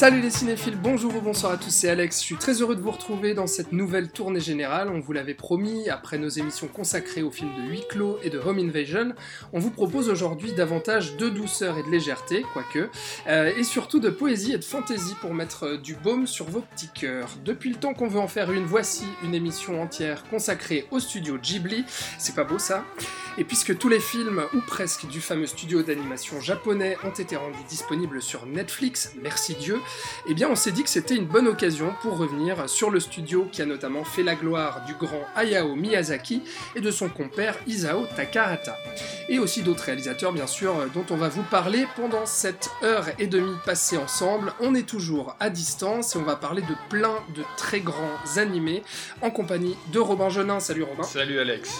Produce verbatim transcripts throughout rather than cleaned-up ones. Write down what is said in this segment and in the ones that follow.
Salut les cinéphiles, bonjour ou bonsoir à tous, c'est Alex, je suis très heureux de vous retrouver dans cette nouvelle tournée générale. On vous l'avait promis, après nos émissions consacrées aux films de huis clos et de Home Invasion, on vous propose aujourd'hui davantage de douceur et de légèreté, quoique, euh, et surtout de poésie et de fantaisie pour mettre euh, du baume sur vos petits cœurs. Depuis le temps qu'on veut en faire une, voici une émission entière consacrée au studio Ghibli, c'est pas beau ça ? Et puisque tous les films, ou presque, du fameux studio d'animation japonais ont été rendus disponibles sur Netflix, merci Dieu, eh bien on s'est dit que c'était une bonne occasion pour revenir sur le studio qui a notamment fait la gloire du grand Hayao Miyazaki et de son compère Isao Takahata. Et aussi d'autres réalisateurs bien sûr dont on va vous parler pendant cette heure et demie passée ensemble. On est toujours à distance et on va parler de plein de très grands animés en compagnie de Robin Genin. Salut Robin. Salut Alex.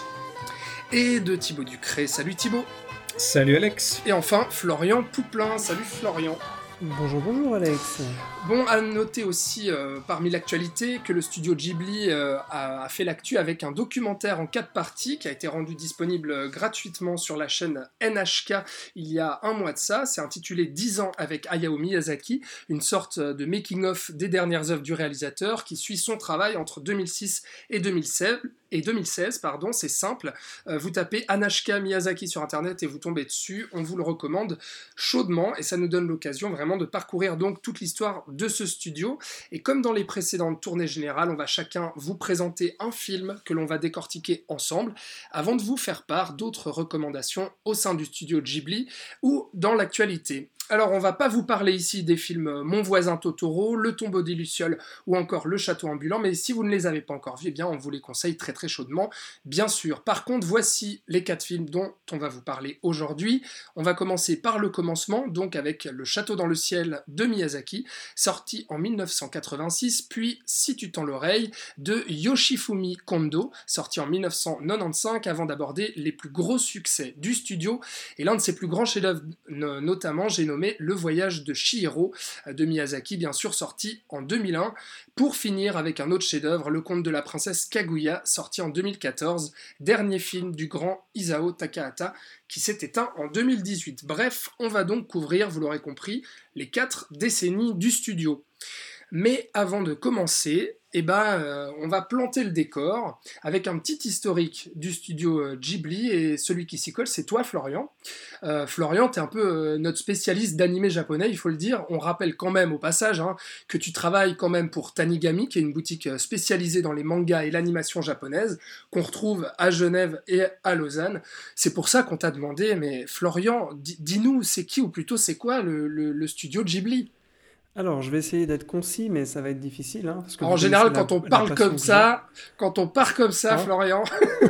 Et de Thibaut Ducré. Salut Thibaut. Salut Alex. Et enfin Florian Pouplin. Salut Florian. Bonjour, bonjour Alex. Bon, à noter aussi euh, parmi l'actualité que le studio Ghibli euh, a, a fait l'actu avec un documentaire en quatre parties qui a été rendu disponible euh, gratuitement sur la chaîne N H K il y a un mois de ça. C'est intitulé dix ans avec Hayao Miyazaki, une sorte de making-of des dernières œuvres du réalisateur qui suit son travail entre deux mille six et deux mille seize. Et deux mille seize, pardon, c'est simple, euh, vous tapez N H K Miyazaki sur internet et vous tombez dessus, on vous le recommande chaudement et ça nous donne l'occasion vraiment de parcourir donc toute l'histoire de ce studio. Et comme dans les précédentes tournées générales, on va chacun vous présenter un film que l'on va décortiquer ensemble avant de vous faire part d'autres recommandations au sein du studio Ghibli ou dans l'actualité. Alors on va pas vous parler ici des films Mon voisin Totoro, Le tombeau des Lucioles ou encore Le château ambulant, mais si vous ne les avez pas encore vus, eh bien on vous les conseille très très chaudement, bien sûr. Par contre, voici les quatre films dont on va vous parler aujourd'hui. On va commencer par le commencement, donc avec Le château dans le ciel de Miyazaki, sorti en mille neuf cent quatre-vingt-six, puis Si tu tends l'oreille de Yoshifumi Kondo, sorti en mille neuf cent quatre-vingt-quinze, avant d'aborder les plus gros succès du studio, et l'un de ses plus grands chefs-d'œuvre, notamment, j'ai nommé Le voyage de Chihiro de Miyazaki, bien sûr sorti en deux mille un, pour finir avec un autre chef-d'œuvre, Le conte de la princesse Kaguya, sorti en deux mille quatorze, dernier film du grand Isao Takahata, qui s'est éteint en deux mille dix-huit. Bref, on va donc couvrir, vous l'aurez compris, les quatre décennies du studio. Mais avant de commencer, eh ben, euh, on va planter le décor avec un petit historique du studio euh, Ghibli, et celui qui s'y colle, c'est toi, Florian. Euh, Florian, t'es un peu euh, notre spécialiste d'animé japonais, il faut le dire. On rappelle quand même, au passage, hein, que tu travailles quand même pour Tanigami, qui est une boutique euh, spécialisée dans les mangas et l'animation japonaise, qu'on retrouve à Genève et à Lausanne. C'est pour ça qu'on t'a demandé, mais Florian, di- dis-nous, c'est qui, ou plutôt c'est quoi le, le, le studio Ghibli ? Alors, je vais essayer d'être concis, mais ça va être difficile. Hein, parce que en général, quand on parle comme ça, quand on part comme ça, hein Florian,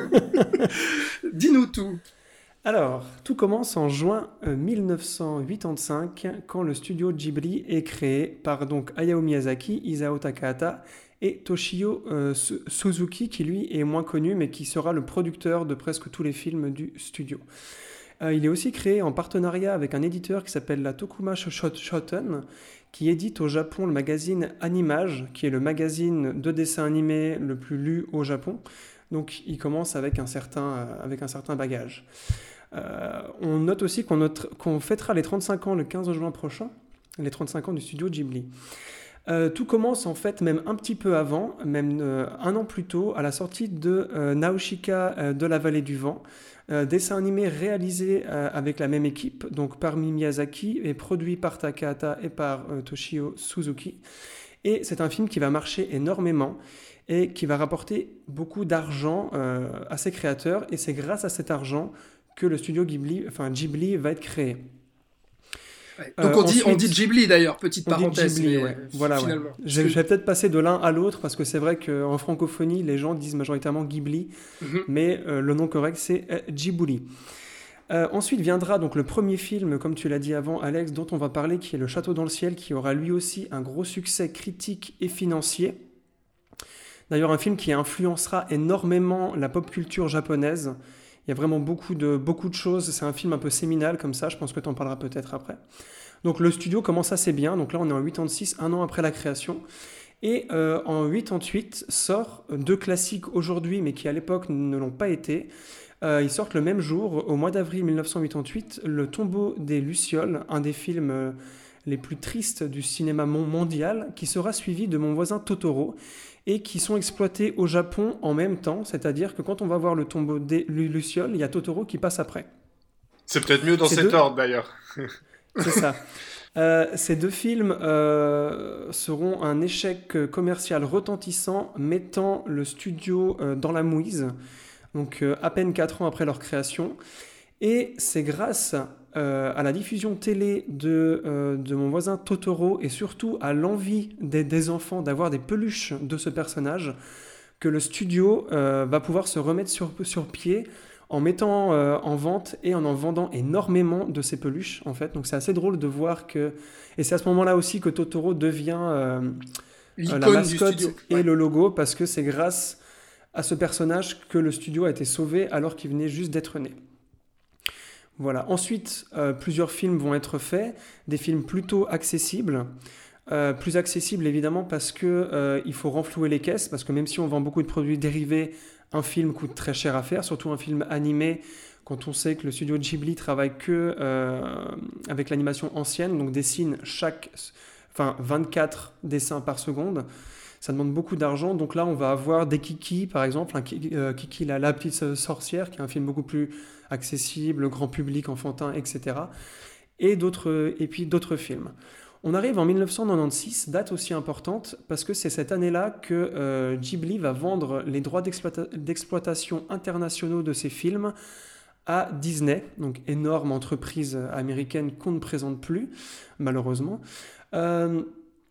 dis-nous tout. Alors, tout commence en juin euh, mille neuf cent quatre-vingt-quinze, quand le studio Ghibli est créé par donc Hayao Miyazaki, Isao Takahata et Toshio euh, Suzuki, qui lui est moins connu, mais qui sera le producteur de presque tous les films du studio. Euh, il est aussi créé en partenariat avec un éditeur qui s'appelle la Tokuma Shoten, qui édite au Japon le magazine Animage, qui est le magazine de dessin animé le plus lu au Japon. Donc il commence avec un certain, euh, avec un certain bagage. Euh, on note aussi qu'on, note, qu'on fêtera les trente-cinq ans le quinze juin prochain, les trente-cinq ans du studio Ghibli. Euh, tout commence en fait même un petit peu avant, même euh, un an plus tôt, à la sortie de euh, Nausicaa euh, de la vallée du vent, euh, dessin animé réalisé euh, avec la même équipe, donc par Miyazaki et produit par Takahata et par euh, Toshio Suzuki. Et c'est un film qui va marcher énormément et qui va rapporter beaucoup d'argent euh, à ses créateurs, et c'est grâce à cet argent que le studio Ghibli, enfin Ghibli va être créé. Ouais. Donc euh, on, dit, ensuite, on dit Ghibli d'ailleurs, petite parenthèse. Ghibli, mais, ouais. Voilà, finalement. Ouais. Je, je vais peut-être passer de l'un à l'autre parce que c'est vrai qu'en francophonie, les gens disent majoritairement Ghibli, mm-hmm. mais euh, le nom correct c'est euh, Ghibli. Euh, ensuite viendra donc le premier film, comme tu l'as dit avant Alex, dont on va parler, qui est Le château dans le ciel, qui aura lui aussi un gros succès critique et financier. D'ailleurs un film qui influencera énormément la pop culture japonaise. Il y a vraiment beaucoup de, beaucoup de choses. C'est un film un peu séminal comme ça, je pense que tu en parleras peut-être après. Donc le studio commence assez bien, donc là on est en quatre-vingt-seize, un an après la création. Et euh, en quatre-vingt-dix-huit sort deux classiques aujourd'hui, mais qui à l'époque ne l'ont pas été. Euh, ils sortent le même jour, au mois d'avril mille neuf cent quatre-vingt-huit, Le tombeau des Lucioles, un des films euh, les plus tristes du cinéma mon- mondial, qui sera suivi de Mon voisin Totoro, et qui sont exploités au Japon en même temps, c'est-à-dire que quand on va voir le tombeau des Lu- Lucioles, il y a Totoro qui passe après. C'est peut-être mieux dans Ces cet deux, ordre d'ailleurs. c'est ça. Euh, ces deux films euh, seront un échec euh, commercial retentissant, mettant le studio euh, dans la mouise, donc euh, à peine quatre ans après leur création. Et c'est grâce euh, à la diffusion télé de, euh, de Mon voisin Totoro et surtout à l'envie des, des enfants d'avoir des peluches de ce personnage que le studio euh, va pouvoir se remettre sur, sur pied en mettant euh, en vente et en en vendant énormément de ces peluches en fait. Donc c'est assez drôle de voir que... Et c'est à ce moment-là aussi que Totoro devient euh, euh, la L'icône du mascotte studio. et Ouais. le logo parce que c'est grâce à ce personnage que le studio a été sauvé alors qu'il venait juste d'être né. Voilà. Ensuite, euh, plusieurs films vont être faits, des films plutôt accessibles. Euh, plus accessibles évidemment parce que euh, il faut renflouer les caisses, parce que même si on vend beaucoup de produits dérivés, un film coûte très cher à faire, surtout un film animé, quand on sait que le studio Ghibli travaille que euh, avec l'animation ancienne, donc dessine chaque, enfin vingt-quatre dessins par seconde. Ça demande beaucoup d'argent, donc là on va avoir des Kiki par exemple, un Ki- euh, Kiki la, la petite sorcière, qui est un film beaucoup plus accessible, grand public, enfantin, et cetera. Et, d'autres, et puis d'autres films. On arrive en dix-neuf cent quatre-vingt-seize, date aussi importante, parce que c'est cette année-là que euh, Ghibli va vendre les droits d'exploita- d'exploitation internationaux de ses films à Disney, donc énorme entreprise américaine qu'on ne présente plus, malheureusement. Euh,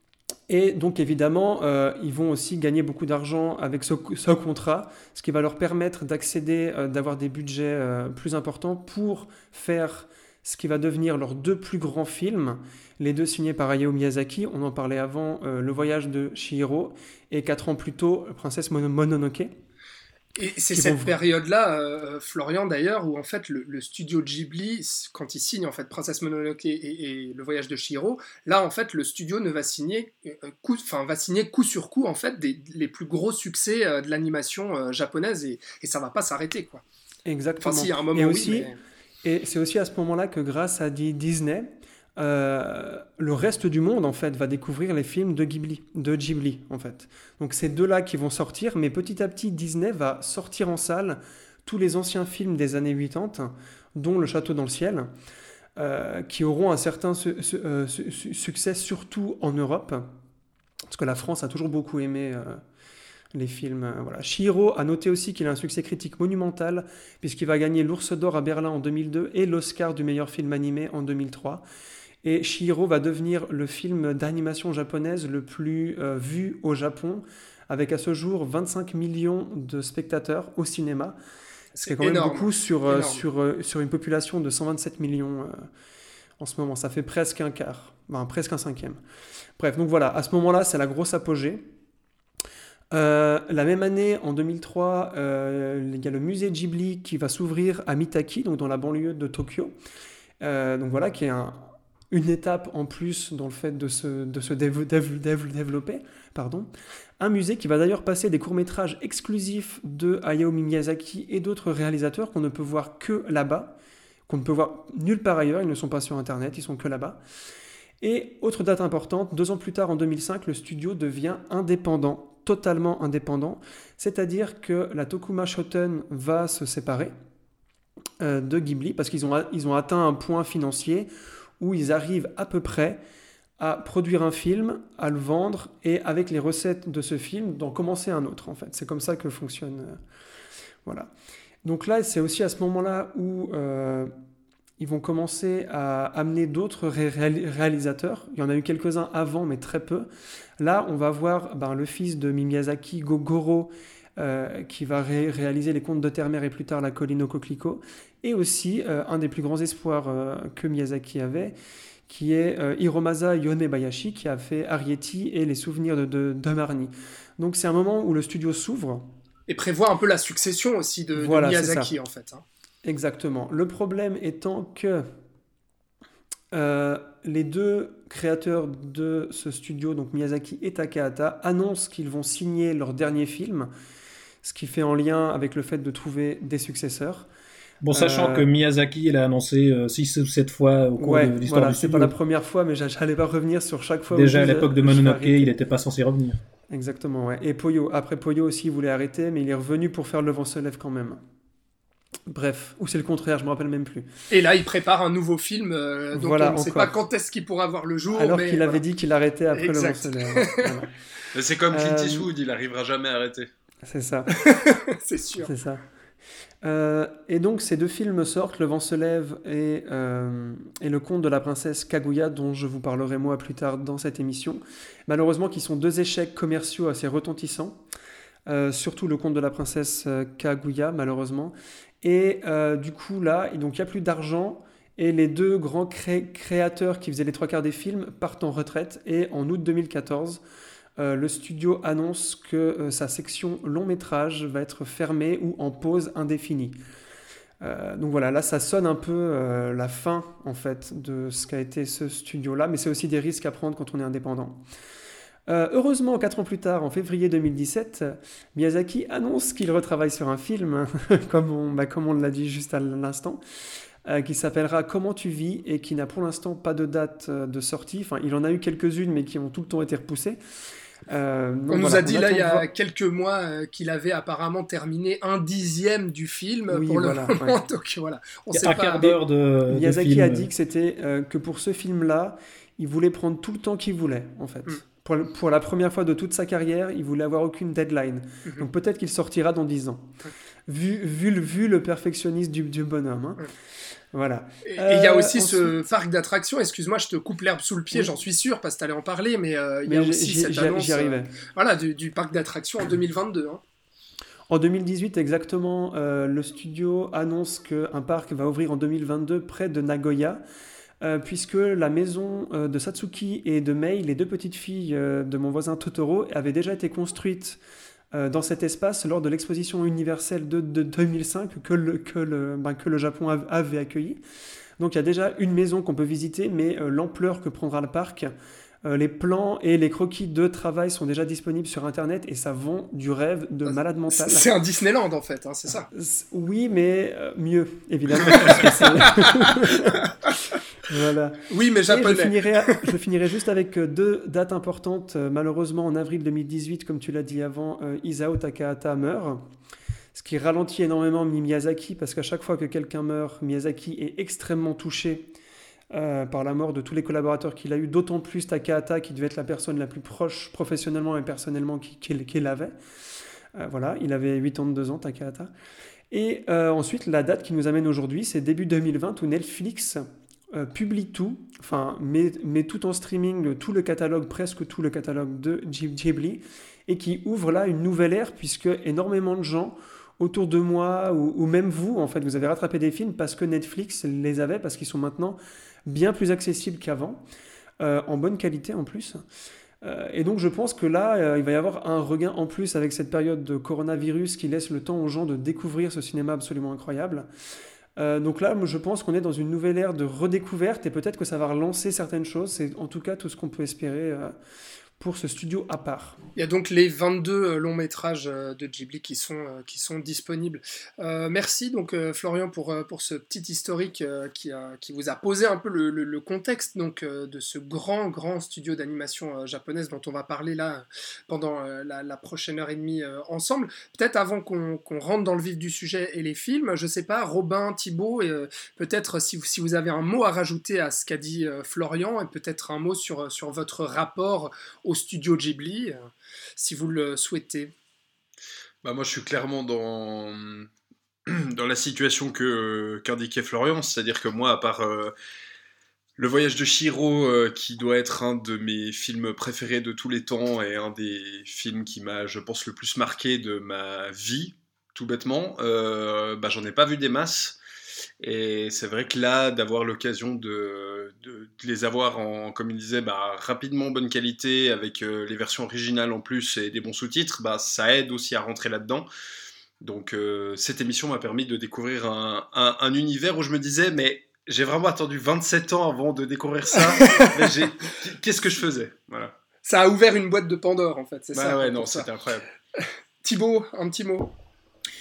et donc évidemment, euh, ils vont aussi gagner beaucoup d'argent avec ce, ce contrat, ce qui va leur permettre d'accéder, euh, d'avoir des budgets euh, plus importants pour faire ce qui va devenir leurs deux plus grands films, les deux signés par Hayao Miyazaki, on en parlait avant, euh, Le voyage de Chihiro, et quatre ans plus tôt, Princesse Mono- Mononoke, Et c'est qui cette vont... période-là, euh, Florian d'ailleurs, où en fait le, le studio Ghibli, quand il signe en fait Princesse Mononoke et, et Le Voyage de Chihiro, là en fait le studio ne va signer, euh, coup, enfin va signer coup sur coup en fait des, les plus gros succès euh, de l'animation euh, japonaise et, et ça va pas s'arrêter quoi. Enfin si, il Exactement. y a un Et moment oui, aussi, mais et c'est aussi à ce moment-là que grâce à Di- Disney, euh, le reste du monde en fait va découvrir les films de Ghibli, de Ghibli en fait. Donc c'est deux-là qui vont sortir, mais petit à petit Disney va sortir en salle tous les anciens films des années quatre-vingt-dix, dont Le Château dans le ciel, euh, qui auront un certain su- su- euh, su- su- succès surtout en Europe, parce que la France a toujours beaucoup aimé euh, les films. euh, Voilà. Chihiro a noté aussi qu'il a un succès critique monumental, puisqu'il va gagner l'Ours d'Or à Berlin en deux mille deux et l'Oscar du meilleur film animé en deux mille trois. Et Chihiro va devenir le film d'animation japonaise le plus euh, vu au Japon, avec à ce jour vingt-cinq millions de spectateurs au cinéma, ce qui est c'est quand même énorme, beaucoup sur, euh, énorme. sur, euh, sur une population de cent vingt-sept millions euh, en ce moment. Ça fait presque un quart, ben, presque un cinquième. Bref, donc voilà, à ce moment-là, c'est la grosse apogée. Euh, la même année, en deux mille trois, euh, il y a le musée Ghibli qui va s'ouvrir à Mitaki, donc dans la banlieue de Tokyo. Euh, donc voilà, qui est un, une étape en plus dans le fait de se, de se dév- dév- dév- développer. Pardon. Un musée qui va d'ailleurs passer des courts-métrages exclusifs de Hayao Miyazaki et d'autres réalisateurs qu'on ne peut voir que là-bas, qu'on ne peut voir nulle part ailleurs, ils ne sont pas sur Internet, ils sont que là-bas. Et autre date importante, deux ans plus tard, en deux mille cinq, le studio devient indépendant, totalement indépendant, c'est-à-dire que la Tokuma Shoten va se séparer euh, de Ghibli parce qu'ils ont, a- ils ont atteint un point financier où ils arrivent à peu près à produire un film, à le vendre et avec les recettes de ce film, d'en commencer un autre en fait. C'est comme ça que fonctionne. euh, voilà. Donc là, c'est aussi à ce moment-là où euh, ils vont commencer à amener d'autres ré- réali- réalisateurs. Il y en a eu quelques-uns avant, mais très peu. Là, on va voir ben, le fils de Miyazaki, Gogoro, euh, qui va ré- réaliser Les Contes de Terre-Mère et plus tard La Colline aux Coquelicots, et aussi euh, un des plus grands espoirs euh, que Miyazaki avait, qui est euh, Hiromasa Yonebayashi, qui a fait Arrietty et Les Souvenirs de, de, de Marnie. Donc c'est un moment où le studio s'ouvre. Et prévoir un peu la succession aussi de, de Voilà, c'est ça. Miyazaki en fait. Hein. Exactement. Le problème étant que euh, les deux créateurs de ce studio, donc Miyazaki et Takahata, annoncent qu'ils vont signer leur dernier film, ce qui fait en lien avec le fait de trouver des successeurs. Bon, sachant Euh, que Miyazaki, il a annoncé six ou sept fois au cours ouais, de l'histoire voilà, du c'est studio. pas la première fois, mais j'a- j'allais pas revenir sur chaque fois où Déjà à il disait, l'époque de je vais Mononoke, arrêter. il n'était pas censé revenir. Exactement, ouais. Et Poyo, après Poyo aussi, il voulait arrêter, mais il est revenu pour faire Le vent se lève quand même. Bref, ou c'est le contraire, je me rappelle même plus. Et là, il prépare un nouveau film euh, dont Voilà, on ne sait pas encore. quand est-ce qu'il pourra voir le jour. Alors mais qu'il avait voilà. dit qu'il arrêtait après Le vent Exact. se lève. Voilà. Mais c'est comme Clint Euh, Eastwood, il arrivera jamais à arrêter. C'est ça, C'est sûr. c'est ça. Euh, et donc ces deux films sortent, Le vent se lève et, euh, et Le conte de la princesse Kaguya, dont je vous parlerai moi plus tard dans cette émission. Malheureusement, qui sont deux échecs commerciaux assez retentissants. Euh, surtout Le conte de la princesse euh, Kaguya, malheureusement. Et euh, du coup, là, et donc il n'y a plus d'argent. Et les deux grands cré- créateurs qui faisaient les trois quarts des films partent en retraite. Et en août deux mille quatorze, euh, le studio annonce que euh, sa section long métrage va être fermée ou en pause indéfinie. Euh, donc voilà, là ça sonne un peu euh, la fin en fait de ce qu'a été ce studio-là, mais c'est aussi des risques à prendre quand on est indépendant. Euh, heureusement, quatre ans plus tard, en février deux mille dix-sept, Miyazaki annonce qu'il retravaille sur un film, comme on, bah, comme on l'a dit juste à l'instant, euh, qui s'appellera Comment tu vis et qui n'a pour l'instant pas de date euh, de sortie. Enfin, il en a eu quelques-unes, mais qui ont tout le temps été repoussées. Euh, donc On nous voilà, a dit on là attend il y de a voir- quelques mois euh, qu'il avait apparemment terminé un dixième du film Oui, pour voilà, le moment. ouais. Donc voilà, on Il y sait a un pas. quart d'heure de, de Miyazaki film. a dit que c'était euh, que pour ce film-là, il voulait prendre tout le temps qu'il voulait, en fait. Mm. Pour, pour la première fois de toute sa carrière, il voulait avoir aucune deadline. Mhm. Donc peut-être qu'il sortira dans dix ans. Vu, vu, le, vu le perfectionnisme du, du bonhomme. Hein. Mm. Voilà. Et et il y a Euh, aussi ce ensuite- parc d'attractions, excuse-moi, je te coupe l'herbe sous le pied, Oui. j'en suis sûr, parce que tu allais en parler, mais euh, il y a Mais aussi j'y- cette j'y annonce j'y arrivais. euh, voilà, du, du parc d'attractions en deux mille vingt-deux. Hein. En deux mille dix-huit, exactement, euh, le studio annonce qu'un parc va ouvrir en deux mille vingt-deux près de Nagoya, euh, puisque la maison euh, de Satsuki et de Mei, les deux petites filles euh, de mon voisin Totoro, avait déjà été construite euh, dans cet espace lors de l'exposition universelle de, de deux mille cinq que le, que le, ben, que le Japon av- avait accueilli. Donc il y a déjà une maison qu'on peut visiter, mais euh, l'ampleur que prendra le parc, euh, les plans et les croquis de travail sont déjà disponibles sur Internet et ça vend du rêve de malade mental. C'est un Disneyland en fait, hein, c'est ça. C- Oui, mais euh, mieux, évidemment. parce que c'est- voilà. Oui, mais Et je japonais. finirai, je finirai juste avec euh, deux dates importantes. Euh, Malheureusement, en avril deux mille dix-huit, comme tu l'as dit avant, euh, Isao Takahata meurt. Ce qui ralentit énormément Miyazaki, parce qu'à chaque fois que quelqu'un meurt, Miyazaki est extrêmement touché euh, par la mort de tous les collaborateurs qu'il a eu, d'autant plus Takahata, qui devait être la personne la plus proche professionnellement et personnellement qu'il qu'il- qu'il avait. Euh, voilà, il avait quatre-vingt-deux ans, Takahata. Et euh, ensuite, la date qui nous amène aujourd'hui, c'est début deux mille vingt, où Netflix euh, publie tout, enfin, met, met tout en streaming, tout le catalogue, presque tout le catalogue de Ghib- Ghibli, et qui ouvre là une nouvelle ère, puisque énormément de gens autour de moi, ou, ou même vous, en fait, vous avez rattrapé des films parce que Netflix les avait, parce qu'ils sont maintenant bien plus accessibles qu'avant, euh, en bonne qualité en plus. Euh, et donc je pense que là, euh, il va y avoir un regain en plus avec cette période de coronavirus qui laisse le temps aux gens de découvrir ce cinéma absolument incroyable. Euh, donc là, moi, je pense qu'on est dans une nouvelle ère de redécouverte et peut-être que ça va relancer certaines choses. C'est en tout cas tout ce qu'on peut espérer euh, pour ce studio à part. Il y a donc les vingt-deux euh, longs métrages euh, de Ghibli qui sont, euh, qui sont disponibles. Euh, merci donc euh, Florian pour, euh, pour ce petit historique euh, qui, a, qui vous a posé un peu le, le, le contexte donc, euh, de ce grand grand studio d'animation euh, japonaise dont on va parler là pendant euh, la, la prochaine heure et demie euh, ensemble. Peut-être avant qu'on qu'on rentre dans le vif du sujet et les films, je sais pas, Robin, Thibaut, et, euh, peut-être si vous, si vous avez un mot à rajouter à ce qu'a dit euh, Florian et peut-être un mot sur, sur votre rapport au studio Ghibli, euh, si vous le souhaitez. Bah moi je suis clairement dans, dans la situation que, qu'indiquait Florian, c'est-à-dire que moi à part euh, Le Voyage de Chihiro euh, qui doit être un de mes films préférés de tous les temps et un des films qui m'a je pense le plus marqué de ma vie, tout bêtement, euh, bah j'en ai pas vu des masses. Et c'est vrai que là, d'avoir l'occasion de, de, de les avoir en, comme il disait, bah, rapidement bonne qualité, avec euh, les versions originales en plus et des bons sous-titres, bah, ça aide aussi à rentrer là-dedans. Donc euh, cette émission m'a permis de découvrir un, un, un univers où je me disais, mais j'ai vraiment attendu vingt-sept ans avant de découvrir ça, mais j'ai... qu'est-ce que je faisais, voilà. Ça a ouvert une boîte de Pandore, en fait, c'est Bah ça. ouais, pour non, ça. c'était incroyable. Thibaut, un petit mot.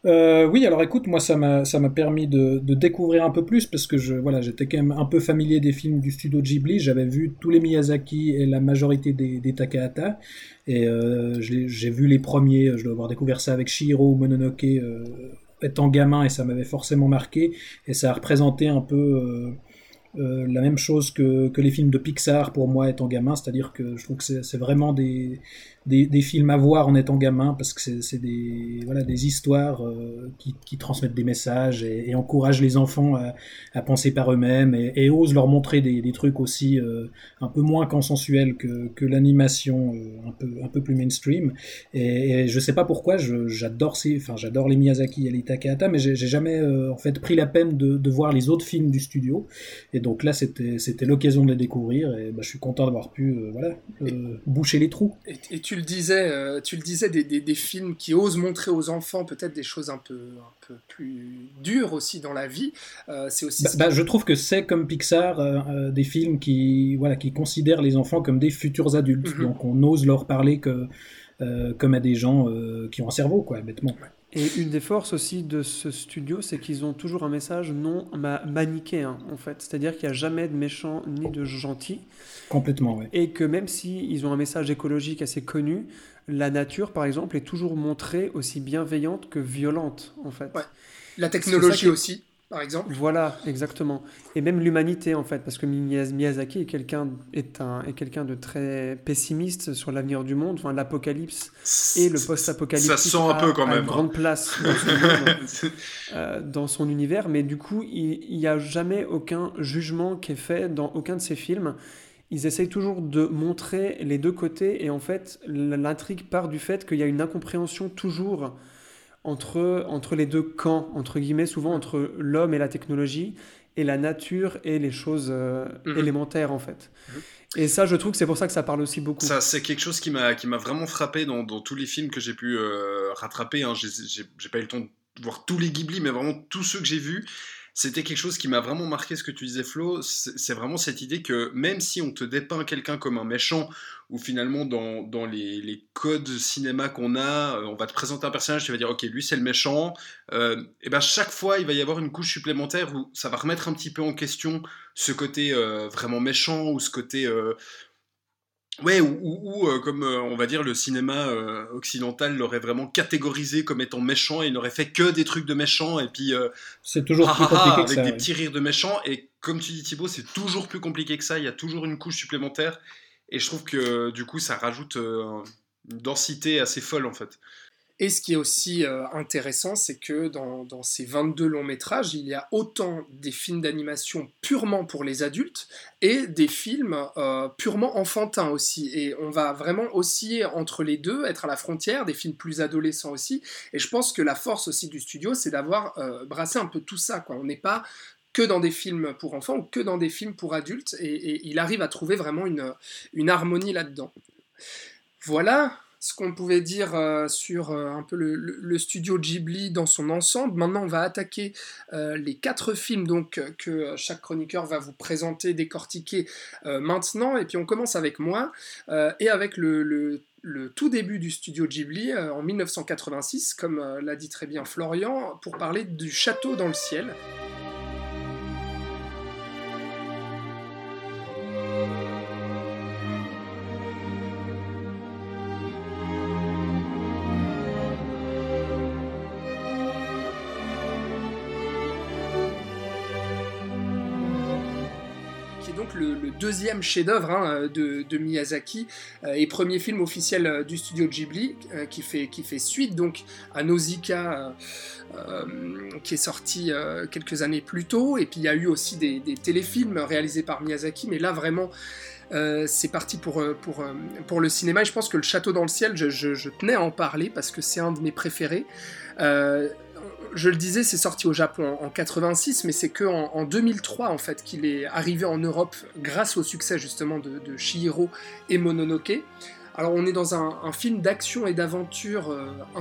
Euh, oui, alors écoute, moi ça m'a ça m'a permis de, de découvrir un peu plus parce que je voilà, j'étais quand même un peu familier des films du studio Ghibli, j'avais vu tous les Miyazaki et la majorité des, des Takahata et euh, j'ai, j'ai vu les premiers, je dois avoir découvert ça avec Chihiro ou Mononoke euh, étant gamin et ça m'avait forcément marqué et ça a représenté un peu euh, euh, la même chose que, que les films de Pixar pour moi étant gamin, c'est-à-dire que je trouve que c'est, c'est vraiment des, des, des films à voir en étant gamin parce que c'est, c'est des, voilà, des histoires euh, qui, qui transmettent des messages et, et encouragent les enfants à, à penser par eux-mêmes et, et osent leur montrer des, des trucs aussi euh, un peu moins consensuels que, que l'animation euh, un, peu, un peu plus mainstream. Et, et je sais pas pourquoi, je, j'adore, ces, enfin, j'adore les Miyazaki et les Takahata, mais j'ai, j'ai jamais euh, en fait, pris la peine de, de voir les autres films du studio. Et donc là, c'était, c'était l'occasion de les découvrir et bah, je suis content d'avoir pu euh, voilà, euh, boucher les trous. Et, et tu le disais, euh, tu le disais des, des, des films qui osent montrer aux enfants peut-être des choses un peu, un peu plus dures aussi dans la vie. Euh, c'est aussi. Bah, bah, je trouve que c'est comme Pixar, euh, euh, des films qui, voilà, qui considèrent les enfants comme des futurs adultes. Mm-hmm. Donc on ose leur parler que, euh, comme à des gens euh, qui ont un cerveau, quoi, bêtement. Et une des forces aussi de ce studio, c'est qu'ils ont toujours un message non ma- manichéen, en fait. C'est-à-dire qu'il n'y a jamais de méchants ni de gentils. Complètement, oui. Et que même s'ils ont un message écologique assez connu, la nature, par exemple, est toujours montrée aussi bienveillante que violente, en fait. Ouais. La technologie est... aussi, par exemple. Voilà, exactement. Et même l'humanité, en fait, parce que Miyazaki est quelqu'un, est un, est quelqu'un de très pessimiste sur l'avenir du monde. Enfin, l'apocalypse et le post-apocalypse ça sent un peu quand même, une grande place dans son, monde, euh, dans son univers. Mais du coup, il n'y a jamais aucun jugement qui est fait dans aucun de ses films. Ils essayent toujours de montrer les deux côtés. Et en fait, l'intrigue part du fait qu'il y a une incompréhension toujours entre, entre les deux camps, entre guillemets, souvent entre l'homme et la technologie, et la nature et les choses euh, mmh. élémentaires, en fait. Mmh. Et ça, je trouve que c'est pour ça que ça parle aussi beaucoup. Ça, c'est quelque chose qui m'a, qui m'a vraiment frappé dans, dans tous les films que j'ai pu euh, rattraper. Hein. J'ai, j'ai, j'ai pas eu le temps de voir tous les Ghibli, mais vraiment tous ceux que j'ai vus. C'était quelque chose qui m'a vraiment marqué, ce que tu disais, Flo. C'est, c'est vraiment cette idée que même si on te dépeint quelqu'un comme un méchant, ou finalement dans, dans les, les codes cinéma qu'on a, on va te présenter un personnage, tu vas dire ok, lui c'est le méchant, euh, et ben chaque fois il va y avoir une couche supplémentaire où ça va remettre un petit peu en question ce côté euh, vraiment méchant, ou ce côté... Euh, Ouais, ou, ou, ou euh, comme euh, on va dire le cinéma euh, occidental l'aurait vraiment catégorisé comme étant méchant et il n'aurait fait que des trucs de méchants et puis euh, c'est toujours ah, plus compliqué ah, avec que ça, des ouais. petits rires de méchants, et comme tu dis Thibaut, c'est toujours plus compliqué que ça, il y a toujours une couche supplémentaire et je trouve que du coup ça rajoute euh, une densité assez folle en fait. Et ce qui est aussi euh, intéressant, c'est que dans, dans ces vingt-deux longs métrages, il y a autant des films d'animation purement pour les adultes et des films euh, purement enfantins aussi. Et on va vraiment osciller entre les deux, être à la frontière, des films plus adolescents aussi. Et je pense que la force aussi du studio, c'est d'avoir euh, brassé un peu tout ça, quoi. On n'est pas que dans des films pour enfants ou que dans des films pour adultes. Et, et il arrive à trouver vraiment une, une harmonie là-dedans. Voilà ce qu'on pouvait dire euh, sur euh, un peu le, le, le studio Ghibli dans son ensemble. Maintenant, on va attaquer euh, les quatre films donc, que chaque chroniqueur va vous présenter, décortiquer euh, maintenant. Et puis on commence avec moi euh, et avec le, le, le tout début du studio Ghibli euh, en dix-neuf cent quatre-vingt-six, comme euh, l'a dit très bien Florian, pour parler du Château dans le ciel. Le, le deuxième chef-d'œuvre hein, de, de Miyazaki euh, et premier film officiel euh, du studio Ghibli euh, qui, fait, qui fait suite donc à Nausicaa euh, euh, qui est sorti euh, quelques années plus tôt, et puis il y a eu aussi des, des téléfilms réalisés par Miyazaki, mais là vraiment euh, c'est parti pour, pour, pour le cinéma, et je pense que le Château dans le ciel, je, je, je tenais à en parler parce que c'est un de mes préférés. euh, Je le disais, c'est sorti au Japon en quatre-vingt-six, mais c'est qu'en en deux mille trois en fait, qu'il est arrivé en Europe grâce au succès justement de, de Chihiro et Mononoke. Alors on est dans un, un film d'action et d'aventure euh, un,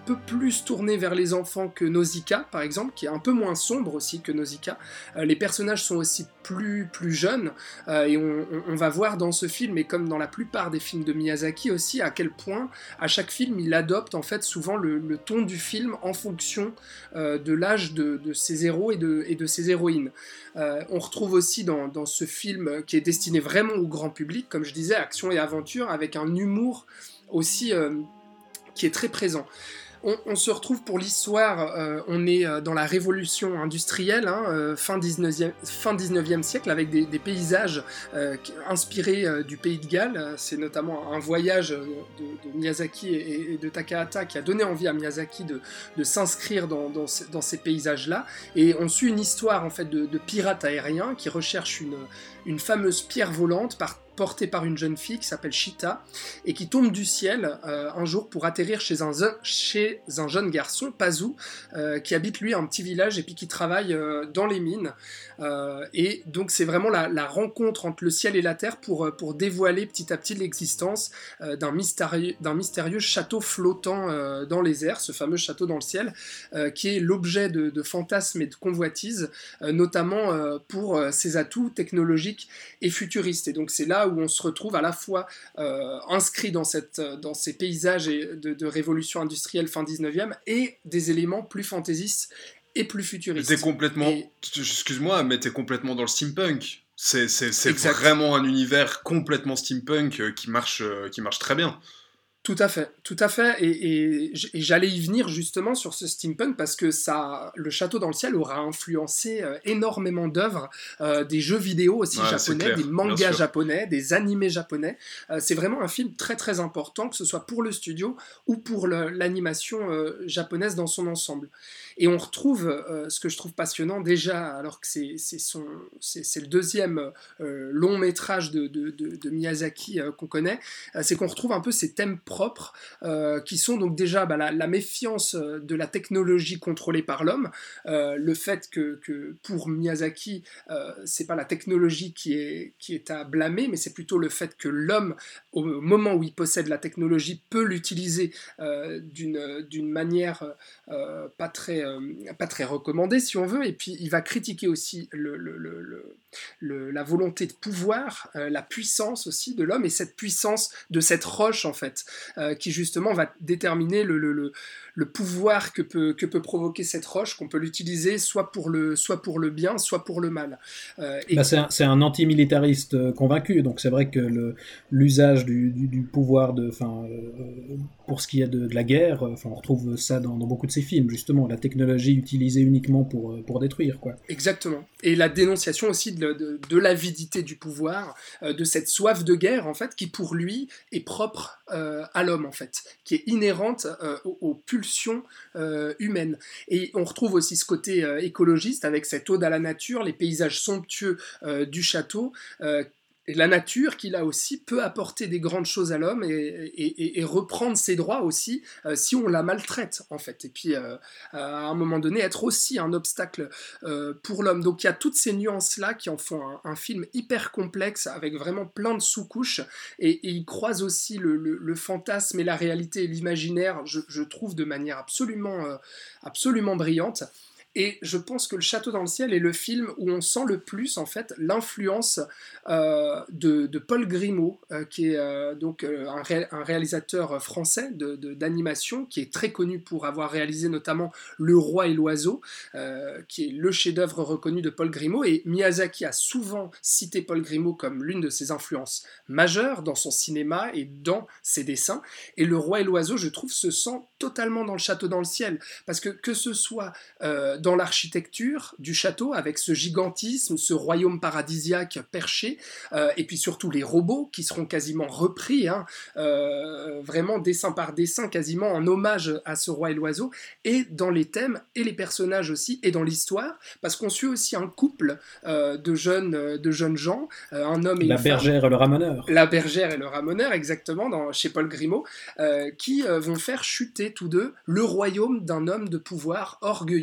peu plus tourné vers les enfants que Nausicaa, par exemple, qui est un peu moins sombre aussi que Nausicaa. Euh, les personnages sont aussi plus, plus jeunes, euh, et on, on, on va voir dans ce film, et comme dans la plupart des films de Miyazaki aussi, à quel point, à chaque film, il adopte en fait souvent le, le ton du film en fonction euh, de l'âge de, de ses héros et de, et de ses héroïnes. Euh, on retrouve aussi dans, dans ce film qui est destiné vraiment au grand public, comme je disais, action et aventure, avec un humour aussi euh, qui est très présent. On, on se retrouve pour l'histoire, euh, on est dans la révolution industrielle, hein, euh, fin dix-neuvième siècle, avec des, des paysages euh, inspirés euh, du pays de Galles. C'est notamment un voyage de, de Miyazaki et, et de Takahata qui a donné envie à Miyazaki de, de s'inscrire dans, dans, dans ces paysages-là. Et on suit une histoire en fait, de, de pirates aériens qui recherchent une, une fameuse pierre volante par portée par une jeune fille qui s'appelle Shita, et qui tombe du ciel euh, un jour pour atterrir chez un, chez un jeune garçon, Pazu, euh, qui habite lui un petit village et puis qui travaille euh, dans les mines. Euh, et donc c'est vraiment la, la rencontre entre le ciel et la terre pour, pour dévoiler petit à petit l'existence euh, d'un, mystérieux, d'un mystérieux château flottant euh, dans les airs, ce fameux château dans le ciel, euh, qui est l'objet de, de fantasmes et de convoitises, euh, notamment euh, pour euh, ses atouts technologiques et futuristes. Et donc c'est là où on se retrouve à la fois euh, inscrit dans, cette, dans ces paysages de, de révolution industrielle fin dix-neuvième et des éléments plus fantaisistes et plus futuristes. T'es complètement, et... excuse-moi, mais t'es complètement dans le steampunk. C'est, c'est, c'est vraiment un univers complètement steampunk euh, qui marche, euh, qui marche très bien. Tout à fait, tout à fait, et, et, et j'allais y venir justement sur ce steampunk parce que ça, le Château dans le ciel aura influencé euh, énormément d'œuvres, euh, des jeux vidéo aussi ouais, japonais, clair, des mangas japonais, des animés japonais. Euh, c'est vraiment un film très très important, que ce soit pour le studio ou pour le, l'animation euh, japonaise dans son ensemble. Et on retrouve euh, ce que je trouve passionnant déjà, alors que c'est, c'est, son, c'est, c'est le deuxième euh, long métrage de, de, de, de Miyazaki euh, qu'on connaît, euh, c'est qu'on retrouve un peu ces thèmes propres euh, qui sont donc déjà bah, la, la méfiance de la technologie contrôlée par l'homme, euh, le fait que, que pour Miyazaki, euh, c'est pas la technologie qui est, qui est à blâmer, mais c'est plutôt le fait que l'homme, au moment où il possède la technologie, peut l'utiliser euh, d'une, d'une manière euh, pas très Euh, pas très recommandé si on veut, et puis il va critiquer aussi le, le, le, le, le, la volonté de pouvoir, euh, la puissance aussi de l'homme, et cette puissance de cette roche en fait, euh, qui justement va déterminer le, le, le, le pouvoir que peut, que peut provoquer cette roche, qu'on peut l'utiliser soit pour le, soit pour le bien, soit pour le mal. Euh, et... bah c'est, un, c'est un antimilitariste convaincu, donc c'est vrai que le, l'usage du, du, du pouvoir de, euh, pour ce qui est de, de la guerre, on retrouve ça dans, dans beaucoup de ses films, justement, la technologie utilisée uniquement pour, pour détruire, quoi. Exactement. Et la dénonciation aussi de, de, de l'avidité du pouvoir, euh, de cette soif de guerre, en fait, qui pour lui est propre euh, à l'homme, en fait, qui est inhérente euh, aux, aux pulsions euh, humaines. Et on retrouve aussi ce côté euh, écologiste avec cette ode à la nature, les paysages somptueux euh, du château, euh, et la nature qui là aussi peut apporter des grandes choses à l'homme et, et, et reprendre ses droits aussi euh, si on la maltraite en fait, et puis euh, à un moment donné être aussi un obstacle euh, pour l'homme. Donc il y a toutes ces nuances là qui en font un, un film hyper complexe avec vraiment plein de sous-couches, et, et il croise aussi le, le, le fantasme et la réalité et l'imaginaire, je, je trouve de manière absolument, euh, absolument brillante. Et je pense que Le Château dans le ciel est le film où on sent le plus en fait l'influence euh, de, de Paul Grimaud, euh, qui est euh, donc euh, un, ré- un réalisateur français de, de, d'animation, qui est très connu pour avoir réalisé notamment Le Roi et l'Oiseau, euh, qui est le chef-d'œuvre reconnu de Paul Grimaud. Et Miyazaki a souvent cité Paul Grimaud comme l'une de ses influences majeures dans son cinéma et dans ses dessins. Et Le Roi et l'Oiseau, je trouve, se sent totalement dans Le Château dans le ciel, parce que que ce soit euh, dans l'architecture du château, avec ce gigantisme, ce royaume paradisiaque perché, euh, et puis surtout les robots qui seront quasiment repris, hein, euh, vraiment dessin par dessin, quasiment en hommage à ce roi et l'oiseau, et dans les thèmes et les personnages aussi, et dans l'histoire, parce qu'on suit aussi un couple euh, de, jeunes, de jeunes gens, euh, un homme et la une bergère femme, et le ramoneur. La bergère et le ramoneur, exactement, dans, chez Paul Grimaud, euh, qui euh, vont faire chuter tous deux le royaume d'un homme de pouvoir orgueilleux et conquérant.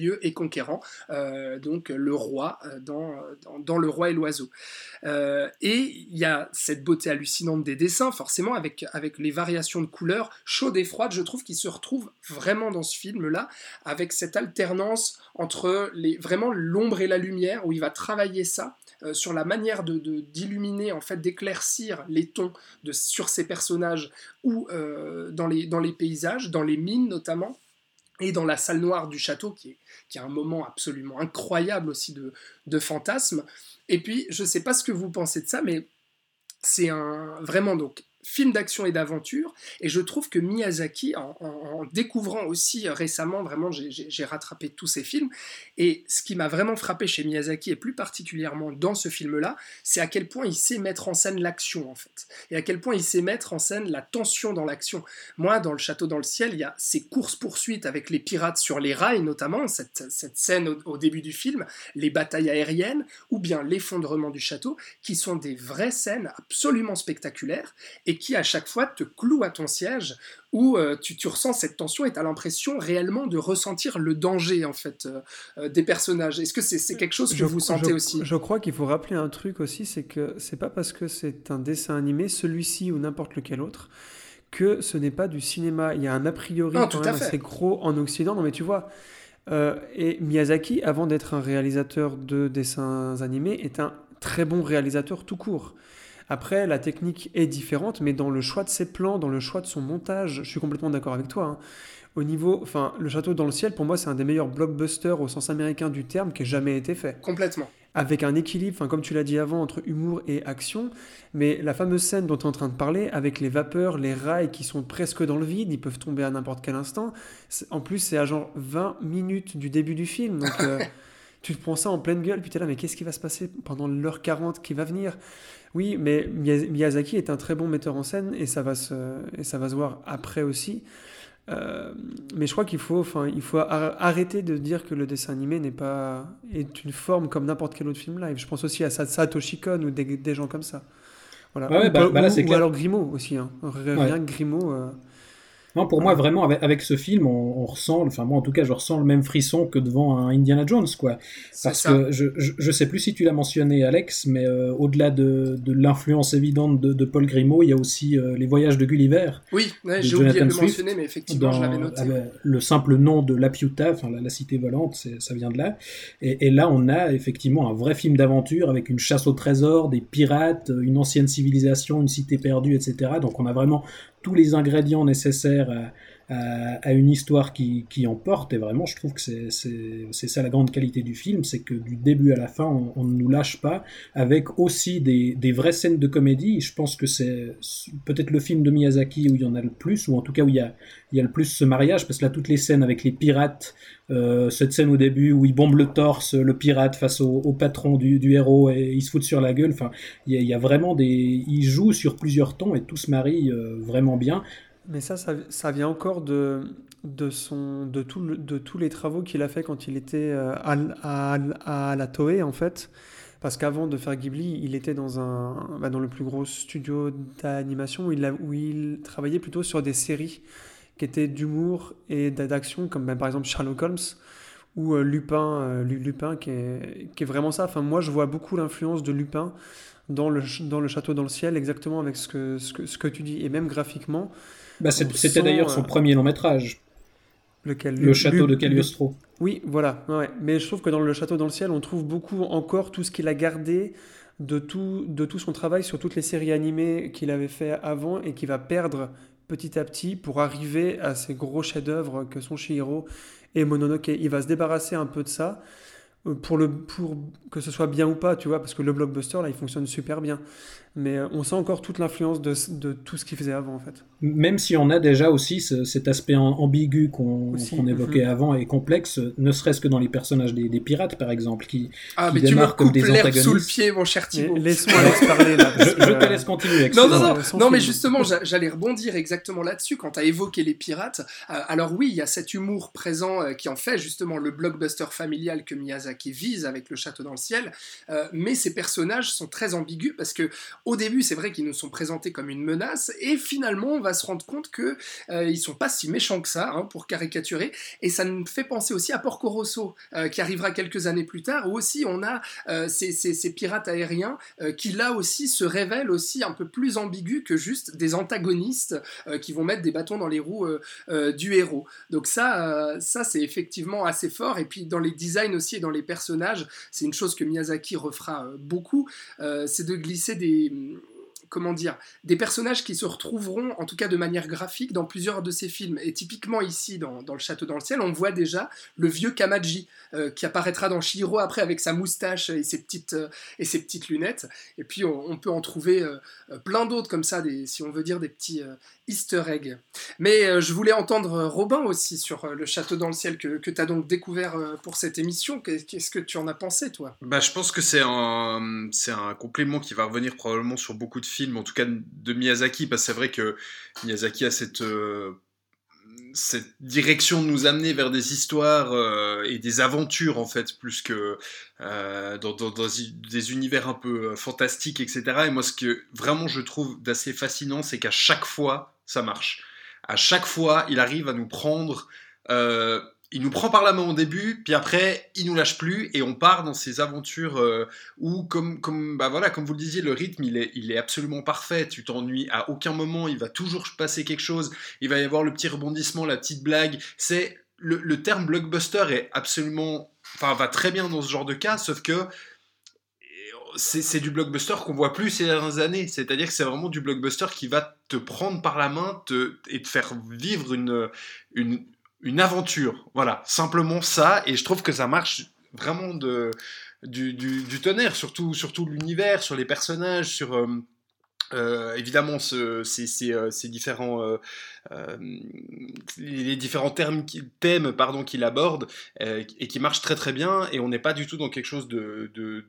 conquérant, euh, donc le roi euh, dans, dans, dans Le Roi et l'Oiseau. Euh, et il y a cette beauté hallucinante des dessins, forcément, avec, avec les variations de couleurs chaudes et froides, je trouve qu'ils se retrouvent vraiment dans ce film-là, avec cette alternance entre les, vraiment l'ombre et la lumière, où il va travailler ça, euh, sur la manière de, de, d'illuminer, en fait, d'éclaircir les tons de, sur ces personnages, ou euh, dans, les, dans les paysages, dans les mines notamment, et dans la salle noire du château, qui est, qui est un moment absolument incroyable aussi de, de fantasme. Et puis, je ne sais pas ce que vous pensez de ça, mais c'est un vraiment donc film d'action et d'aventure, et je trouve que Miyazaki, en, en, en découvrant aussi récemment, vraiment j'ai, j'ai, j'ai rattrapé tous ses films, et ce qui m'a vraiment frappé chez Miyazaki, et plus particulièrement dans ce film-là, c'est à quel point il sait mettre en scène l'action, en fait, et à quel point il sait mettre en scène la tension dans l'action. Moi, dans Le Château dans le ciel, il y a ces courses-poursuites avec les pirates sur les rails, notamment, cette, cette scène au, au début du film, les batailles aériennes, ou bien l'effondrement du château, qui sont des vraies scènes absolument spectaculaires, et qui à chaque fois te cloue à ton siège, où euh, tu, tu ressens cette tension et tu as l'impression réellement de ressentir le danger en fait euh, euh, des personnages. Est-ce que c'est, c'est quelque chose que je, vous sentez je, aussi ? Je crois qu'il faut rappeler un truc aussi, c'est que c'est pas parce que c'est un dessin animé, celui-ci ou n'importe lequel autre, que ce n'est pas du cinéma. Il y a un a priori non, quand même assez gros en Occident. Non mais tu vois, euh, et Miyazaki, avant d'être un réalisateur de dessins animés, est un très bon réalisateur tout court. Après, la technique est différente, mais dans le choix de ses plans, dans le choix de son montage, je suis complètement d'accord avec toi. Hein. Au niveau, enfin, Le Château dans le ciel, pour moi, c'est un des meilleurs blockbusters au sens américain du terme qui ait jamais été fait. Complètement. Avec un équilibre, enfin, comme tu l'as dit avant, entre humour et action. Mais la fameuse scène dont tu es en train de parler, avec les vapeurs, les rails qui sont presque dans le vide, ils peuvent tomber à n'importe quel instant. C'est, en plus, c'est à genre vingt minutes du début du film. Donc, euh, tu te prends ça en pleine gueule, puis tu es là, mais qu'est-ce qui va se passer pendant l'heure quarante qui va venir ? Oui, mais Miyazaki est un très bon metteur en scène et ça va se, et ça va se voir après aussi. Euh, mais je crois qu'il faut, enfin, il faut arrêter de dire que le dessin animé n'est pas, est une forme comme n'importe quel autre film live. Je pense aussi à Satoshi Kon ou des, des gens comme ça. Voilà. Ouais, ou, bah, ou, bah là, c'est ou clair. alors Grimaud aussi. Hein. Rien ouais. que Grimaud. Euh... Non, pour moi, vraiment, avec, avec ce film, on, on ressent, enfin moi en tout cas, je ressens le même frisson que devant un Indiana Jones, quoi. C'est Parce ça. que je, je, je sais plus si tu l'as mentionné, Alex, mais euh, au-delà de, de l'influence évidente de, de Paul Grimaud, il y a aussi euh, les Voyages de Gulliver. Oui, ouais, de j'ai oublié de le Jonathan Swift, mentionner, mais effectivement, dans, je l'avais noté. euh, le simple nom de Laputa, enfin la, la cité volante, c'est, ça vient de là. Et, et là, on a effectivement un vrai film d'aventure avec une chasse au trésor, des pirates, une ancienne civilisation, une cité perdue, et cetera. Donc on a vraiment tous les ingrédients nécessaires à À, à une histoire qui, qui emporte, et vraiment je trouve que c'est, c'est, c'est ça la grande qualité du film, c'est que du début à la fin on, on ne nous lâche pas, avec aussi des, des vraies scènes de comédie. Je pense que c'est peut-être le film de Miyazaki où il y en a le plus, ou en tout cas où il y a, il y a le plus ce mariage, parce que là toutes les scènes avec les pirates, euh, cette scène au début où il bombe le torse, le pirate face au, au patron du, du héros, et il se fout sur la gueule, enfin il y a, il y a vraiment des, il joue sur plusieurs tons et tout se marie euh, vraiment bien. Mais ça, ça, ça vient encore de, de, son, de, tout le, de tous les travaux qu'il a fait quand il était à, à, à la Toei, en fait. Parce qu'avant de faire Ghibli, il était dans, un, bah dans le plus gros studio d'animation où il, a, où il travaillait plutôt sur des séries qui étaient d'humour et d'action, comme bah, par exemple Sherlock Holmes ou euh, Lupin, euh, Lupin qui, est, qui est vraiment ça. Enfin, moi, je vois beaucoup l'influence de Lupin dans le, dans le Château dans le ciel, exactement avec ce que, ce que, ce que tu dis. Et même graphiquement... Bah, c'est, c'était sent, d'ailleurs son euh, premier long métrage. Lequel ? Le, le Château le, de Cagliostro. Oui, voilà. Ouais. Mais je trouve que dans Le Château dans le ciel, on trouve beaucoup encore tout ce qu'il a gardé de tout, de tout son travail sur toutes les séries animées qu'il avait fait avant et qu'il va perdre petit à petit pour arriver à ces gros chefs-d'œuvre que sont Chihiro et Mononoke. Il va se débarrasser un peu de ça. Pour, le, pour que ce soit bien ou pas, tu vois, parce que le blockbuster, là, il fonctionne super bien. Mais on sent encore toute l'influence de, de tout ce qu'il faisait avant, en fait. Même si on a déjà aussi ce, cet aspect ambigu qu'on, qu'on évoquait mm-hmm. avant et complexe, ne serait-ce que dans les personnages des, des pirates, par exemple, qui, ah, qui mais démarrent tu me comme des l'herbe antagonistes. Sous le pied, mon cher Thibaut. Laissons Alex parler, là. je, je te laisse continuer. Non, non, non, non mais justement, j'allais rebondir exactement là-dessus quand tu as évoqué les pirates. Euh, alors oui, il y a cet humour présent euh, qui en fait justement le blockbuster familial que Miyazaki Miyazaki vise avec Le Château dans le ciel, euh, mais ces personnages sont très ambigus parce que au début c'est vrai qu'ils nous sont présentés comme une menace et finalement on va se rendre compte que euh, ils sont pas si méchants que ça, hein, pour caricaturer, et ça nous fait penser aussi à Porco Rosso euh, qui arrivera quelques années plus tard, où aussi on a euh, ces, ces, ces pirates aériens euh, qui là aussi se révèlent aussi un peu plus ambigus que juste des antagonistes euh, qui vont mettre des bâtons dans les roues euh, euh, du héros. Donc ça, euh, ça c'est effectivement assez fort, et puis dans les designs aussi et dans les personnages, c'est une chose que Miyazaki refera euh, beaucoup, euh, c'est de glisser des... comment dire, des personnages qui se retrouveront, en tout cas de manière graphique, dans plusieurs de ses films. Et typiquement ici, dans, dans Le Château dans le ciel, on voit déjà le vieux Kamaji, euh, qui apparaîtra dans Chihiro après avec sa moustache et ses petites, euh, et ses petites lunettes. Et puis on, on peut en trouver euh, plein d'autres comme ça, des, si on veut dire des petits euh, easter eggs. Mais euh, je voulais entendre Robin aussi sur euh, Le Château dans le ciel, que, que tu as donc découvert euh, pour cette émission. Qu'est-ce que tu en as pensé, toi ? Bah, je pense que c'est un, c'est un complément qui va revenir probablement sur beaucoup de films, en tout cas de Miyazaki, parce que c'est vrai que Miyazaki a cette, euh, cette direction de nous amener vers des histoires euh, et des aventures, en fait, plus que euh, dans, dans, dans des univers un peu fantastiques, et cetera. Et moi, ce que vraiment je trouve d'assez fascinant, c'est qu'à chaque fois, ça marche. À chaque fois, il arrive à nous prendre... Euh, il nous prend par la main au début, puis après, il nous lâche plus, et on part dans ces aventures euh, où, comme, comme, bah voilà, comme vous le disiez, le rythme, il est, il est absolument parfait. Tu t'ennuies à aucun moment, il va toujours se passer quelque chose, il va y avoir le petit rebondissement, la petite blague. C'est, le, le terme blockbuster est absolument, enfin, va très bien dans ce genre de cas, sauf que c'est, c'est du blockbuster qu'on voit plus ces dernières années. C'est-à-dire que c'est vraiment du blockbuster qui va te prendre par la main te, et te faire vivre une... une Une aventure, voilà, simplement ça, et je trouve que ça marche vraiment de, du, du, du tonnerre, surtout, surtout l'univers, sur les personnages, sur euh, euh, évidemment ce, ces, ces, euh, ces différents, euh, euh, les différents termes, thèmes pardon, qu'il aborde, euh, et qui marchent très très bien, et on n'est pas du tout dans quelque chose de... de,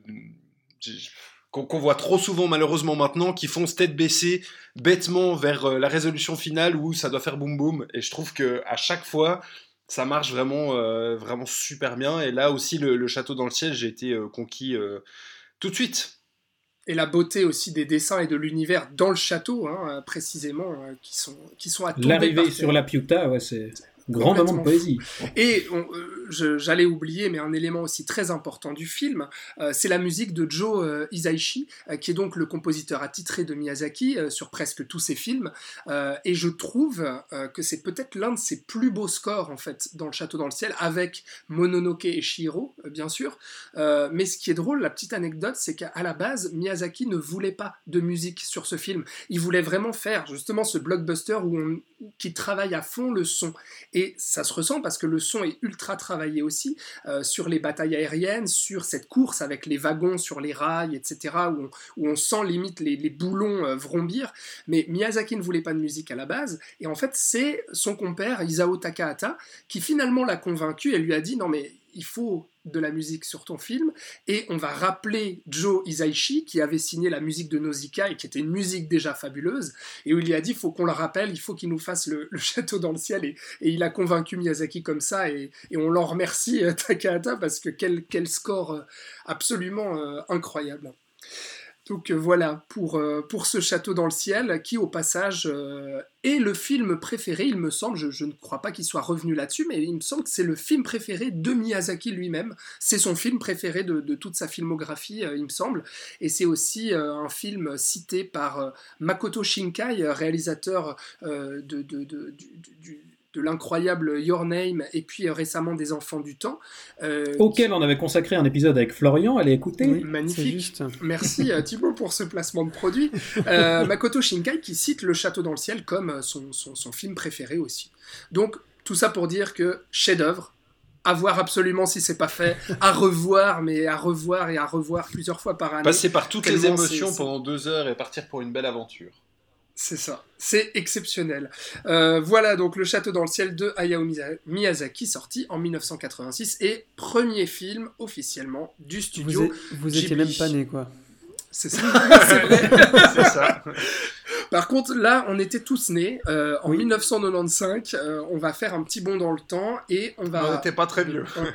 de Qu'on, qu'on voit trop souvent malheureusement maintenant, qui foncent tête baissée bêtement vers euh, la résolution finale où ça doit faire boum boum, et je trouve que à chaque fois ça marche vraiment euh, vraiment super bien, et là aussi le, le Château dans le ciel, j'ai été euh, conquis euh, tout de suite. Et la beauté aussi des dessins et de l'univers dans le château, hein, précisément, euh, qui sont qui sont à tomber l'arrivée par sur terre. la Piuta, ouais, c'est grand moment de poésie. Et on, euh, je, j'allais oublier, mais un élément aussi très important du film, euh, c'est la musique de Joe euh, Hisaishi, euh, qui est donc le compositeur attitré de Miyazaki euh, sur presque tous ses films. Euh, et je trouve euh, que c'est peut-être l'un de ses plus beaux scores, en fait, dans Le Château dans le ciel, avec Mononoke et Chihiro, euh, bien sûr. Euh, mais ce qui est drôle, la petite anecdote, c'est qu'à la base, Miyazaki ne voulait pas de musique sur ce film. Il voulait vraiment faire, justement, ce blockbuster où on, qui travaille à fond le son. Et ça se ressent parce que le son est ultra travaillé aussi, euh, sur les batailles aériennes, sur cette course avec les wagons sur les rails, et cetera, où on, où on sent limite les, les boulons euh, vrombir. Mais Miyazaki ne voulait pas de musique à la base, et en fait c'est son compère Isao Takahata qui finalement l'a convaincu et lui a dit « Non mais il faut de la musique sur ton film », et on va rappeler Joe Hisaishi qui avait signé la musique de Nausicaa et qui était une musique déjà fabuleuse, et où il lui a dit « il faut qu'on le rappelle, il faut qu'il nous fasse le, le Château dans le ciel », et, et il a convaincu Miyazaki comme ça, et, et on l'en remercie, euh, Takahata, parce que quel, quel score euh, absolument euh, incroyable. Donc euh, voilà, pour, euh, pour ce Château dans le ciel, qui au passage euh, est le film préféré, il me semble, je, je ne crois pas qu'il soit revenu là-dessus, mais il me semble que c'est le film préféré de Miyazaki lui-même, c'est son film préféré de, de toute sa filmographie, euh, il me semble, et c'est aussi euh, un film cité par euh, Makoto Shinkai, réalisateur euh, de, de, de, du, du de l'incroyable Your Name, et puis euh, récemment des Enfants du Temps. Euh, Auquel qui... on avait consacré un épisode avec Florian, allez écouter. Oui, magnifique. Merci euh, Thibaut pour ce placement de produit. Euh, Makoto Shinkai qui cite Le Château dans le ciel comme son, son, son film préféré aussi. Donc tout ça pour dire que chef-d'œuvre, à voir absolument si c'est pas fait, à revoir, mais à revoir et à revoir plusieurs fois par année. Passer par toutes les émotions c'est, pendant c'est... deux heures et partir pour une belle aventure. C'est ça, c'est exceptionnel. Euh, voilà donc Le Château dans le ciel de Hayao Miyazaki, sorti en dix-neuf cent quatre-vingt-six, et premier film officiellement du studio Ghibli. Vous, vous étiez même pas né, quoi. C'est ça, c'est vrai. C'est ça. Par contre, là, on était tous nés. Euh, en oui. dix-neuf cent quatre-vingt-quinze, euh, on va faire un petit bond dans le temps, et on va... On n'était pas très vieux.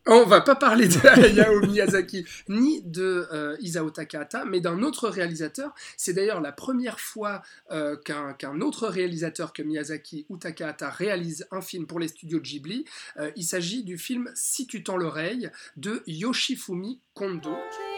On va pas parler de Hayao Miyazaki ni de euh, Isao Takahata, mais d'un autre réalisateur. C'est d'ailleurs la première fois euh, qu'un, qu'un autre réalisateur que Miyazaki ou Takahata réalise un film pour les studios Ghibli. Euh, il s'agit du film Si tu tends l'oreille de Yoshifumi Kondo.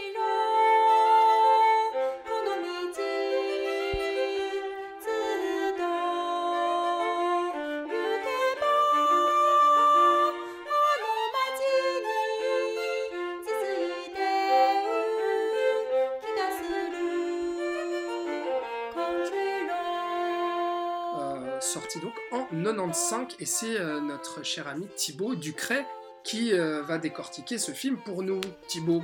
Sorti donc en quatre-vingt-quinze, et c'est euh, notre cher ami Thibaut Ducret qui euh, va décortiquer ce film pour nous. Thibaut.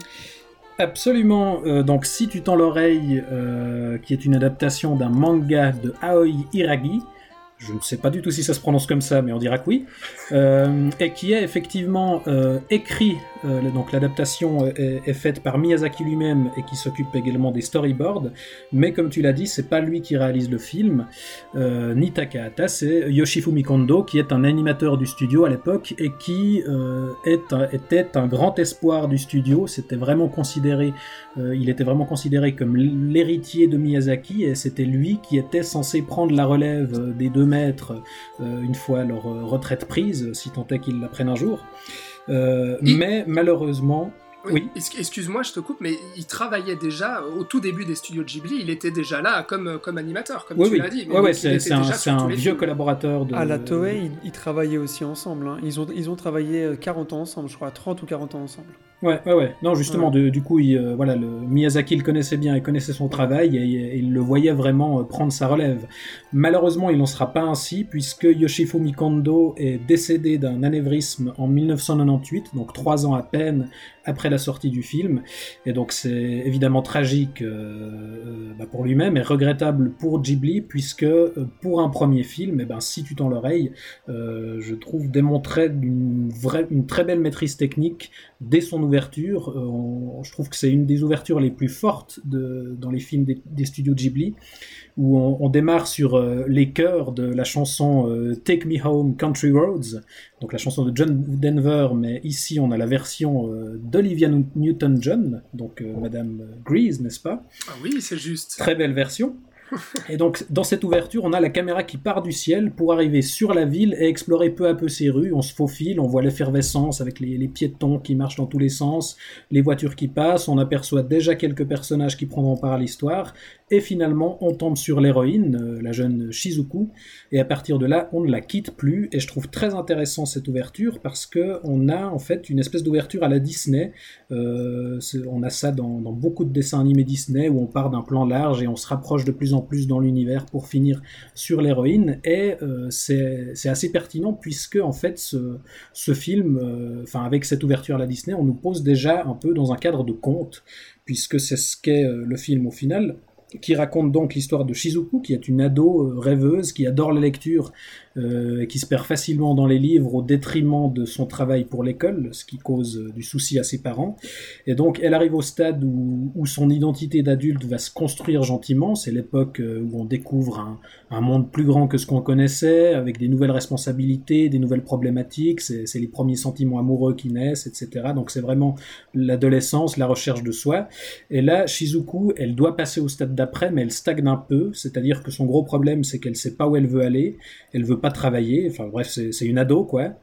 Absolument, euh, donc Si tu tends l'oreille, euh, qui est une adaptation d'un manga de Aoi Hiragi, je ne sais pas du tout si ça se prononce comme ça, mais on dira que oui, euh, et qui est effectivement euh, écrit, euh, donc l'adaptation est, est faite par Miyazaki lui-même et qui s'occupe également des storyboards, mais comme tu l'as dit, c'est pas lui qui réalise le film, euh, ni Takahata, c'est Yoshifumi Kondo, qui est un animateur du studio à l'époque et qui euh, est un, était un grand espoir du studio. C'était vraiment considéré, euh, il était vraiment considéré comme l'héritier de Miyazaki, et c'était lui qui était censé prendre la relève des deux maîtres euh, une fois leur euh, retraite prise, si tant est qu'ils la prennent un jour. Euh, Et... Mais malheureusement... Oui, oui. Excuse-moi, je te coupe, mais il travaillait déjà au tout début des studios Ghibli, il était déjà là comme, comme animateur, comme oui, tu oui. l'as dit. Mais ouais, ouais, c'est, c'est un, c'est un vieux films. collaborateur de... À la Toei, ils, ils travaillaient aussi ensemble. Hein. Ils, ont, ils ont travaillé quarante ans ensemble, je crois, trente ou quarante ans ensemble. Ouais, ouais, ouais. Non, justement, ouais. de, du coup, il, euh, voilà, le, Miyazaki le connaissait bien, il connaissait son travail, et, et il le voyait vraiment euh, prendre sa relève. Malheureusement, il n'en sera pas ainsi, puisque Yoshifumi Kondo est décédé d'un anévrisme en dix-neuf cent quatre-vingt-dix-huit, donc trois ans à peine après la sortie du film, et donc c'est évidemment tragique euh, bah pour lui-même, et regrettable pour Ghibli, puisque euh, pour un premier film, eh ben, Si tu tends l'oreille, euh, je trouve démontrait une, vraie, une très belle maîtrise technique dès son ouverture. Euh, on, je trouve que c'est une des ouvertures les plus fortes de, dans les films des, des studios Ghibli, où on, on démarre sur euh, les chœurs de la chanson euh, Take Me Home Country Roads, donc la chanson de John Denver, mais ici on a la version euh, d'Olivia Newton-John, donc euh, Madame Grease, n'est-ce pas ? Ah oui, c'est juste. Très belle version. Et donc, dans cette ouverture, on a la caméra qui part du ciel pour arriver sur la ville et explorer peu à peu ses rues. On se faufile, on voit l'effervescence avec les, les piétons qui marchent dans tous les sens, les voitures qui passent, on aperçoit déjà quelques personnages qui prendront part à l'histoire, et finalement, on tombe sur l'héroïne, euh, la jeune Shizuku, et à partir de là, on ne la quitte plus, et je trouve très intéressant cette ouverture, parce qu'on a en fait une espèce d'ouverture à la Disney. Euh, on a ça dans, dans beaucoup de dessins animés Disney, où on part d'un plan large et on se rapproche de plus en plus dans l'univers pour finir sur l'héroïne, et euh, c'est, c'est assez pertinent puisque en fait ce, ce film, enfin euh, avec cette ouverture à la Disney, on nous pose déjà un peu dans un cadre de conte, puisque c'est ce qu'est euh, le film au final, qui raconte donc l'histoire de Shizuku, qui est une ado euh, rêveuse, qui adore la lecture, euh, qui se perd facilement dans les livres au détriment de son travail pour l'école, ce qui cause euh, du souci à ses parents. Et donc elle arrive au stade où, où son identité d'adulte va se construire gentiment. C'est l'époque euh, où on découvre un, un monde plus grand que ce qu'on connaissait, avec des nouvelles responsabilités, des nouvelles problématiques, c'est, c'est les premiers sentiments amoureux qui naissent, et cetera. Donc c'est vraiment l'adolescence, la recherche de soi. Et là, Shizuku, elle doit passer au stade d'après, mais elle stagne un peu, c'est-à-dire que son gros problème, c'est qu'elle sait pas où elle veut aller, elle veut pas travailler, enfin bref, c'est, c'est une ado, quoi.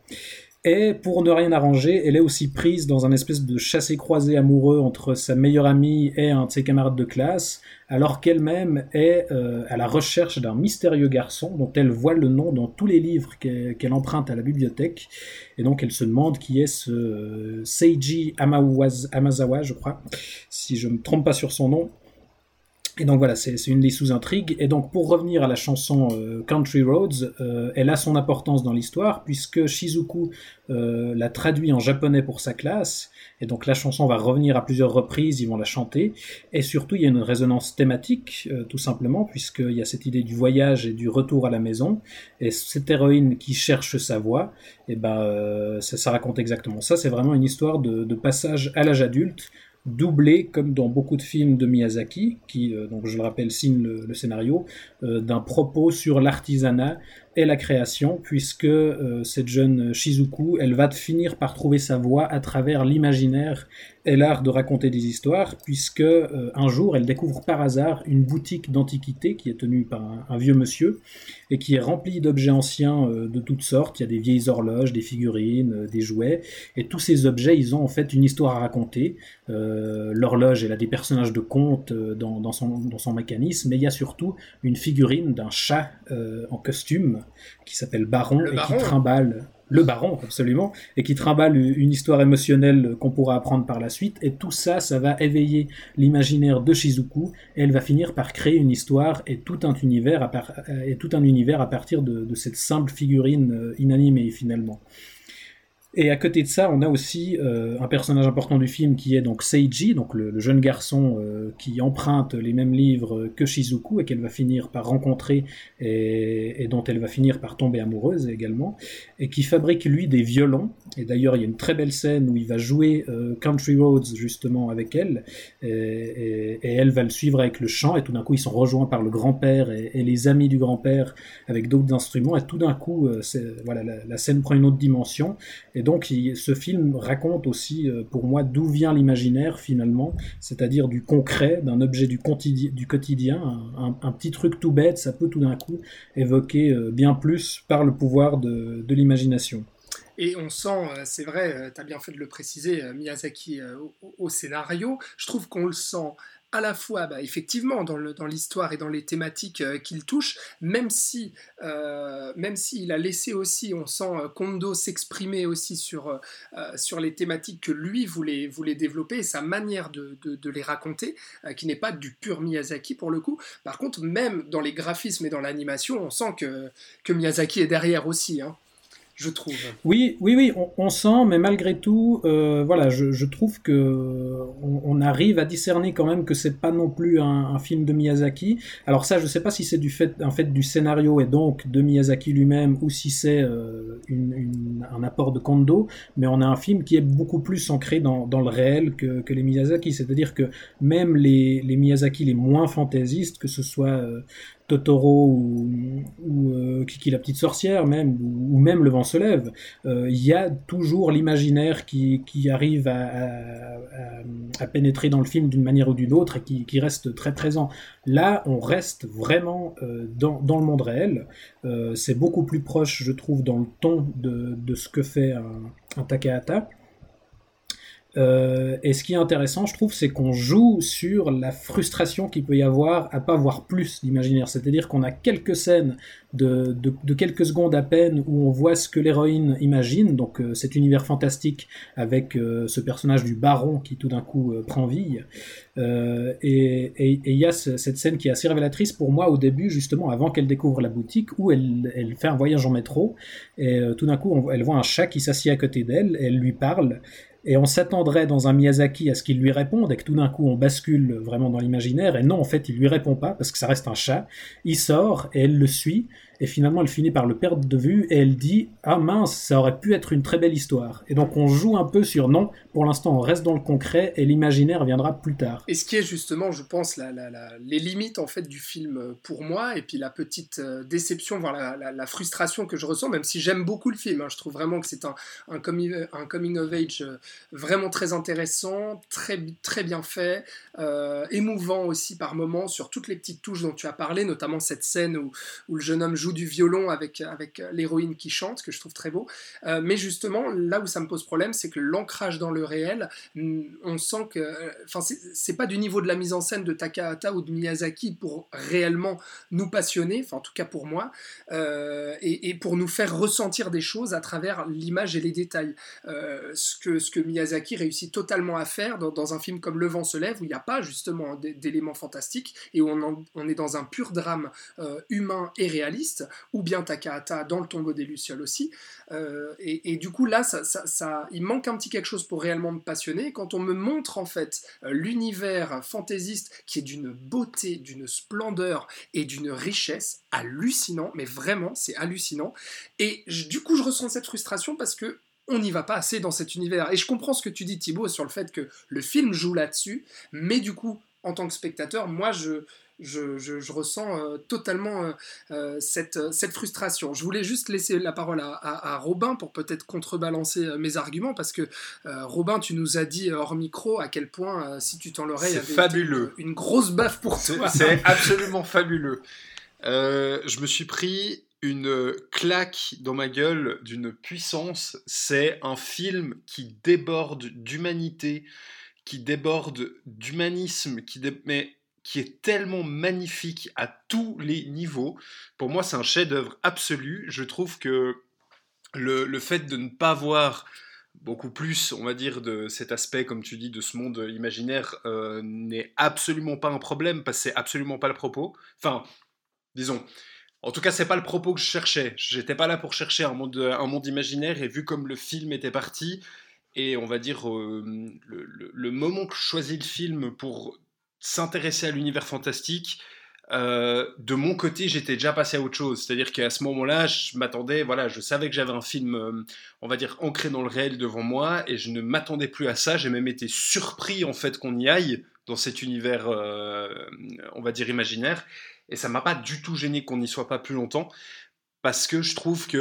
Et pour ne rien arranger, elle est aussi prise dans un espèce de chassé-croisé amoureux entre sa meilleure amie et un de ses camarades de classe, alors qu'elle-même est euh, à la recherche d'un mystérieux garçon dont elle voit le nom dans tous les livres qu'elle, qu'elle emprunte à la bibliothèque. Et donc elle se demande qui est ce euh, Seiji Amawaz, Amazawa, je crois, si je me trompe pas sur son nom. Et donc voilà, c'est, c'est une des sous-intrigues. Et donc pour revenir à la chanson euh, Country Roads, euh, elle a son importance dans l'histoire, puisque Shizuku euh, l'a traduit en japonais pour sa classe, et donc la chanson va revenir à plusieurs reprises, ils vont la chanter, et surtout il y a une résonance thématique, euh, tout simplement, puisqu'il y a cette idée du voyage et du retour à la maison, et cette héroïne qui cherche sa voie, et ben euh, ça, ça raconte exactement ça. C'est vraiment une histoire de, de passage à l'âge adulte, doublé, comme dans beaucoup de films de Miyazaki, qui, euh, donc je le rappelle, signe le, le scénario, euh, d'un propos sur l'artisanat est la création, puisque euh, cette jeune Shizuku, elle va finir par trouver sa voie à travers l'imaginaire et l'art de raconter des histoires, puisque euh, un jour, elle découvre par hasard une boutique d'antiquités qui est tenue par un, un vieux monsieur et qui est remplie d'objets anciens euh, de toutes sortes. Il y a des vieilles horloges, des figurines, euh, des jouets, et tous ces objets, ils ont en fait une histoire à raconter. Euh, l'horloge, elle a des personnages de contes euh, dans, dans, son, dans son mécanisme, mais il y a surtout une figurine d'un chat euh, en costume qui s'appelle Baron Le et Baron. qui trimballe... Le baron, absolument, et qui trimballe une histoire émotionnelle qu'on pourra apprendre par la suite, et tout ça, ça va éveiller l'imaginaire de Shizuku, et elle va finir par créer une histoire et tout un univers à, par... et tout un univers à partir de, de cette simple figurine inanimée, finalement. Et à côté de ça, on a aussi euh, un personnage important du film qui est donc Seiji, donc le, le jeune garçon euh, qui emprunte les mêmes livres que Shizuku et qu'elle va finir par rencontrer et, et dont elle va finir par tomber amoureuse également, et qui fabrique lui des violons. Et d'ailleurs, il y a une très belle scène où il va jouer euh, Country Roads justement avec elle, et, et, et elle va le suivre avec le chant, et tout d'un coup, ils sont rejoints par le grand-père et, et les amis du grand-père avec d'autres instruments, et tout d'un coup, euh, c'est, voilà, la, la scène prend une autre dimension. Et donc, il, ce film raconte aussi, euh, pour moi, d'où vient l'imaginaire, finalement, c'est-à-dire du concret, d'un objet du, quotidi- du quotidien, un, un, un petit truc tout bête, ça peut tout d'un coup évoquer euh, bien plus par le pouvoir de, de l'imagination. Et on sent, euh, c'est vrai, tu as bien fait de le préciser, euh, Miyazaki euh, au, au scénario, je trouve qu'on le sent à la fois, bah, effectivement, dans, le, dans l'histoire et dans les thématiques euh, qu'il touche, même si, euh, même s'il a laissé aussi, on sent euh, Kondo s'exprimer aussi sur, euh, sur les thématiques que lui voulait, voulait développer et sa manière de, de, de les raconter, euh, qui n'est pas du pur Miyazaki pour le coup. Par contre, même dans les graphismes et dans l'animation, on sent que, que Miyazaki est derrière aussi, hein, je trouve. Oui, oui, oui, on, on sent, mais malgré tout, euh, voilà, je, je trouve que on, on arrive à discerner quand même que c'est pas non plus un, un film de Miyazaki. Alors ça, je sais pas si c'est du fait, en fait, du scénario et donc de Miyazaki lui-même, ou si c'est euh, une, une, un apport de Kondo, mais on a un film qui est beaucoup plus ancré dans, dans le réel que, que les Miyazaki. C'est-à-dire que même les, les Miyazaki les moins fantaisistes, que ce soit euh, Totoro ou, ou euh, Kiki la petite sorcière même, ou, ou même Le vent se lève, il euh, y a toujours l'imaginaire qui, qui arrive à, à, à, à pénétrer dans le film d'une manière ou d'une autre et qui, qui reste très présent. Là, on reste vraiment euh, dans, dans le monde réel. Euh, c'est beaucoup plus proche, je trouve, dans le ton de, de ce que fait un, un Takahata. Euh, et ce qui est intéressant, je trouve, c'est qu'on joue sur la frustration qu'il peut y avoir à pas voir plus d'imaginaire. C'est-à-dire qu'on a quelques scènes de, de, de quelques secondes à peine où on voit ce que l'héroïne imagine, donc euh, cet univers fantastique avec euh, ce personnage du baron qui tout d'un coup euh, prend vie. Euh, et il y a ce, cette scène qui est assez révélatrice pour moi au début, justement, avant qu'elle découvre la boutique, où elle, elle fait un voyage en métro, et euh, tout d'un coup, on, elle voit un chat qui s'assied à côté d'elle, et elle lui parle. Et on s'attendrait dans un Miyazaki à ce qu'il lui réponde et que tout d'un coup on bascule vraiment dans l'imaginaire, et non, en fait il lui répond pas parce que ça reste un chat. Il sort et elle le suit, et finalement elle finit par le perdre de vue et elle dit « Ah mince, ça aurait pu être une très belle histoire ». Et donc on joue un peu sur non, pour l'instant on reste dans le concret et l'imaginaire viendra plus tard. Et ce qui est justement, je pense, la, la, la, les limites en fait du film pour moi, et puis la petite euh, déception, voire la, la, la frustration que je ressens, même si j'aime beaucoup le film, hein, je trouve vraiment que c'est un, un, coming, un coming of age euh, vraiment très intéressant, très, très bien fait, euh, émouvant aussi par moments sur toutes les petites touches dont tu as parlé, notamment cette scène où, où le jeune homme joue du violon avec, avec l'héroïne qui chante, que je trouve très beau. Euh, mais justement, là où ça me pose problème, c'est que l'ancrage dans le réel, on sent que... Enfin, c'est, c'est pas du niveau de la mise en scène de Takahata ou de Miyazaki pour réellement nous passionner, enfin en tout cas pour moi, euh, et, et pour nous faire ressentir des choses à travers l'image et les détails. Euh, ce que, ce que Miyazaki réussit totalement à faire dans, dans un film comme Le vent se lève, où il n'y a pas justement d'éléments fantastiques, et où on, en, on est dans un pur drame euh, humain et réaliste, ou bien Takahata dans Le tombeau des Lucioles aussi, euh, et, et du coup là, ça, ça, ça, il manque un petit quelque chose pour réellement me passionner. Quand on me montre en fait euh, l'univers fantaisiste qui est d'une beauté, d'une splendeur et d'une richesse hallucinant, mais vraiment c'est hallucinant, et je, du coup je ressens cette frustration parce que on n'y va pas assez dans cet univers. Et je comprends ce que tu dis, Thibaut, sur le fait que le film joue là-dessus, mais du coup, en tant que spectateur, moi, je, je, je, je ressens euh, totalement euh, euh, cette, cette frustration. Je voulais juste laisser la parole à, à, à Robin pour peut-être contrebalancer euh, mes arguments, parce que euh, Robin, tu nous as dit hors micro à quel point, euh, si tu t'en l'aurais, il y avait fabuleux. Une, une grosse baffe pour c'est, toi. C'est absolument fabuleux. Euh, je me suis pris une claque dans ma gueule d'une puissance. C'est un film qui déborde d'humanité, qui déborde d'humanisme, qui, dé... Mais qui est tellement magnifique à tous les niveaux. Pour moi, c'est un chef-d'œuvre absolu. Je trouve que le, le fait de ne pas voir beaucoup plus, on va dire, de cet aspect, comme tu dis, de ce monde imaginaire, euh, n'est absolument pas un problème, parce que c'est absolument pas le propos. Enfin, disons... En tout cas, c'est pas le propos que je cherchais. J'étais pas là pour chercher un monde, un monde imaginaire, et vu comme le film était parti, et on va dire euh, le, le, le moment que je choisis le film pour s'intéresser à l'univers fantastique, euh, de mon côté, j'étais déjà passé à autre chose. C'est-à-dire qu'à ce moment-là, je m'attendais, voilà, je savais que j'avais un film, euh, on va dire, ancré dans le réel devant moi, et je ne m'attendais plus à ça. J'ai même été surpris, en fait, qu'on y aille dans cet univers, euh, on va dire, imaginaire. Et ça m'a pas du tout gêné qu'on n'y soit pas plus longtemps, parce que je trouve que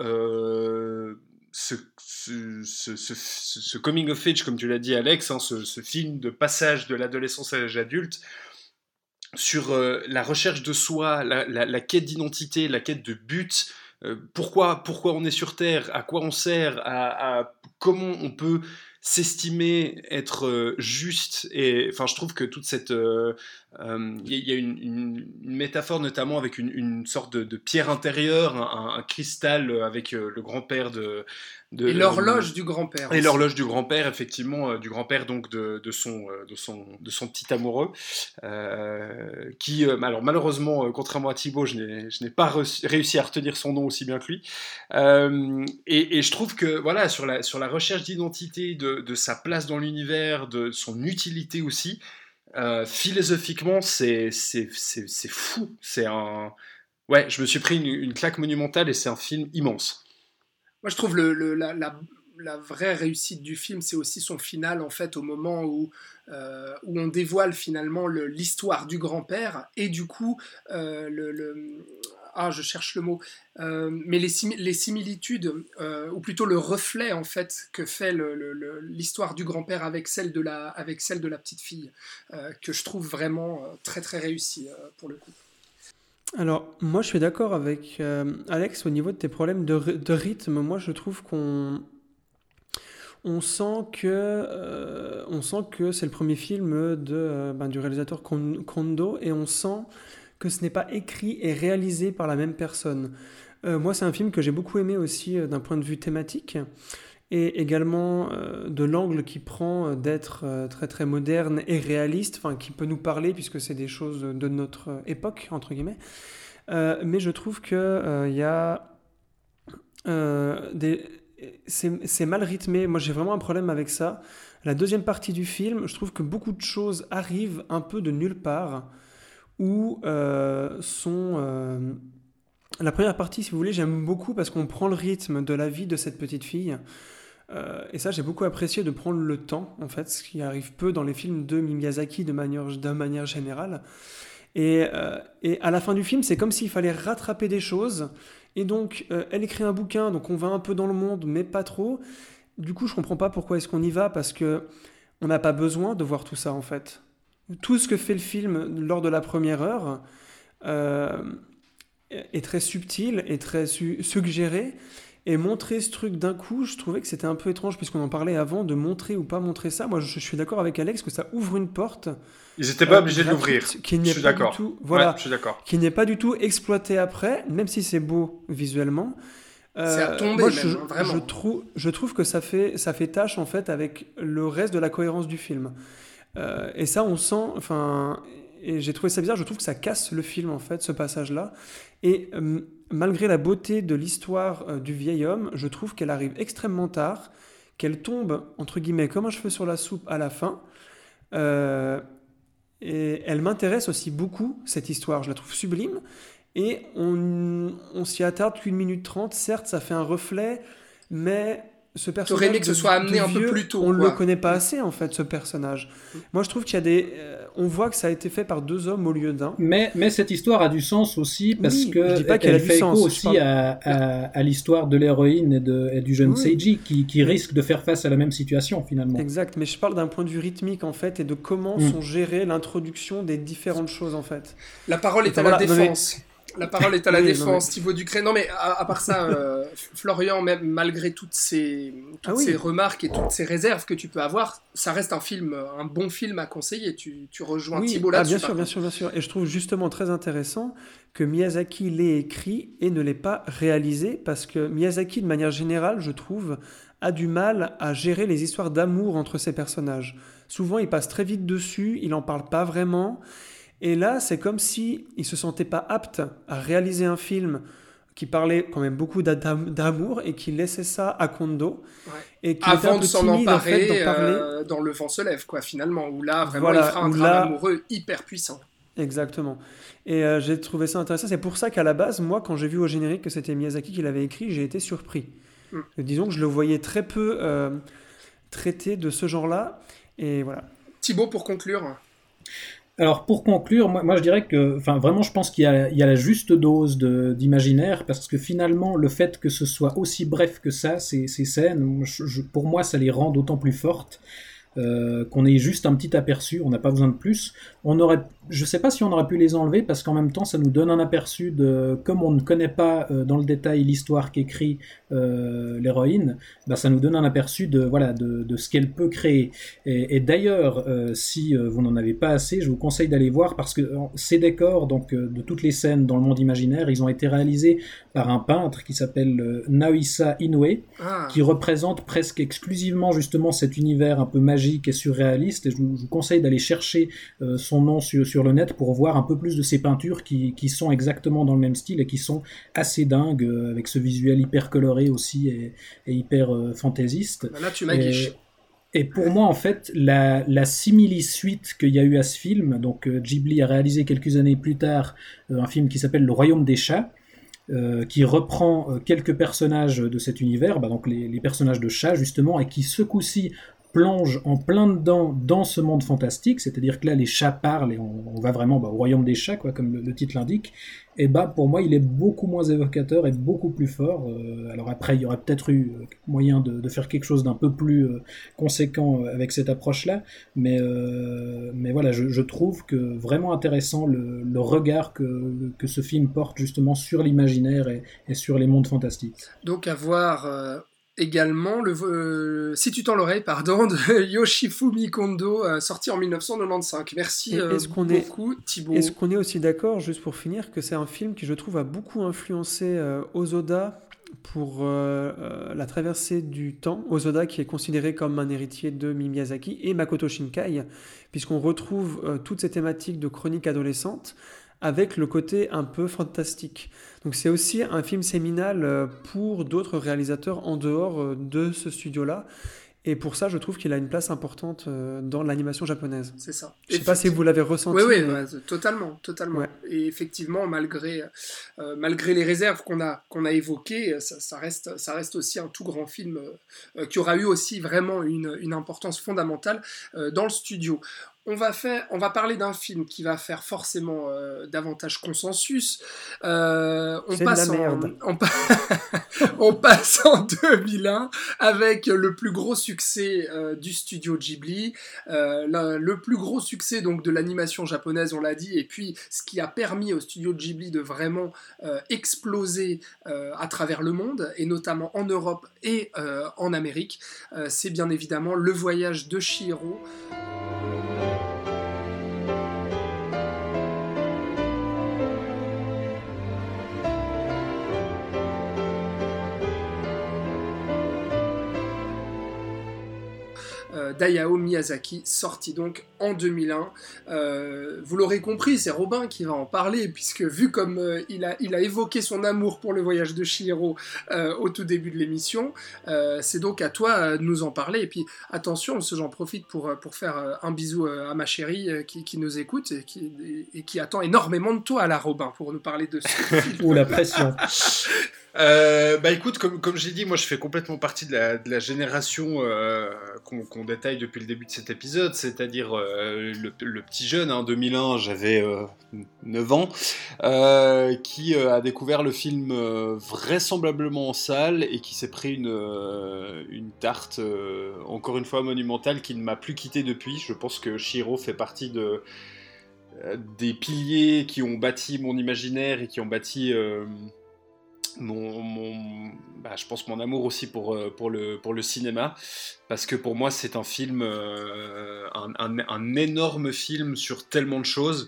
euh, ce, ce, ce, ce, ce coming of age, comme tu l'as dit Alex, hein, ce, ce film de passage de l'adolescence à l'âge adulte, sur euh, la recherche de soi, la, la, la quête d'identité, la quête de but, euh, pourquoi, pourquoi on est sur Terre, à quoi on sert, à, à comment on peut s'estimer être euh, juste. Et enfin, je trouve que toute cette... Il euh, euh, y, y a une, une, une métaphore notamment avec une, une sorte de, de pierre intérieure, un, un cristal avec euh, le grand-père de... De, et l'horloge euh, du grand-père. Et aussi. l'horloge du grand-père, effectivement, euh, du grand-père donc de, de, son, euh, de, son, de son petit amoureux, euh, qui, euh, alors malheureusement, euh, contrairement à Thibaut, je n'ai, je n'ai pas re- réussi à retenir son nom aussi bien que lui. Euh, et, et je trouve que, voilà, sur la, sur la recherche d'identité, de, de sa place dans l'univers, de son utilité aussi, euh, philosophiquement, c'est, c'est, c'est, c'est fou. C'est un... Ouais, je me suis pris une, une claque monumentale et c'est un film immense. Moi, je trouve le, le, la, la, la vraie réussite du film, c'est aussi son final, en fait, au moment où, euh, où on dévoile finalement le, l'histoire du grand-père, et du coup, euh, le, le... Ah, je cherche le mot. Euh, mais les, sim- les similitudes, euh, ou plutôt le reflet, en fait, que fait le, le, le, l'histoire du grand-père avec celle de la, avec celle de la petite fille, euh, que je trouve vraiment euh, très, très réussi, euh, pour le coup. Alors, moi, je suis d'accord avec euh, Alex au niveau de tes problèmes de, ry- de rythme. Moi, je trouve qu'on on sent que euh, on sent que c'est le premier film de euh, ben, du réalisateur Kon- Kondo, et on sent que ce n'est pas écrit et réalisé par la même personne. Euh, moi, c'est un film que j'ai beaucoup aimé aussi euh, d'un point de vue thématique, et également euh, de l'angle qu'il prend euh, d'être euh, très très moderne et réaliste, enfin qui peut nous parler puisque c'est des choses de notre euh, époque entre guillemets. Euh, mais je trouve que euh, il y a euh, des c'est, c'est mal rythmé. Moi, j'ai vraiment un problème avec ça. La deuxième partie du film, je trouve que beaucoup de choses arrivent un peu de nulle part, ou euh, sont euh, la première partie, si vous voulez, j'aime beaucoup parce qu'on prend le rythme de la vie de cette petite fille. Euh, et ça, j'ai beaucoup apprécié de prendre le temps, en fait, ce qui arrive peu dans les films de Miyazaki de manière, de manière générale. Et, euh, et à la fin du film, c'est comme s'il fallait rattraper des choses. Et donc, euh, elle écrit un bouquin, donc on va un peu dans le monde, mais pas trop. Du coup, je comprends pas pourquoi est-ce qu'on y va, parce que on n'a pas besoin de voir tout ça, en fait. Tout ce que fait le film lors de la première heure euh, est très subtil et très su- suggéré. Et montrer ce truc d'un coup, je trouvais que c'était un peu étrange, puisqu'on en parlait avant, de montrer ou pas montrer ça. Moi, je, je suis d'accord avec Alex que ça ouvre une porte. Ils n'étaient pas euh, obligés de l'ouvrir. Qui n'est je suis pas d'accord. du tout, voilà, ouais, je suis d'accord. qui n'est pas du tout exploité après, même si c'est beau visuellement. Euh, c'est à tomber, moi, même, je, hein, vraiment. Je trouve, je trouve que ça fait, ça fait tâche en fait avec le reste de la cohérence du film. Euh, et ça, on sent, enfin, et j'ai trouvé ça bizarre. Je trouve que ça casse le film en fait, ce passage-là. Et euh, malgré la beauté de l'histoire euh, du vieil homme, je trouve qu'elle arrive extrêmement tard, qu'elle tombe entre guillemets comme un cheveu sur la soupe à la fin. Euh, et elle m'intéresse aussi beaucoup cette histoire. Je la trouve sublime. Et on, on s'y attarde qu'une minute trente. Certes, ça fait un reflet, mais ce personnage aimé que ce soit amené un vieux, peu plus tôt. On ne quoi. le connaît pas assez, en fait, ce personnage. Moi, je trouve qu'il y a des... Euh, on voit que ça a été fait par deux hommes au lieu d'un. Mais, mais cette histoire a du sens aussi parce Oui, que je dis pas qu'elle elle a du fait sens, écho je aussi parle- à, à, à l'histoire de l'héroïne et, de, et du jeune Oui. Seiji qui, qui Oui. risque de faire face à la même situation finalement. Exact, mais je parle d'un point de vue rythmique en fait et de comment Mm. sont gérées l'introduction des différentes choses en fait. La parole est Enfin, à la voilà, non, mais- défense. La parole est à la Oui, non, défense, mais- Thibaut Ducret. Non, mais à, à part ça, euh, Florian, même malgré toutes ces, toutes Ah oui. ces remarques et toutes ces réserves que tu peux avoir, ça reste un film, un bon film à conseiller. Tu, tu rejoins Oui, Thibaut ah, là-dessus. bien par sûr, bien contre. sûr, bien sûr. Et je trouve justement très intéressant que Miyazaki l'ait écrit et ne l'ait pas réalisé, parce que Miyazaki, de manière générale, je trouve, a du mal à gérer les histoires d'amour entre ses personnages. Souvent, il passe très vite dessus, il n'en parle pas vraiment. Et là, c'est comme si il se sentait pas apte à réaliser un film qui parlait quand même beaucoup d'am- d'amour et qui laissait ça à Kondo. Ouais. Et qui était un Avant peu de s'en timide, en emparer fait, d'en parler. euh, dans Le vent se lève, quoi, finalement, où là, vraiment, Voilà, il fera un où drame là- amoureux hyper puissant. Exactement. Et euh, j'ai trouvé ça intéressant. C'est pour ça qu'à la base, moi, quand j'ai vu au générique que c'était Miyazaki qui l'avait écrit, j'ai été surpris. Mm. Disons que je le voyais très peu euh, traité de ce genre-là. Et voilà. Thibaut, pour conclure. Alors pour conclure, moi, moi je dirais que, enfin vraiment, je pense qu'il y a, il y a la juste dose de, d'imaginaire parce que finalement, le fait que ce soit aussi bref que ça, ces, ces scènes, je- je- pour moi, ça les rend d'autant plus fortes. Euh, qu'on ait juste un petit aperçu, on n'a pas besoin de plus. On aurait, je sais pas si on aurait pu les enlever parce qu'en même temps, ça nous donne un aperçu de, comme on ne connaît pas euh, dans le détail l'histoire qu'écrit euh, l'héroïne, bah, ça nous donne un aperçu de voilà de, de ce qu'elle peut créer. Et, et d'ailleurs, euh, si euh, vous n'en avez pas assez, je vous conseille d'aller voir parce que euh, ces décors, donc euh, de toutes les scènes dans le monde imaginaire, ils ont été réalisés par un peintre qui s'appelle euh, Naohisa Inoue, Ah. qui représente presque exclusivement justement cet univers un peu magique et surréaliste, et je vous, je vous conseille d'aller chercher euh, son nom sur, sur le net pour voir un peu plus de ses peintures qui, qui sont exactement dans le même style et qui sont assez dingues, euh, avec ce visuel hyper coloré aussi et, et hyper euh, fantaisiste. Bah là, tu m'aguiches. Et, et pour moi, en fait, la, la simili-suite qu'il y a eu à ce film, donc euh, Ghibli a réalisé quelques années plus tard euh, un film qui s'appelle Le Royaume des Chats, Euh, qui reprend euh, quelques personnages de cet univers, bah, donc les, les personnages de chats justement, et qui ce coup-ci plonge en plein dedans dans ce monde fantastique, c'est-à-dire que là les chats parlent et on, on va vraiment bah, au royaume des chats, quoi, comme le, le titre l'indique, et bah pour moi il est beaucoup moins évocateur et beaucoup plus fort. Euh, alors après il y aurait peut-être eu euh, moyen de, de faire quelque chose d'un peu plus euh, conséquent euh, avec cette approche-là, mais, euh, mais voilà, je, je trouve que vraiment intéressant le, le regard que, que ce film porte justement sur l'imaginaire et, et sur les mondes fantastiques. Donc à voir euh, également le euh, Si tu tends l'oreille, pardon, de Yoshifumi Kondo, euh, sorti en dix-neuf cent quatre-vingt-quinze. Merci Et euh, est-ce qu'on est- beaucoup, Thibaut. Est-ce qu'on est aussi d'accord, juste pour finir, que c'est un film qui, je trouve, a beaucoup influencé euh, Osoda pour euh, euh, la traversée du temps. Osoda qui est considéré comme un héritier de Miyazaki et Makoto Shinkai, puisqu'on retrouve euh, toutes ces thématiques de chronique adolescente avec le côté un peu fantastique. Donc c'est aussi un film séminal euh, pour d'autres réalisateurs en dehors euh, de ce studio-là. Et pour ça, je trouve qu'il a une place importante euh, dans l'animation japonaise. C'est ça. Je ne sais pas si vous l'avez ressenti. Oui, oui, mais- ouais, totalement, totalement. Ouais. Et effectivement, malgré, euh, malgré les réserves qu'on a, qu'on a évoquées, ça, ça, reste, ça reste aussi un tout grand film euh, qui aura eu aussi vraiment une, une importance fondamentale euh, dans le studio. On va, faire, on va parler d'un film qui va faire forcément euh, davantage consensus. Euh, on, C'est de passe la en, merde. on, pa- on passe en deux mille un avec le plus gros succès euh, du studio Ghibli, euh, la- le plus gros succès donc de l'animation japonaise, on l'a dit, et puis ce qui a permis au studio Ghibli de vraiment euh, exploser euh, à travers le monde, et notamment en Europe et euh, en Amérique, euh, c'est bien évidemment Le Voyage de Chihiro. euh, d'Hayao Miyazaki, sorti donc en deux mille un. Euh, vous l'aurez compris, c'est Robin qui va en parler, puisque vu comme euh, il, a, il a évoqué son amour pour le voyage de Chihiro euh, au tout début de l'émission, euh, c'est donc à toi euh, de nous en parler. Et puis attention, parce que j'en profite pour, pour faire euh, un bisou euh, à ma chérie euh, qui, qui nous écoute et qui, et qui attend énormément de toi, là, Robin, pour nous parler de ce film. Ou la pression. Euh, bah écoute, comme, comme j'ai dit, moi je fais complètement partie de la, de la génération euh, qu'on qu'on détaille depuis le début de cet épisode, c'est-à-dire euh, le, le petit jeune, hein, deux mille un, j'avais euh, neuf ans, euh, qui euh, a découvert le film euh, vraisemblablement en salle et qui s'est pris une, euh, une tarte, euh, encore une fois monumentale, qui ne m'a plus quitté depuis. Je pense que Chihiro fait partie de, euh, des piliers qui ont bâti mon imaginaire et qui ont bâti... Euh, Mon, mon, bah, je pense mon amour aussi pour, euh, pour, le, pour le cinéma, parce que pour moi c'est un film, euh, un, un, un énorme film sur tellement de choses,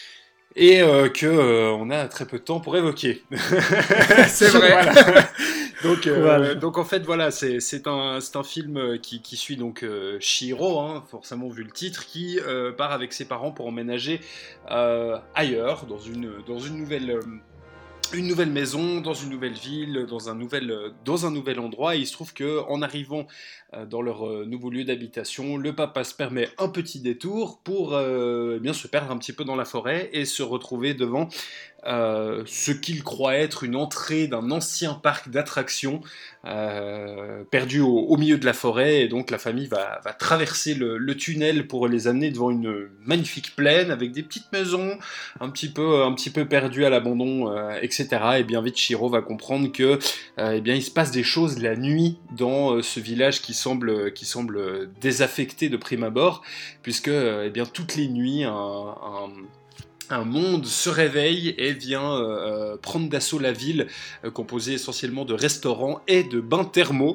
et euh, que euh, on a très peu de temps pour évoquer. C'est vrai. Voilà. Donc, euh, Courage. donc en fait voilà, c'est, c'est, un, c'est un film qui, qui suit donc euh, Chihiro, hein, forcément vu le titre, qui euh, part avec ses parents pour emménager euh, ailleurs, dans une, dans une nouvelle... Euh, une nouvelle maison, dans une nouvelle ville, dans un nouvel, dans un nouvel endroit. Et il se trouve qu'en arrivant dans leur nouveau lieu d'habitation, le papa se permet un petit détour pour euh, eh bien, se perdre un petit peu dans la forêt et se retrouver devant euh, ce qu'il croit être une entrée d'un ancien parc d'attractions euh, perdu au, au milieu de la forêt. Et donc la famille va, va traverser le, le tunnel pour les amener devant une magnifique plaine avec des petites maisons un petit peu, un petit peu perdues à l'abandon, euh, et cetera. Et bien vite, Chihiro va comprendre que, euh, eh bien, il se passe des choses la nuit dans euh, ce village qui semble, qui semble désaffecté de prime abord, puisque, euh, eh bien, toutes les nuits, un, un un monde se réveille et vient euh, prendre d'assaut la ville, euh, composée essentiellement de restaurants et de bains thermaux.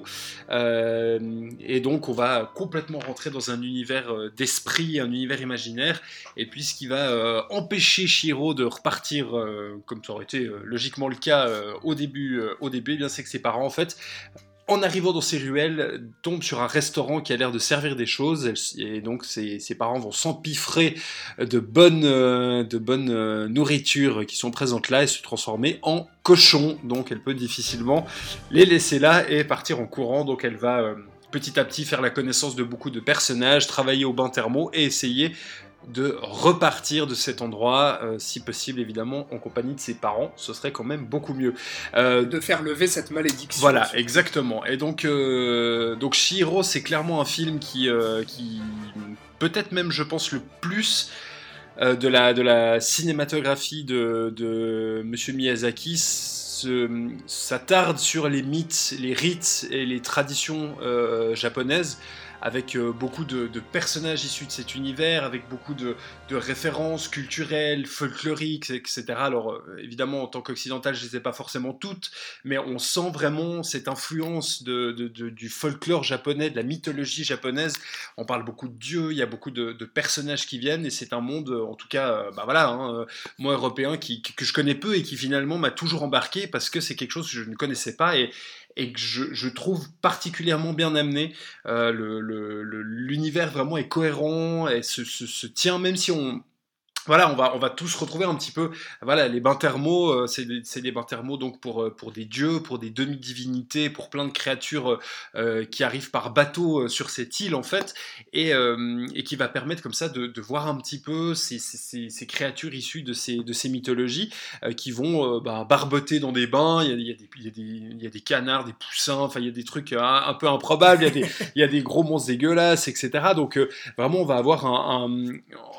Euh, et donc on va complètement rentrer dans un univers euh, d'esprit, un univers imaginaire. Et puis ce qui va euh, empêcher Chihiro de repartir, euh, comme ça aurait été euh, logiquement le cas euh, au début, euh, au début, eh bien, c'est que ses parents en fait, en arrivant dans ces ruelles, tombe sur un restaurant qui a l'air de servir des choses, et donc ses, ses parents vont s'empiffrer de bonnes, euh, de bonnes euh, nourritures qui sont présentes là et se transformer en cochons. Donc elle peut difficilement les laisser là et partir en courant. Donc elle va euh, petit à petit faire la connaissance de beaucoup de personnages, travailler au bain thermaux et essayer de repartir de cet endroit, euh, si possible évidemment en compagnie de ses parents, ce serait quand même beaucoup mieux. Euh, de faire lever cette malédiction. Voilà, surtout. Exactement. Et donc, euh, donc Chihiro, c'est clairement un film qui, euh, qui peut-être même, je pense, le plus euh, de, la, de la cinématographie de, de Monsieur Miyazaki se, s'attarde sur les mythes, les rites et les traditions euh, japonaises, avec euh, beaucoup de, de personnages issus de cet univers, avec beaucoup de, de références culturelles, folkloriques, et cetera. Alors euh, évidemment, en tant qu'occidental, je ne les ai pas forcément toutes, mais on sent vraiment cette influence de, de, de, du folklore japonais, de la mythologie japonaise. On parle beaucoup de dieux, il y a beaucoup de, de personnages qui viennent, et c'est un monde, en tout cas, euh, bah voilà, hein, euh, moi européen, qui, que je connais peu et qui finalement m'a toujours embarqué parce que c'est quelque chose que je ne connaissais pas et et que je, je trouve particulièrement bien amené. Euh, le, le, le, l'univers vraiment est cohérent et se, se, se tient, même si on... Voilà, on va, on va tous retrouver un petit peu, voilà, les bains thermaux, euh, c'est, des, c'est des bains thermaux donc pour, pour des dieux, pour des demi-divinités, pour plein de créatures euh, qui arrivent par bateau euh, sur cette île en fait, et, euh, et qui va permettre comme ça de, de voir un petit peu ces, ces, ces créatures issues de ces, de ces mythologies euh, qui vont euh, bah, barboter dans des bains, il y a, il y a des, il y a des, il y a des canards, des poussins, enfin il y a des trucs euh, un peu improbables, il y a des, il y a des gros monstres dégueulasses, et cetera. Donc euh, vraiment on va avoir un... un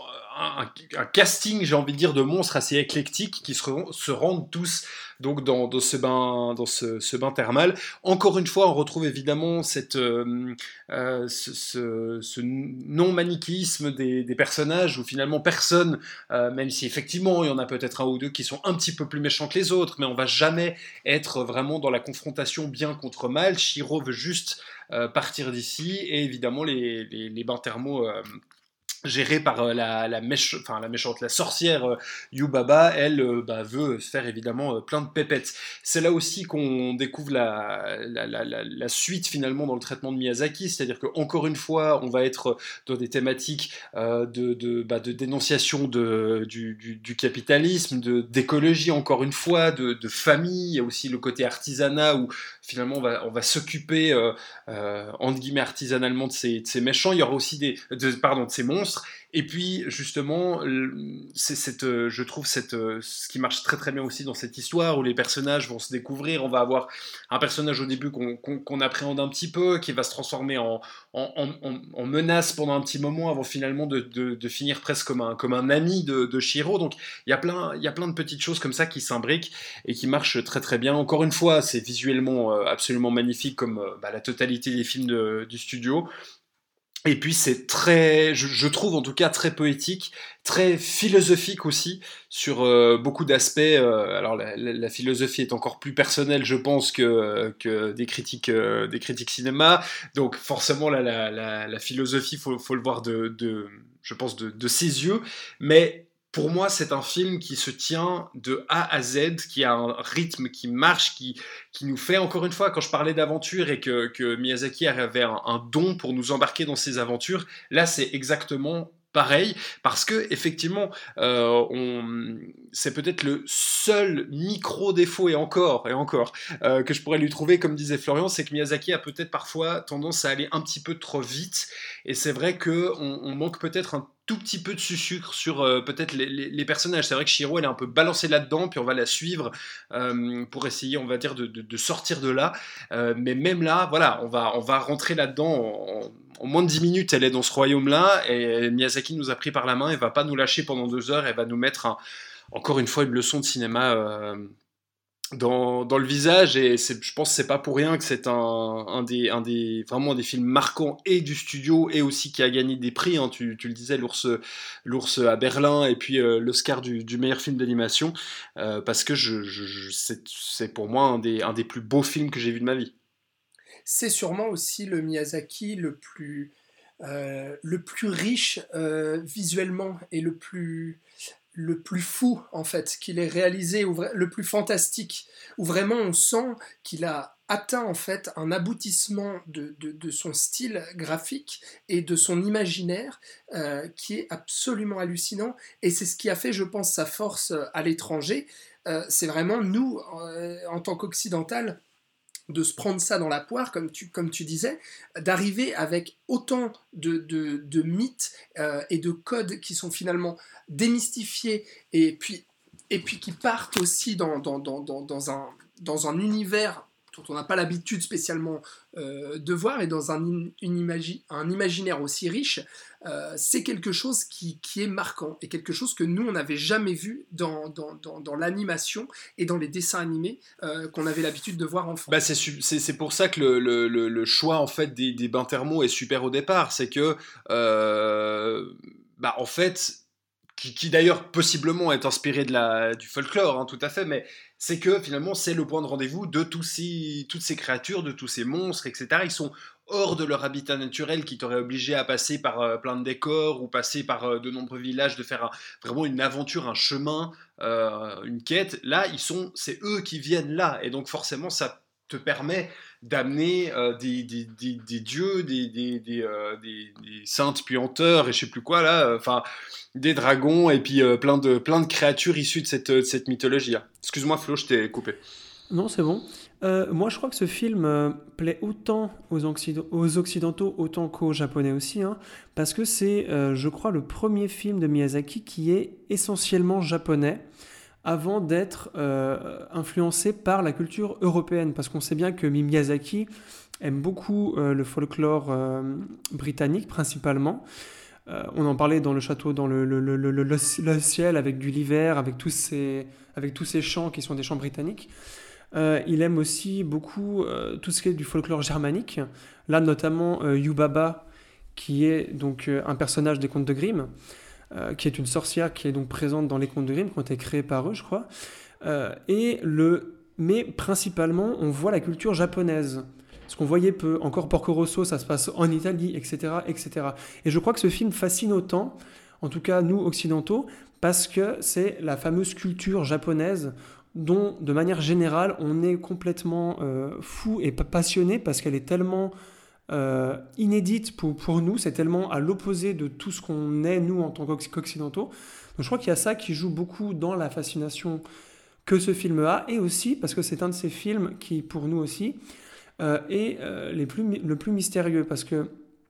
Un, un casting, j'ai envie de dire, de monstres assez éclectiques qui se, se rendent tous donc dans, dans, ce, bain, dans ce, ce bain thermal. Encore une fois, on retrouve évidemment cette, euh, euh, ce, ce, ce non-manichéisme des, des personnages où finalement personne, euh, même si effectivement il y en a peut-être un ou deux qui sont un petit peu plus méchants que les autres, mais on va jamais être vraiment dans la confrontation bien contre mal. Chihiro veut juste euh, partir d'ici et évidemment les, les, les bains thermaux... Euh, gérée par euh, la, la, méch- enfin, la méchante, la sorcière euh, Yubaba, elle euh, bah, veut se faire évidemment euh, plein de pépettes. C'est là aussi qu'on découvre la, la, la, la, la suite finalement dans le traitement de Miyazaki, c'est-à-dire qu'encore une fois, on va être dans des thématiques euh, de, de, bah, de dénonciation de, du, du, du capitalisme, de, d'écologie encore une fois, de, de famille, il y a aussi le côté artisanat où finalement on va, on va s'occuper euh, euh, entre guillemets artisanalement de ces, de ces méchants, il y aura aussi des, de, pardon, de ces monstres. monstre. Et puis justement, c'est cette, je trouve cette, ce qui marche très très bien aussi dans cette histoire où les personnages vont se découvrir. On va avoir un personnage au début qu'on, qu'on, qu'on appréhende un petit peu, qui va se transformer en, en, en, en menace pendant un petit moment avant finalement de, de, de finir presque comme un, comme un ami de, de Shiro. Donc il y a plein, il y a plein de petites choses comme ça qui s'imbriquent et qui marchent très très bien. Encore une fois, c'est visuellement absolument magnifique comme bah, la totalité des films de, du studio. Et puis c'est très, je, je trouve en tout cas très poétique, très philosophique aussi sur euh, beaucoup d'aspects. Euh, alors la, la, la philosophie est encore plus personnelle, je pense, que, que des critiques, euh, des critiques cinéma. Donc forcément la, la, la, la philosophie, faut, faut le voir de, de, je pense, de, de ses yeux. Mais pour moi, c'est un film qui se tient de A à Z, qui a un rythme qui marche, qui, qui nous fait, encore une fois, quand je parlais d'aventure et que, que Miyazaki avait un, un don pour nous embarquer dans ses aventures, là, c'est exactement pareil, parce que effectivement, euh, on... c'est peut-être le seul micro-défaut, et encore, et encore, euh, que je pourrais lui trouver, comme disait Florian, c'est que Miyazaki a peut-être parfois tendance à aller un petit peu trop vite, et c'est vrai qu'on on manque peut-être un tout petit peu de sucre sur euh, peut-être les, les, les personnages. C'est vrai que Shiro, elle est un peu balancée là-dedans, puis on va la suivre euh, pour essayer, on va dire, de, de, de sortir de là. Euh, mais même là, voilà, on va, on va rentrer là-dedans. En, en moins de dix minutes, elle est dans ce royaume-là, et Miyazaki nous a pris par la main, elle va pas nous lâcher pendant deux heures, elle va nous mettre, un, encore une fois, une leçon de cinéma euh, dans, dans le visage, et c'est, je pense que c'est pas pour rien que c'est un, un, des, un des vraiment des films marquants et du studio et aussi qui a gagné des prix, hein. tu, tu le disais, l'ours, l'ours à Berlin et puis euh, l'Oscar du, du meilleur film d'animation, euh, parce que je, je, je, c'est, c'est pour moi un des, un des plus beaux films que j'ai vu de ma vie. C'est sûrement aussi le Miyazaki le plus, euh, le plus riche euh, visuellement et le plus... le plus fou, en fait, qu'il ait réalisé, ou vra- le plus fantastique, où vraiment on sent qu'il a atteint, en fait, un aboutissement de, de, de son style graphique et de son imaginaire euh, qui est absolument hallucinant. Et c'est ce qui a fait, je pense, sa force à l'étranger. Euh, c'est vraiment, nous, euh, en tant qu'occidental, de se prendre ça dans la poire, comme tu, comme tu disais, d'arriver avec autant de, de, de mythes euh, et de codes qui sont finalement démystifiés et puis, et puis qui partent aussi dans, dans, dans, dans, dans, un, dans un univers dont on n'a pas l'habitude spécialement euh, de voir, et dans un, une imagi- un imaginaire aussi riche, euh, c'est quelque chose qui, qui est marquant, et quelque chose que nous, on n'avait jamais vu dans, dans, dans, dans l'animation et dans les dessins animés euh, qu'on avait l'habitude de voir enfant. Bah c'est, c'est, c'est pour ça que le, le, le, le choix en fait, des, des bains thermaux est super au départ, c'est que, euh, bah, en fait... Qui, qui d'ailleurs possiblement est inspiré de la, du folklore, hein, tout à fait, mais c'est que finalement c'est le point de rendez-vous de tous ces, toutes ces créatures, de tous ces monstres, et cetera. Ils sont hors de leur habitat naturel qui t'aurait obligé à passer par euh, plein de décors ou passer par euh, de nombreux villages, de faire un, vraiment une aventure, un chemin, euh, une quête. Là, ils sont, c'est eux qui viennent là, et donc forcément ça te permet d'amener euh, des, des, des, des dieux, des, des, des, euh, des, des saintes puanteurs et je sais plus quoi là, enfin euh, des dragons et puis euh, plein, de, plein de créatures issues de cette, de cette mythologie là. Excuse-moi Flo, je t'ai coupé. Non, c'est bon. Euh, moi, je crois que ce film euh, plaît autant aux, Occid- aux Occidentaux autant qu'aux Japonais aussi, hein, parce que c'est, euh, je crois, le premier film de Miyazaki qui est essentiellement japonais, avant d'être euh, influencé par la culture européenne, parce qu'on sait bien que Miyazaki aime beaucoup euh, le folklore euh, britannique principalement. Euh, on en parlait dans le château, dans le, le, le, le, le, le ciel avec Gulliver, avec tous ces, avec tous ces chants qui sont des chants britanniques. Euh, il aime aussi beaucoup euh, tout ce qui est du folklore germanique. Là, notamment euh, Yubaba, qui est donc euh, un personnage des contes de Grimm. Euh, qui est une sorcière qui est donc présente dans les contes de Grimm, qui ont été créés par eux, je crois. Euh, et le... Mais principalement, on voit la culture japonaise. Ce qu'on voyait peu. Encore Porco Rosso, ça se passe en Italie, et cetera, et cetera. Et je crois que ce film fascine autant, en tout cas nous, occidentaux, parce que c'est la fameuse culture japonaise dont, de manière générale, on est complètement euh, fou et passionné, parce qu'elle est tellement... Euh, inédite pour, pour nous, c'est tellement à l'opposé de tout ce qu'on est nous en tant qu'occidentaux. Donc je crois qu'il y a ça qui joue beaucoup dans la fascination que ce film a, et aussi parce que c'est un de ces films qui pour nous aussi euh, est euh, les plus, le plus mystérieux, parce que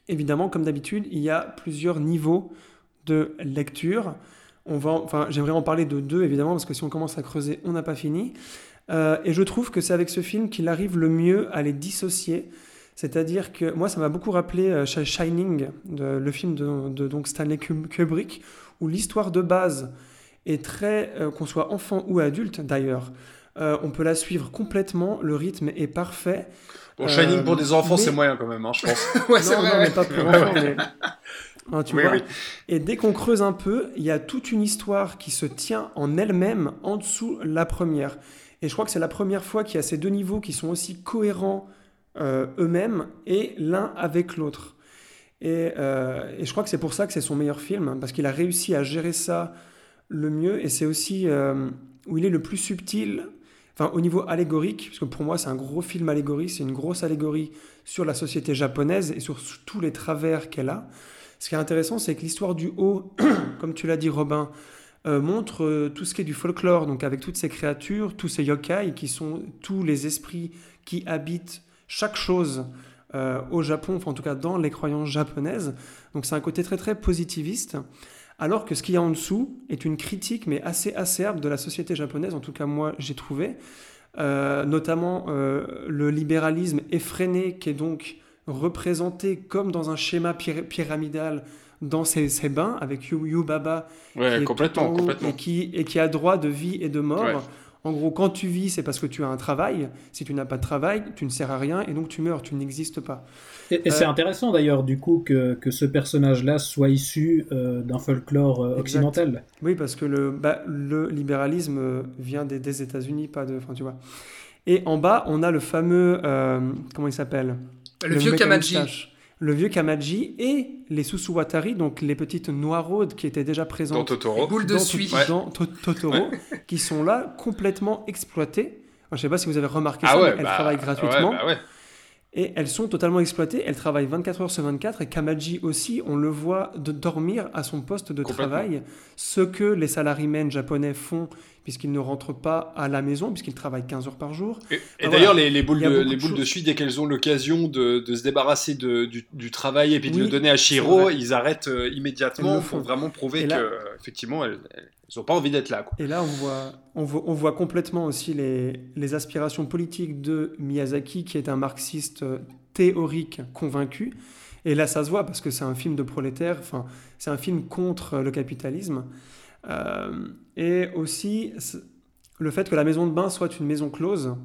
Évidemment, comme d'habitude, il y a plusieurs niveaux de lecture. On va, enfin, j'aimerais en parler de deux, évidemment, parce que si on commence à creuser, on n'a pas fini. Euh, et je trouve que c'est avec ce film qu'il arrive le mieux à les dissocier. C'est-à-dire que moi, ça m'a beaucoup rappelé euh, Shining, de, le film de, de donc Stanley Kubrick, où l'histoire de base est très, euh, qu'on soit enfant ou adulte d'ailleurs, euh, on peut la suivre complètement, le rythme est parfait. Bon, Shining Euh, pour des enfants, mais- c'est moyen quand même, hein, je pense. Ouais, c'est non, vrai. non, ouais. mais pas pour Ouais, enfants, mais... Hein, tu Oui, vois. oui. Et dès qu'on creuse un peu, il y a toute une histoire qui se tient en elle-même en dessous la première. Et je crois que c'est la première fois qu'il y a ces deux niveaux qui sont aussi cohérents euh, eux-mêmes et l'un avec l'autre. Et, euh, et je crois que c'est pour ça que c'est son meilleur film, hein, parce qu'il a réussi à gérer ça le mieux, et c'est aussi euh, où il est le plus subtil, enfin au niveau allégorique, parce que pour moi c'est un gros film allégorie, c'est une grosse allégorie sur la société japonaise et sur tous les travers qu'elle a. Ce qui est intéressant, c'est que l'histoire du haut, comme tu l'as dit Robin, euh, montre euh, tout ce qui est du folklore, donc avec toutes ces créatures, tous ces yokai, qui sont tous les esprits qui habitent chaque chose euh, au Japon, enfin en tout cas dans les croyances japonaises. Donc c'est un côté très très positiviste, alors que ce qu'il y a en dessous est une critique, mais assez acerbe de la société japonaise, en tout cas moi j'ai trouvé, euh, notamment euh, le libéralisme effréné qui est donc représenté comme dans un schéma pyra- pyramidal dans ses, ses bains, avec Yu- Yubaba qui Ouais, est complètement, tout en haut complètement. et qui, et qui a droit de vie et de mort. Ouais. En gros, quand tu vis, c'est parce que tu as un travail. Si tu n'as pas de travail, tu ne sers à rien et donc tu meurs, tu n'existes pas. Et, et c'est Euh, intéressant d'ailleurs du coup que, que ce personnage-là soit issu euh, d'un folklore euh, Exact. occidental. Oui, parce que le, bah, le libéralisme euh, vient des, des États-Unis, pas de. Enfin, tu vois. Et en bas, on a le fameux. euh, comment il s'appelle Le vieux mec à Kamaji. moustache. Le vieux Kamaji et les Susuwatari, donc les petites noiraudes qui étaient déjà Dans présentes Totoro. Boule de dans, suie. To- Ouais. dans To- Totoro, qui sont là complètement exploitées. Moi, je ne sais pas si vous avez remarqué Ah ça, ouais, mais elles bah, travaillent gratuitement. Ouais, bah ouais. Et elles sont totalement exploitées, elles travaillent vingt-quatre heures sur vingt-quatre, et Kamaji aussi, on le voit de dormir à son poste de Complètement. travail, ce que les salariés japonais font, puisqu'ils ne rentrent pas à la maison, puisqu'ils travaillent quinze heures par jour. Et, et Ah, d'ailleurs, voilà. les, les boules, Il y a de, beaucoup les de boules de choses. suie, dès qu'elles ont l'occasion de, de se débarrasser de, du, du travail et puis de Oui, le donner à c'est Shiro, vrai. ils arrêtent euh, Elles immédiatement le pour font. vraiment prouver Et là- que, euh, effectivement, elles n'ont pas envie d'être là. Quoi. Et là, on voit, on voit, on voit complètement aussi les, les aspirations politiques de Miyazaki, qui est un marxiste euh, théorique convaincu. Et là, ça se voit parce que c'est un film de prolétaire, enfin, c'est un film contre le capitalisme. Euh, et aussi, c'est- le fait que la maison de bain soit une maison close,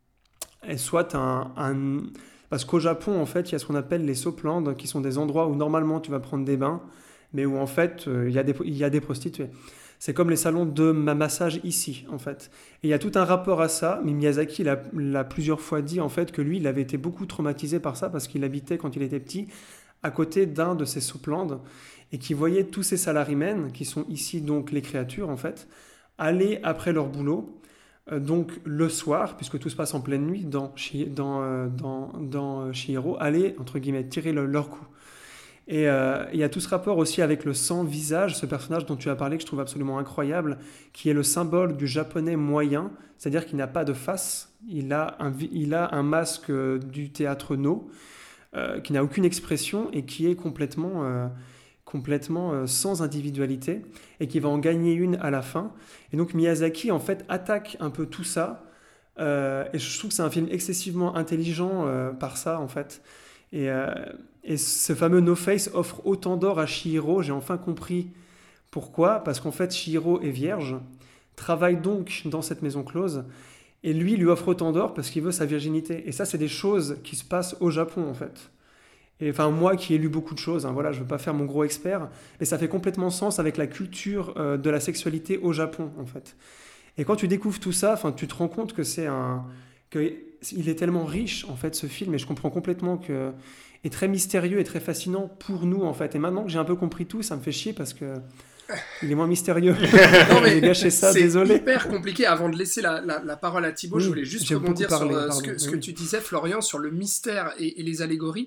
et soit un, un- Parce qu'au Japon, en fait, il y a ce qu'on appelle les soplandes, qui sont des endroits où normalement tu vas prendre des bains, mais où en fait, euh, il y a des, il y a des prostituées. C'est comme les salons de ma- massage ici, en fait. Et il y a tout un rapport à ça, mais Miyazaki l'a, l'a plusieurs fois dit, en fait, que lui, il avait été beaucoup traumatisé par ça, parce qu'il habitait, quand il était petit, à côté d'un de ces soplandes, et qui voyait tous ces salarymen, qui sont ici donc les créatures, en fait, aller après leur boulot, euh, donc le soir, puisque tout se passe en pleine nuit, dans, Shi- dans, euh, dans, dans euh, Chihiro, aller, entre guillemets, tirer le- leur coup. Et euh, il y a tout ce rapport aussi avec le sans-visage, ce personnage dont tu as parlé, que je trouve absolument incroyable, qui est le symbole du japonais moyen, c'est-à-dire qu'il n'a pas de face, il a un, vi- il a un masque euh, du théâtre No, euh, qui n'a aucune expression et qui est complètement, euh, complètement euh, sans individualité, et qui va en gagner une à la fin. Et donc Miyazaki, en fait, attaque un peu tout ça, euh, et je trouve que c'est un film excessivement intelligent euh, par ça, en fait. Et, euh, et ce fameux No Face offre autant d'or à Chihiro, j'ai enfin compris pourquoi, parce qu'en fait Chihiro est vierge, travaille donc dans cette maison close, et lui lui offre autant d'or parce qu'il veut sa virginité. Et ça, c'est des choses qui se passent au Japon, en fait. Et enfin, moi qui ai lu beaucoup de choses, hein, voilà, je ne veux pas faire mon gros expert, mais ça fait complètement sens avec la culture euh, de la sexualité au Japon, en fait. Et quand tu découvres tout ça, enfin, tu te rends compte que c'est un... que il est tellement riche, en fait, ce film, et je comprends complètement que... est très mystérieux et très fascinant pour nous, en fait. Et maintenant que j'ai un peu compris tout, ça me fait chier parce que il est moins mystérieux. Non, mais J'ai gâché ça, c'est désolé. hyper compliqué. Avant de laisser la, la, la parole à Thibaut, Oui, je voulais juste j'ai rebondir beaucoup parlé, sur euh, pardon, ce, que, ce oui. que tu disais, Florian, sur le mystère et, et les allégories.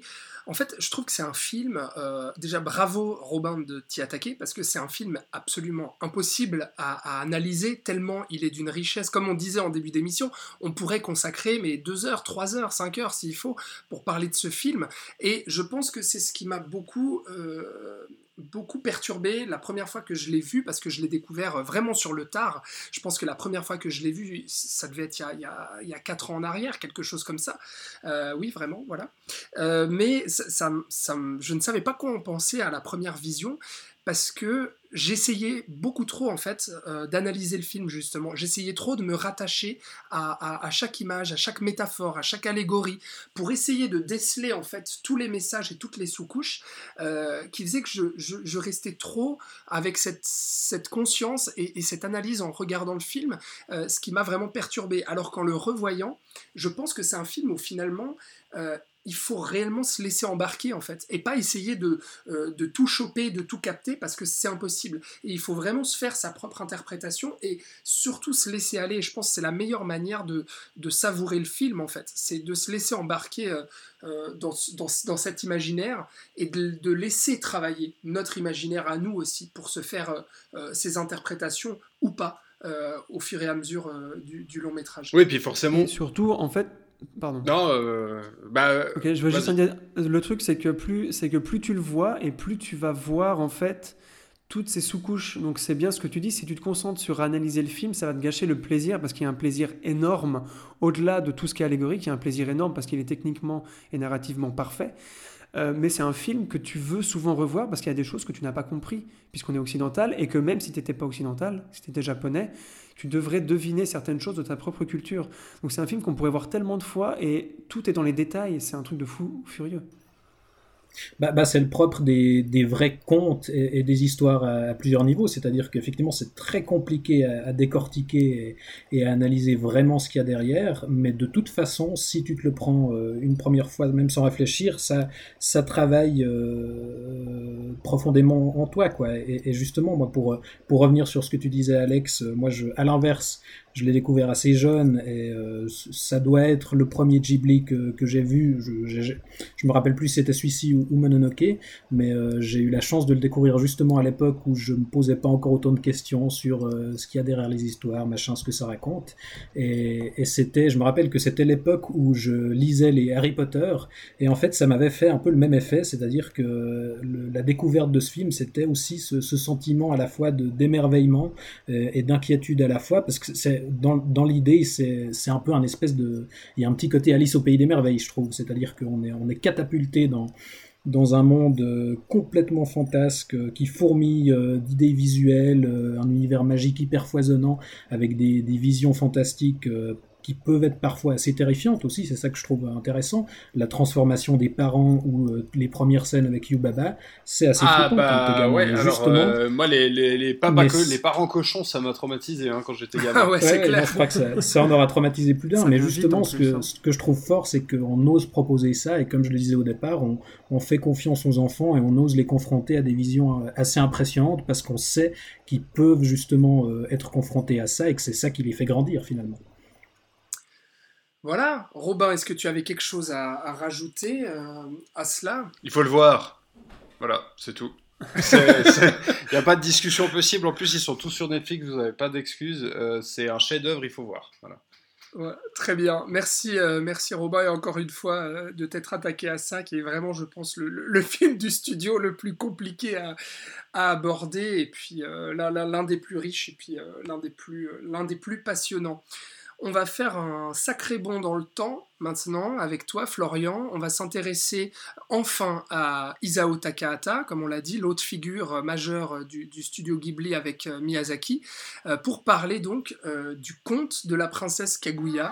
En fait, je trouve que c'est un film, euh, déjà bravo Robin de t'y attaquer, parce que c'est un film absolument impossible à, à analyser, tellement il est d'une richesse. Comme on disait en début d'émission, on pourrait consacrer mais deux heures, trois heures, cinq heures s'il faut, pour parler de ce film. Et je pense que c'est ce qui m'a beaucoup... Euh, beaucoup perturbé la première fois que je l'ai vu, parce que je l'ai découvert vraiment sur le tard. Je pense que la première fois que je l'ai vu, ça devait être il y a, il y a, il y a quatre ans en arrière, quelque chose comme ça. Euh, oui, vraiment, voilà. Euh, mais ça, ça, ça, je ne savais pas quoi en penser à la première vision, parce que j'essayais beaucoup trop en fait euh, d'analyser le film justement. J'essayais trop de me rattacher à, à, à chaque image, à chaque métaphore, à chaque allégorie, pour essayer de déceler en fait tous les messages et toutes les sous-couches euh, qui faisaient que je, je, je restais trop avec cette, cette conscience et, et cette analyse en regardant le film, euh, ce qui m'a vraiment perturbé. Alors qu'en le revoyant, je pense que c'est un film où finalement... Euh, il faut réellement se laisser embarquer en fait, et pas essayer de, euh, de tout choper, de tout capter, parce que c'est impossible. Et il faut vraiment se faire sa propre interprétation, et surtout se laisser aller. Et je pense que c'est la meilleure manière de, de savourer le film en fait, c'est de se laisser embarquer euh, euh, dans, dans, dans cet imaginaire, et de, de laisser travailler notre imaginaire à nous aussi, pour se faire euh, ces interprétations ou pas, euh, au fur et à mesure euh, du, du long métrage. Oui, puis forcément... Et surtout, en fait, pardon. Non, euh, bah... Ok, je veux vas-y. juste dire, le truc c'est que plus c'est que plus tu le vois et plus tu vas voir en fait toutes ces sous-couches. Donc c'est bien ce que tu dis, si tu te concentres sur analyser le film, ça va te gâcher le plaisir, parce qu'il y a un plaisir énorme au-delà de tout ce qui est allégorique, il y a un plaisir énorme parce qu'il est techniquement et narrativement parfait. Euh, mais c'est un film que tu veux souvent revoir parce qu'il y a des choses que tu n'as pas compris, puisqu'on est occidental, et que même si tu n'étais pas occidental, si tu étais japonais, tu devrais deviner certaines choses de ta propre culture. Donc c'est un film qu'on pourrait voir tellement de fois, et tout est dans les détails, et c'est un truc de fou furieux. Bah, bah, c'est le propre des, des vrais contes et, et des histoires à, à plusieurs niveaux, c'est-à-dire qu'effectivement c'est très compliqué à, à décortiquer et, et à analyser vraiment ce qu'il y a derrière, mais de toute façon, si tu te le prends euh, une première fois, même sans réfléchir, ça, ça travaille euh, profondément en toi, quoi. Et, et justement, moi, pour, pour revenir sur ce que tu disais, Alex, moi, je, à l'inverse, je l'ai découvert assez jeune, et euh, ça doit être le premier Ghibli que, que j'ai vu. Je, je, je me rappelle plus si c'était celui-ci ou, ou Mononoke, mais euh, j'ai eu la chance de le découvrir justement à l'époque où je me posais pas encore autant de questions sur euh, ce qu'il y a derrière les histoires, machin, ce que ça raconte. Et, et c'était, je me rappelle que c'était l'époque où je lisais les Harry Potter, et en fait ça m'avait fait un peu le même effet, c'est-à-dire que le, la découverte de ce film, c'était aussi ce, ce sentiment à la fois de, d'émerveillement euh, et d'inquiétude à la fois, parce que c'est Dans, dans l'idée, c'est, c'est un peu un espèce de... Il y a un petit côté Alice au Pays des Merveilles, je trouve. C'est-à-dire qu'on est, on est catapulté dans, dans un monde euh, complètement fantasque, euh, qui fourmille euh, d'idées visuelles, euh, un univers magique hyper foisonnant, avec des, des visions fantastiques euh, qui peuvent être parfois assez terrifiantes aussi, c'est ça que je trouve intéressant. La transformation des parents ou euh, les premières scènes avec Yubaba, c'est assez Ah flippant quand t'es bah gamin. ouais, Mais alors justement, euh, moi les, les, les, papas Mais co- c'est- les parents cochons, ça m'a traumatisé hein, quand j'étais gamin. Ah ouais, c'est Ouais, clair. non, je crois que ça, ça en aura traumatisé plus d'un, Ça mais va vite, justement, en ce plus, que, hein. ce que je trouve fort, c'est qu'on ose proposer ça, et comme je le disais au départ, on, on fait confiance aux enfants et on ose les confronter à des visions euh, assez impressionnantes, parce qu'on sait qu'ils peuvent justement euh, être confrontés à ça, et que c'est ça qui les fait grandir finalement. Voilà, Robin, est-ce que tu avais quelque chose à, à rajouter euh, à cela? Il faut le voir. Voilà, c'est tout. Il n'y a pas de discussion possible. En plus, ils sont tous sur Netflix, vous n'avez pas d'excuses. Euh, c'est un chef-d'œuvre, il faut voir. Voilà. Ouais, très bien, merci, euh, merci Robin, et encore une fois euh, de t'être attaqué à ça, qui est vraiment, je pense, le, le, le film du studio le plus compliqué à, à aborder, et puis euh, là, là, l'un des plus riches, et puis euh, l'un des plus, euh, l'un des plus passionnants. On va faire un sacré bond dans le temps maintenant avec toi, Florian. On va s'intéresser enfin à Isao Takahata, comme on l'a dit, l'autre figure majeure du, du studio Ghibli avec euh, Miyazaki, euh, pour parler donc euh, du conte de la princesse Kaguya.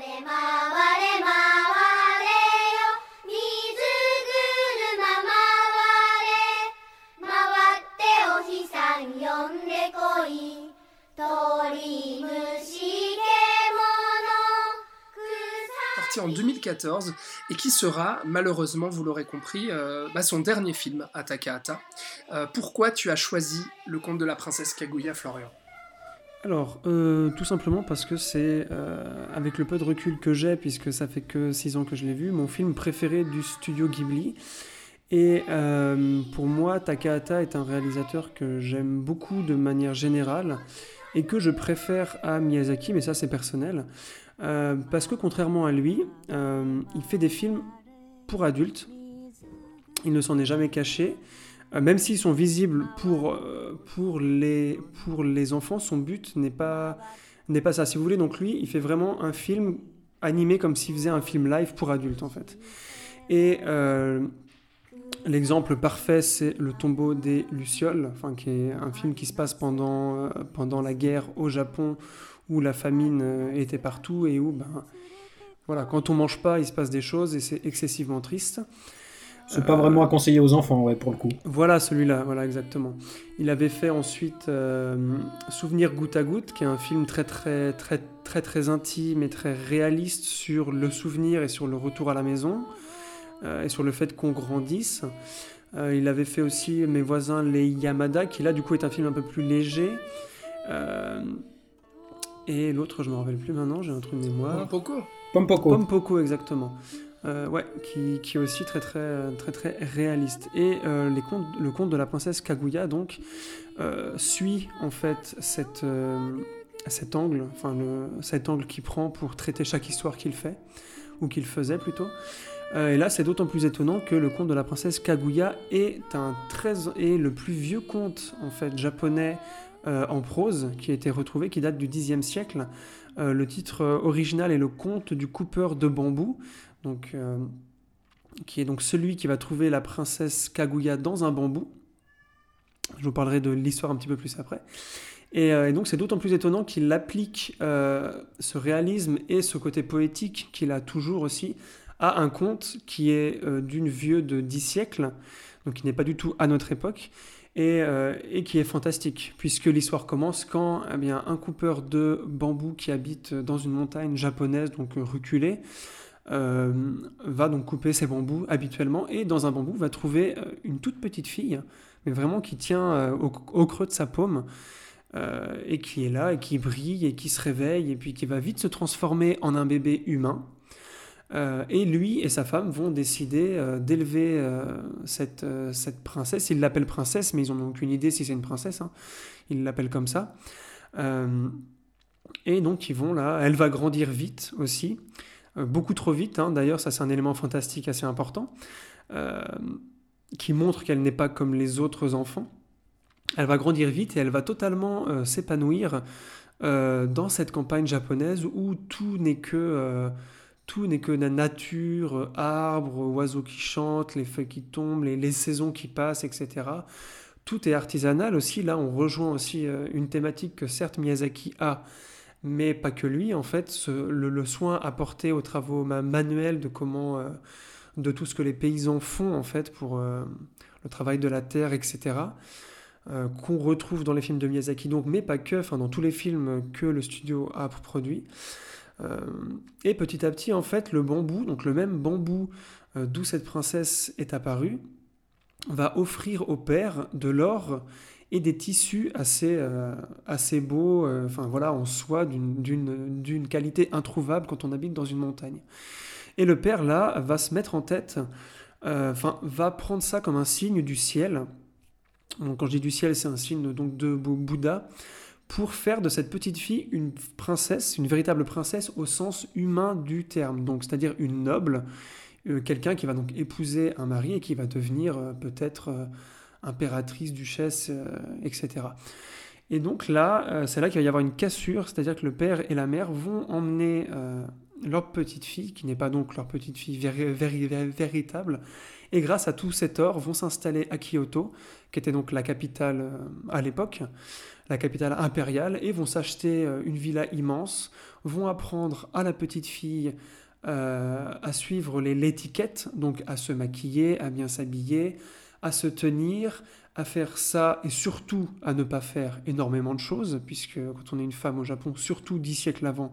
Sorti en deux mille quatorze, et qui sera, malheureusement, vous l'aurez compris, euh, bah, son dernier film à Takahata. Euh, pourquoi tu as choisi le conte de la princesse Kaguya, Florian ? Alors, euh, tout simplement parce que c'est, euh, avec le peu de recul que j'ai, puisque ça fait que six ans que je l'ai vu, mon film préféré du studio Ghibli. Et euh, pour moi, Takahata est un réalisateur que j'aime beaucoup de manière générale et que je préfère à Miyazaki, mais ça c'est personnel. Euh, parce que contrairement à lui, euh, il fait des films pour adultes. Il ne s'en est jamais caché. Euh, même s'ils sont visibles pour, euh, pour, les, pour les enfants, son but n'est pas, n'est pas ça. Si vous voulez, donc lui, il fait vraiment un film animé comme s'il faisait un film live pour adultes, en fait. Et euh, l'exemple parfait, c'est Le tombeau des Lucioles, enfin, qui est un film qui se passe pendant, euh, pendant la guerre au Japon, où la famine euh, était partout et où, ben, voilà, quand on mange pas, il se passe des choses et c'est excessivement triste. C'est euh, pas vraiment à conseiller aux enfants, ouais, pour le coup. Voilà, celui-là, voilà, exactement. Il avait fait ensuite euh, Souvenir goutte à goutte, qui est un film très, très, très, très, très intime et très réaliste sur le souvenir et sur le retour à la maison, euh, et sur le fait qu'on grandisse. Euh, il avait fait aussi Mes voisins les Yamada, qui là, du coup, est un film un peu plus léger. Euh, et l'autre, je me rappelle plus maintenant, j'ai un trou de mémoire. Pompoko. Pompoko. Pompoko, exactement. Euh, ouais, qui, qui est aussi très très très très réaliste. Et euh, les contes, le conte de la princesse Kaguya donc euh, suit en fait cette, euh, cet angle, enfin le, cet angle qu'il prend pour traiter chaque histoire qu'il fait ou qu'il faisait plutôt. Euh, et là, c'est d'autant plus étonnant que le conte de la princesse Kaguya est un très est le plus vieux conte en fait japonais euh, en prose qui a été retrouvé, qui date du dixième siècle. Euh, le titre original est le conte du coupeur de bambou. Donc, euh, qui est donc celui qui va trouver la princesse Kaguya dans un bambou. Je vous parlerai de l'histoire un petit peu plus après. Et, euh, et donc c'est d'autant plus étonnant qu'il applique euh, ce réalisme et ce côté poétique qu'il a toujours aussi à un conte qui est euh, d'une vieux de dix siècles, donc qui n'est pas du tout à notre époque, et, euh, et qui est fantastique, puisque l'histoire commence quand eh bien, un coupeur de bambou qui habite dans une montagne japonaise, donc reculée, Euh, va donc couper ses bambous habituellement et dans un bambou va trouver euh, une toute petite fille, mais vraiment qui tient euh, au, au creux de sa paume euh, et qui est là et qui brille et qui se réveille et puis qui va vite se transformer en un bébé humain. Euh, et lui et sa femme vont décider euh, d'élever euh, cette, euh, cette princesse. Ils l'appellent princesse, mais ils n'ont aucune idée si c'est une princesse. Hein. Ils l'appellent comme ça. Euh, et donc ils vont là. Elle va grandir vite aussi. Beaucoup trop vite, hein. D'ailleurs ça c'est un élément fantastique assez important, euh, qui montre qu'elle n'est pas comme les autres enfants. Elle va grandir vite et elle va totalement euh, s'épanouir euh, dans cette campagne japonaise où tout n'est que, euh, tout n'est que la nature, arbres, oiseaux qui chantent, les feuilles qui tombent, les, les saisons qui passent, et cetera. Tout est artisanal aussi, là on rejoint aussi euh, une thématique que certes Miyazaki a, mais pas que lui, en fait, ce, le, le soin apporté aux travaux manuels de comment, euh, de tout ce que les paysans font en fait pour euh, le travail de la terre, et cetera. Euh, qu'on retrouve dans les films de Miyazaki, donc, mais pas que, enfin dans tous les films que le studio a produits. Euh, et petit à petit, en fait, le bambou, donc le même bambou euh, d'où cette princesse est apparue, va offrir au père de l'or et des tissus assez, euh, assez beaux, euh, enfin voilà, en soie d'une, d'une, d'une qualité introuvable quand on habite dans une montagne. Et le père, là, va se mettre en tête, euh, enfin, va prendre ça comme un signe du ciel. Donc, quand je dis du ciel, c'est un signe donc, de Bouddha, pour faire de cette petite fille une princesse, une véritable princesse au sens humain du terme, donc c'est-à-dire une noble, euh, quelqu'un qui va donc épouser un mari et qui va devenir euh, peut-être... Euh, impératrice, duchesse, euh, et cetera. Et donc là, euh, c'est là qu'il va y avoir une cassure, c'est-à-dire que le père et la mère vont emmener euh, leur petite fille, qui n'est pas donc leur petite fille véri- véri- véri- véritable, et grâce à tout cet or, vont s'installer à Kyoto, qui était donc la capitale euh, à l'époque, la capitale impériale, et vont s'acheter euh, une villa immense, vont apprendre à la petite fille euh, à suivre les, l'étiquette, donc à se maquiller, à bien s'habiller, à se tenir, à faire ça et surtout à ne pas faire énormément de choses, puisque quand on est une femme au Japon, surtout dix siècles avant,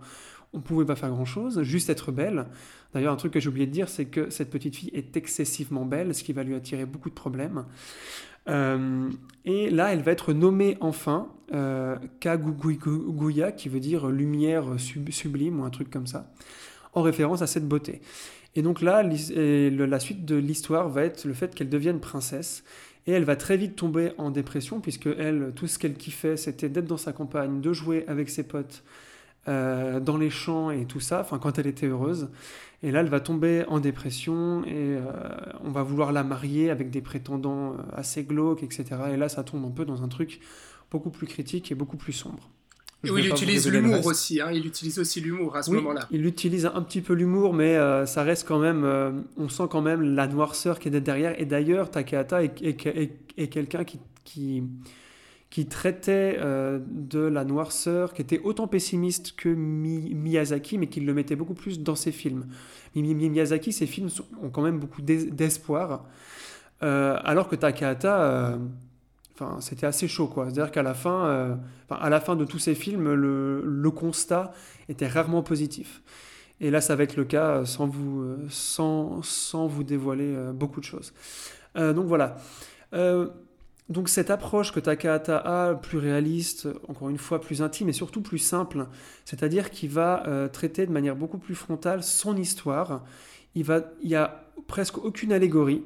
on ne pouvait pas faire grand-chose, juste être belle. D'ailleurs, un truc que j'ai oublié de dire, c'est que cette petite fille est excessivement belle, ce qui va lui attirer beaucoup de problèmes. Euh, et là, elle va être nommée enfin euh, Kaguya, qui veut dire lumière sub- sublime ou un truc comme ça, en référence à cette beauté. Et donc là, et le, la suite de l'histoire va être le fait qu'elle devienne princesse. Et elle va très vite tomber en dépression, puisque elle, tout ce qu'elle kiffait, c'était d'être dans sa campagne, de jouer avec ses potes, Euh, dans les champs et tout ça, enfin quand elle était heureuse. Et là, elle va tomber en dépression et euh, on va vouloir la marier avec des prétendants assez glauques, et cetera. Et là, ça tombe un peu dans un truc beaucoup plus critique et beaucoup plus sombre. Et oui, il utilise l'humour aussi, hein. Il utilise aussi l'humour à ce oui, moment-là. Il utilise un petit peu l'humour, mais euh, ça reste quand même, euh, on sent quand même la noirceur qui est derrière. Et d'ailleurs, Takahata est, est, est, est quelqu'un qui... qui qui traitait euh, de la noirceur, qui était autant pessimiste que Mi- Miyazaki, mais qui le mettait beaucoup plus dans ses films. Mi- Mi- Miyazaki, ses films sont- ont quand même beaucoup d'es- d'espoir, euh, alors que Takahata, euh, enfin, c'était assez chaud, quoi. C'est-à-dire qu'à la fin, euh, à la fin de tous ses films, le, le constat était rarement positif. Et là, ça va être le cas sans vous, sans, sans vous dévoiler euh, beaucoup de choses. Euh, donc voilà. Euh, Donc cette approche que Takahata a, plus réaliste, encore une fois plus intime et surtout plus simple, c'est-à-dire qu'il va euh, traiter de manière beaucoup plus frontale son histoire. Il va, il n'y a presque aucune allégorie,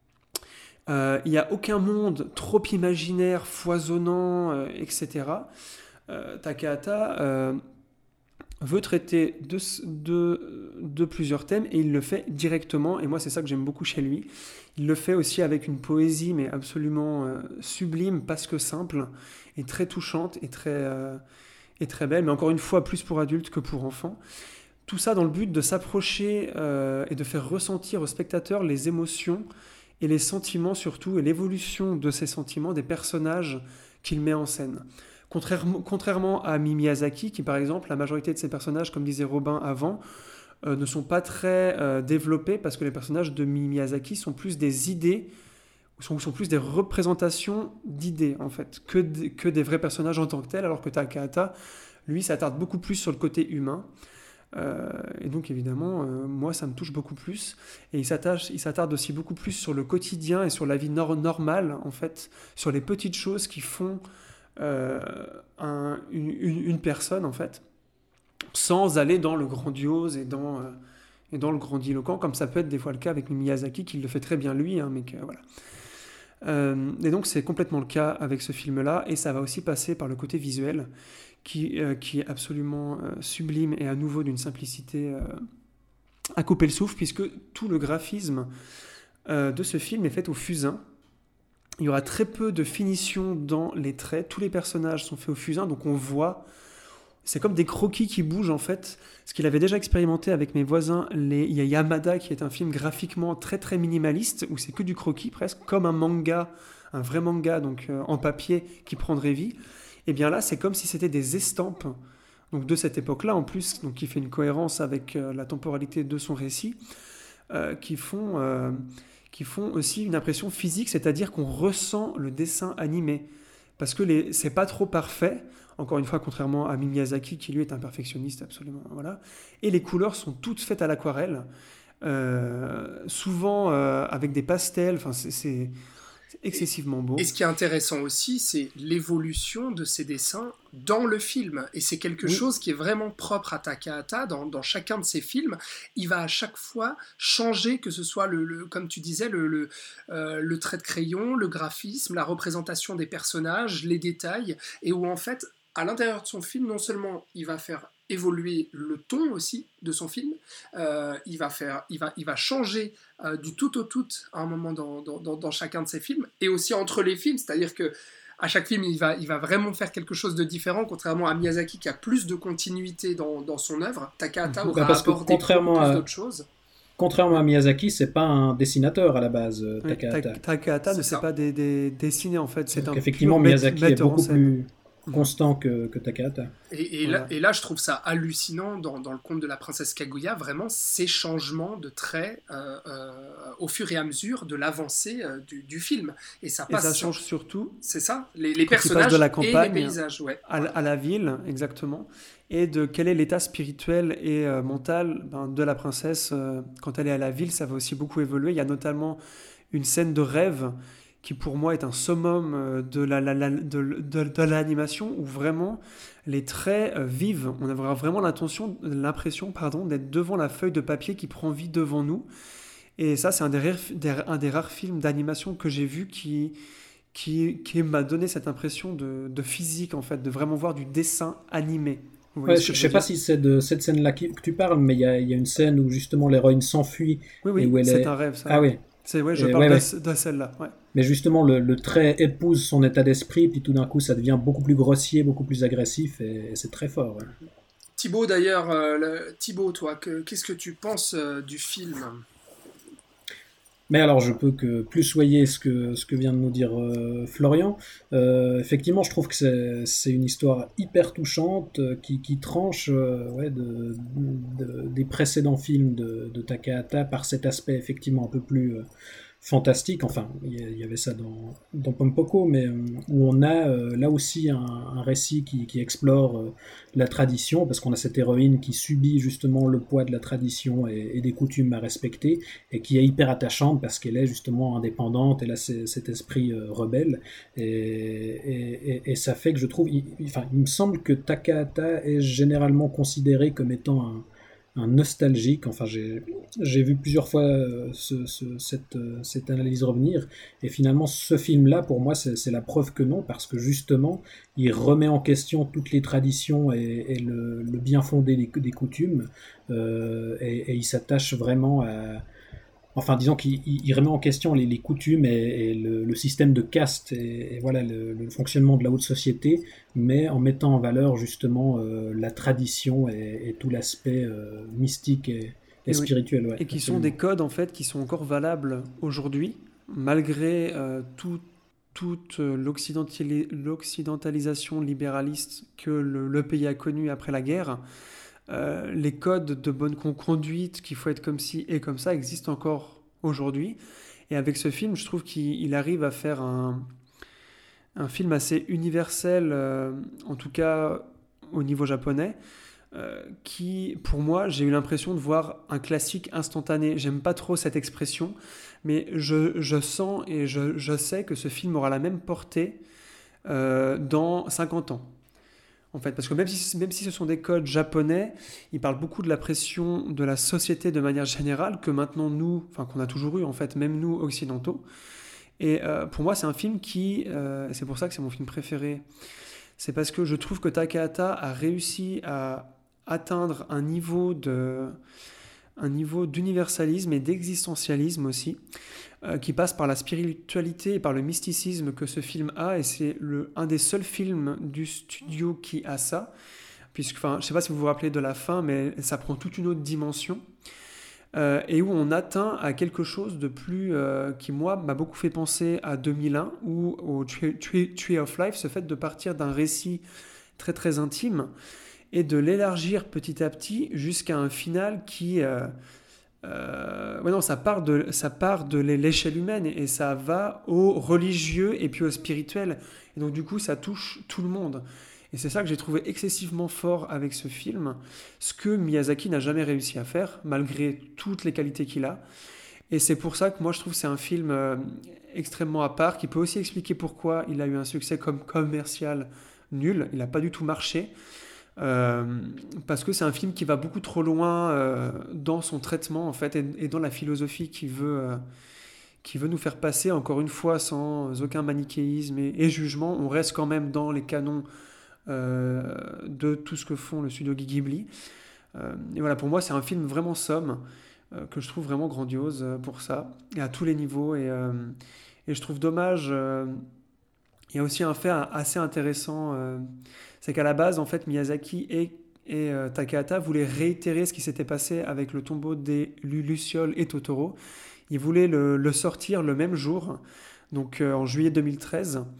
euh, il n'y a aucun monde trop imaginaire, foisonnant, euh, et cetera. Euh, Takahata euh, veut traiter de, de, de plusieurs thèmes et il le fait directement, et moi c'est ça que j'aime beaucoup chez lui. Il le fait aussi avec une poésie mais absolument euh, sublime parce que simple et très touchante et très, euh, et très belle, mais encore une fois plus pour adultes que pour enfants. Tout ça dans le but de s'approcher euh, et de faire ressentir aux spectateurs les émotions et les sentiments surtout, et l'évolution de ces sentiments des personnages qu'il met en scène. Contrairement, contrairement à Miyazaki, qui par exemple, la majorité de ses personnages, comme disait Robin avant, euh, ne sont pas très euh, développés, parce que les personnages de Miyazaki sont plus des idées, sont, sont plus des représentations d'idées, en fait, que, de, que des vrais personnages en tant que tels, alors que Takahata, lui, s'attarde beaucoup plus sur le côté humain. Euh, et donc évidemment, euh, moi, ça me touche beaucoup plus. Et il s'attarde, il s'attarde aussi beaucoup plus sur le quotidien et sur la vie nor- normale, en fait, sur les petites choses qui font euh, un, une, une, une personne, en fait, sans aller dans le grandiose et dans, euh, et dans le grandiloquent, comme ça peut être des fois le cas avec Miyazaki, qui le fait très bien lui, hein, mais que, voilà. Euh, et donc c'est complètement le cas avec ce film-là, et ça va aussi passer par le côté visuel, qui, euh, qui est absolument euh, sublime et à nouveau d'une simplicité euh, à couper le souffle, puisque tout le graphisme euh, de ce film est fait au fusain. Il y aura très peu de finition dans les traits, tous les personnages sont faits au fusain, donc on voit, c'est comme des croquis qui bougent en fait, ce qu'il avait déjà expérimenté avec mes voisins, les... il y a Yamada qui est un film graphiquement très très minimaliste, où c'est que du croquis presque, comme un manga, un vrai manga donc euh, en papier qui prendrait vie. Et bien là, c'est comme si c'était des estampes donc de cette époque-là, en plus, donc qui fait une cohérence avec euh, la temporalité de son récit, euh, qui, font, euh, qui font aussi une impression physique, c'est-à-dire qu'on ressent le dessin animé. Parce que les, c'est pas trop parfait, encore une fois, contrairement à Miyazaki, qui lui est un perfectionniste absolument. Voilà. Et les couleurs sont toutes faites à l'aquarelle, euh, souvent euh, avec des pastels, enfin c'est... c'est C'est excessivement beau. Et ce qui est intéressant aussi, c'est l'évolution de ces dessins dans le film. Et c'est quelque oui. chose qui est vraiment propre à Takahata dans, dans chacun de ses films. Il va à chaque fois changer, que ce soit, le, le, comme tu disais, le, le, euh, le trait de crayon, le graphisme, la représentation des personnages, les détails, et où en fait, à l'intérieur de son film, non seulement il va faire évoluer le ton aussi de son film, euh, il, va faire, il, va, il va changer euh, du tout au tout à un moment dans, dans, dans chacun de ses films, et aussi entre les films, c'est-à-dire que à chaque film, il va, il va vraiment faire quelque chose de différent, contrairement à Miyazaki qui a plus de continuité dans, dans son œuvre. Takahata aura parce que abordé contrairement plus à... d'autres choses. Contrairement à Miyazaki, c'est pas un dessinateur à la base, Takahata. Oui, Takahata ne sait pas des, des, dessiner en fait, c'est donc un effectivement Miyazaki est beaucoup plus constant que, que Takahata. Et, et, Voilà. là, et là, je trouve ça hallucinant dans, dans le conte de la princesse Kaguya, vraiment ces changements de traits euh, euh, au fur et à mesure de l'avancée euh, du, du film. Et ça Et passe ça sur- change surtout C'est ça, les, les quand il passe personnages de la et les campagne paysages, ouais. à, l- à la ville, exactement, et de quel est l'état spirituel et euh, mental ben, de la princesse euh, quand elle est à la ville. Ça va aussi beaucoup évoluer. Il y a notamment une scène de rêve qui pour moi est un summum euh, de la, la- la- de, de- de l'animation où vraiment les traits euh, vivent. On a vraiment l'intention, l'impression pardon, d'être devant la feuille de papier qui prend vie devant nous. Et ça, c'est un des rares, des- un des rares films d'animation que j'ai vu qui, qui, qui m'a donné cette impression de, de physique, en fait, de vraiment voir du dessin animé. Vous voyez Ouais, ce je que je je veux sais pas dire? si c'est de cette scène-là qui- que tu parles, mais il y a, il y a une scène où justement l'héroïne s'enfuit Oui, et oui, où elle c'est est. un rêve, ça, Ah ouais. oui, C'est, ouais, je et parle ouais, de, ouais. ce- de celle-là, ouais. Mais justement, le, le trait épouse son état d'esprit, puis tout d'un coup, ça devient beaucoup plus grossier, beaucoup plus agressif, et, et c'est très fort. Ouais. Thibaut, d'ailleurs, euh, le- Thibaut, toi, que- qu'est-ce que tu penses euh, du film? Mais alors, je peux que plus soyer ce que, ce que vient de nous dire euh, Florian. Euh, effectivement, je trouve que c'est, c'est une histoire hyper touchante euh, qui, qui tranche euh, ouais, de, de- des précédents films de, de Takahata par cet aspect effectivement un peu plus euh, fantastique. Enfin, il y, a- il y avait ça dans, dans Pompoko, mais euh, où on a euh, là aussi un, un récit qui, qui explore euh, la tradition, parce qu'on a cette héroïne qui subit justement le poids de la tradition et, et des coutumes à respecter, et qui est hyper attachante parce qu'elle est justement indépendante, elle a ce- cet esprit euh, rebelle, et, et, et- et ça fait que je trouve, il, il- enfin, il me semble que Takahata est généralement considéré comme étant un, un nostalgique. Enfin, j'ai j'ai vu plusieurs fois euh, ce- ce- cette, euh, cette analyse revenir, et finalement, ce film-là, pour moi, c'est c'est la preuve que non, parce que justement, il remet en question toutes les traditions et, et le, le bien fondé des, des coutumes, euh, et, et il s'attache vraiment à, enfin, disons qu'il il- il remet en question les, les coutumes et, et le, le système de caste et, et voilà le, le fonctionnement de la haute société, mais en mettant en valeur justement euh, la tradition et, et tout l'aspect euh, mystique et, et Et oui. spirituel. Ouais, Et qui sont absolument. des codes, en fait, qui sont encore valables aujourd'hui, malgré euh, tout- toute euh, l'occidentali- l'occidentalisation libéraliste que le, le pays a connue après la guerre. Euh, les codes de bonne con- conduite, qu'il faut être comme ci et comme ça, existent encore aujourd'hui. Et avec ce film, je trouve qu'il il arrive à faire un, un film assez universel, euh, en tout cas au niveau japonais, euh, qui, pour moi, j'ai eu l'impression de voir un classique instantané. J'aime pas trop cette expression, mais je, je sens et je, je sais que ce film aura la même portée euh, dans cinquante ans. En fait, parce que même si, même si ce sont des codes japonais, ils parlent beaucoup de la pression de la société de manière générale, que maintenant nous, enfin qu'on a toujours eu en fait, même nous occidentaux. Et euh, pour moi, c'est un film qui, euh, c'est pour ça que c'est mon film préféré, c'est parce que je trouve que Takahata a réussi à atteindre un niveau de, un niveau d'universalisme et d'existentialisme aussi, euh, qui passe par la spiritualité et par le mysticisme que ce film a, et c'est le, un des seuls films du studio qui a ça, puisque, enfin, je ne sais pas si vous vous rappelez de la fin, mais ça prend toute une autre dimension, euh, et où on atteint à quelque chose de plus, euh, qui moi m'a beaucoup fait penser à deux mille un, ou au Tree, Tree- Tree of Life, ce fait de partir d'un récit très très intime, et de l'élargir petit à petit jusqu'à un final qui... euh, euh, ouais, non, ça part de, ça part de l'échelle humaine et ça va au religieux et puis au spirituel. Et donc, du coup, ça touche tout le monde. Et c'est ça que j'ai trouvé excessivement fort avec ce film, ce que Miyazaki n'a jamais réussi à faire, malgré toutes les qualités qu'il a. Et c'est pour ça que moi, je trouve que c'est un film euh, extrêmement à part, qui peut aussi expliquer pourquoi il a eu un succès comme commercial nul. Il n'a pas du tout marché. Euh, parce que c'est un film qui va beaucoup trop loin euh, dans son traitement en fait et, et dans la philosophie qu'il veut, euh, qui veut nous faire passer, encore une fois sans aucun manichéisme et, et jugement. On reste quand même dans les canons euh, de tout ce que font le studio Ghibli. Euh, et voilà, pour moi c'est un film vraiment somme, euh, que je trouve vraiment grandiose euh, pour ça et à tous les niveaux, et, euh, et je trouve dommage. euh, il y a aussi un fait assez intéressant, euh, c'est qu'à la base, en fait, Miyazaki et, et euh, Takahata voulaient réitérer ce qui s'était passé avec le tombeau des Lu- Lucioles et Totoro. Ils voulaient le, le sortir le même jour, donc euh, en juillet deux mille treize.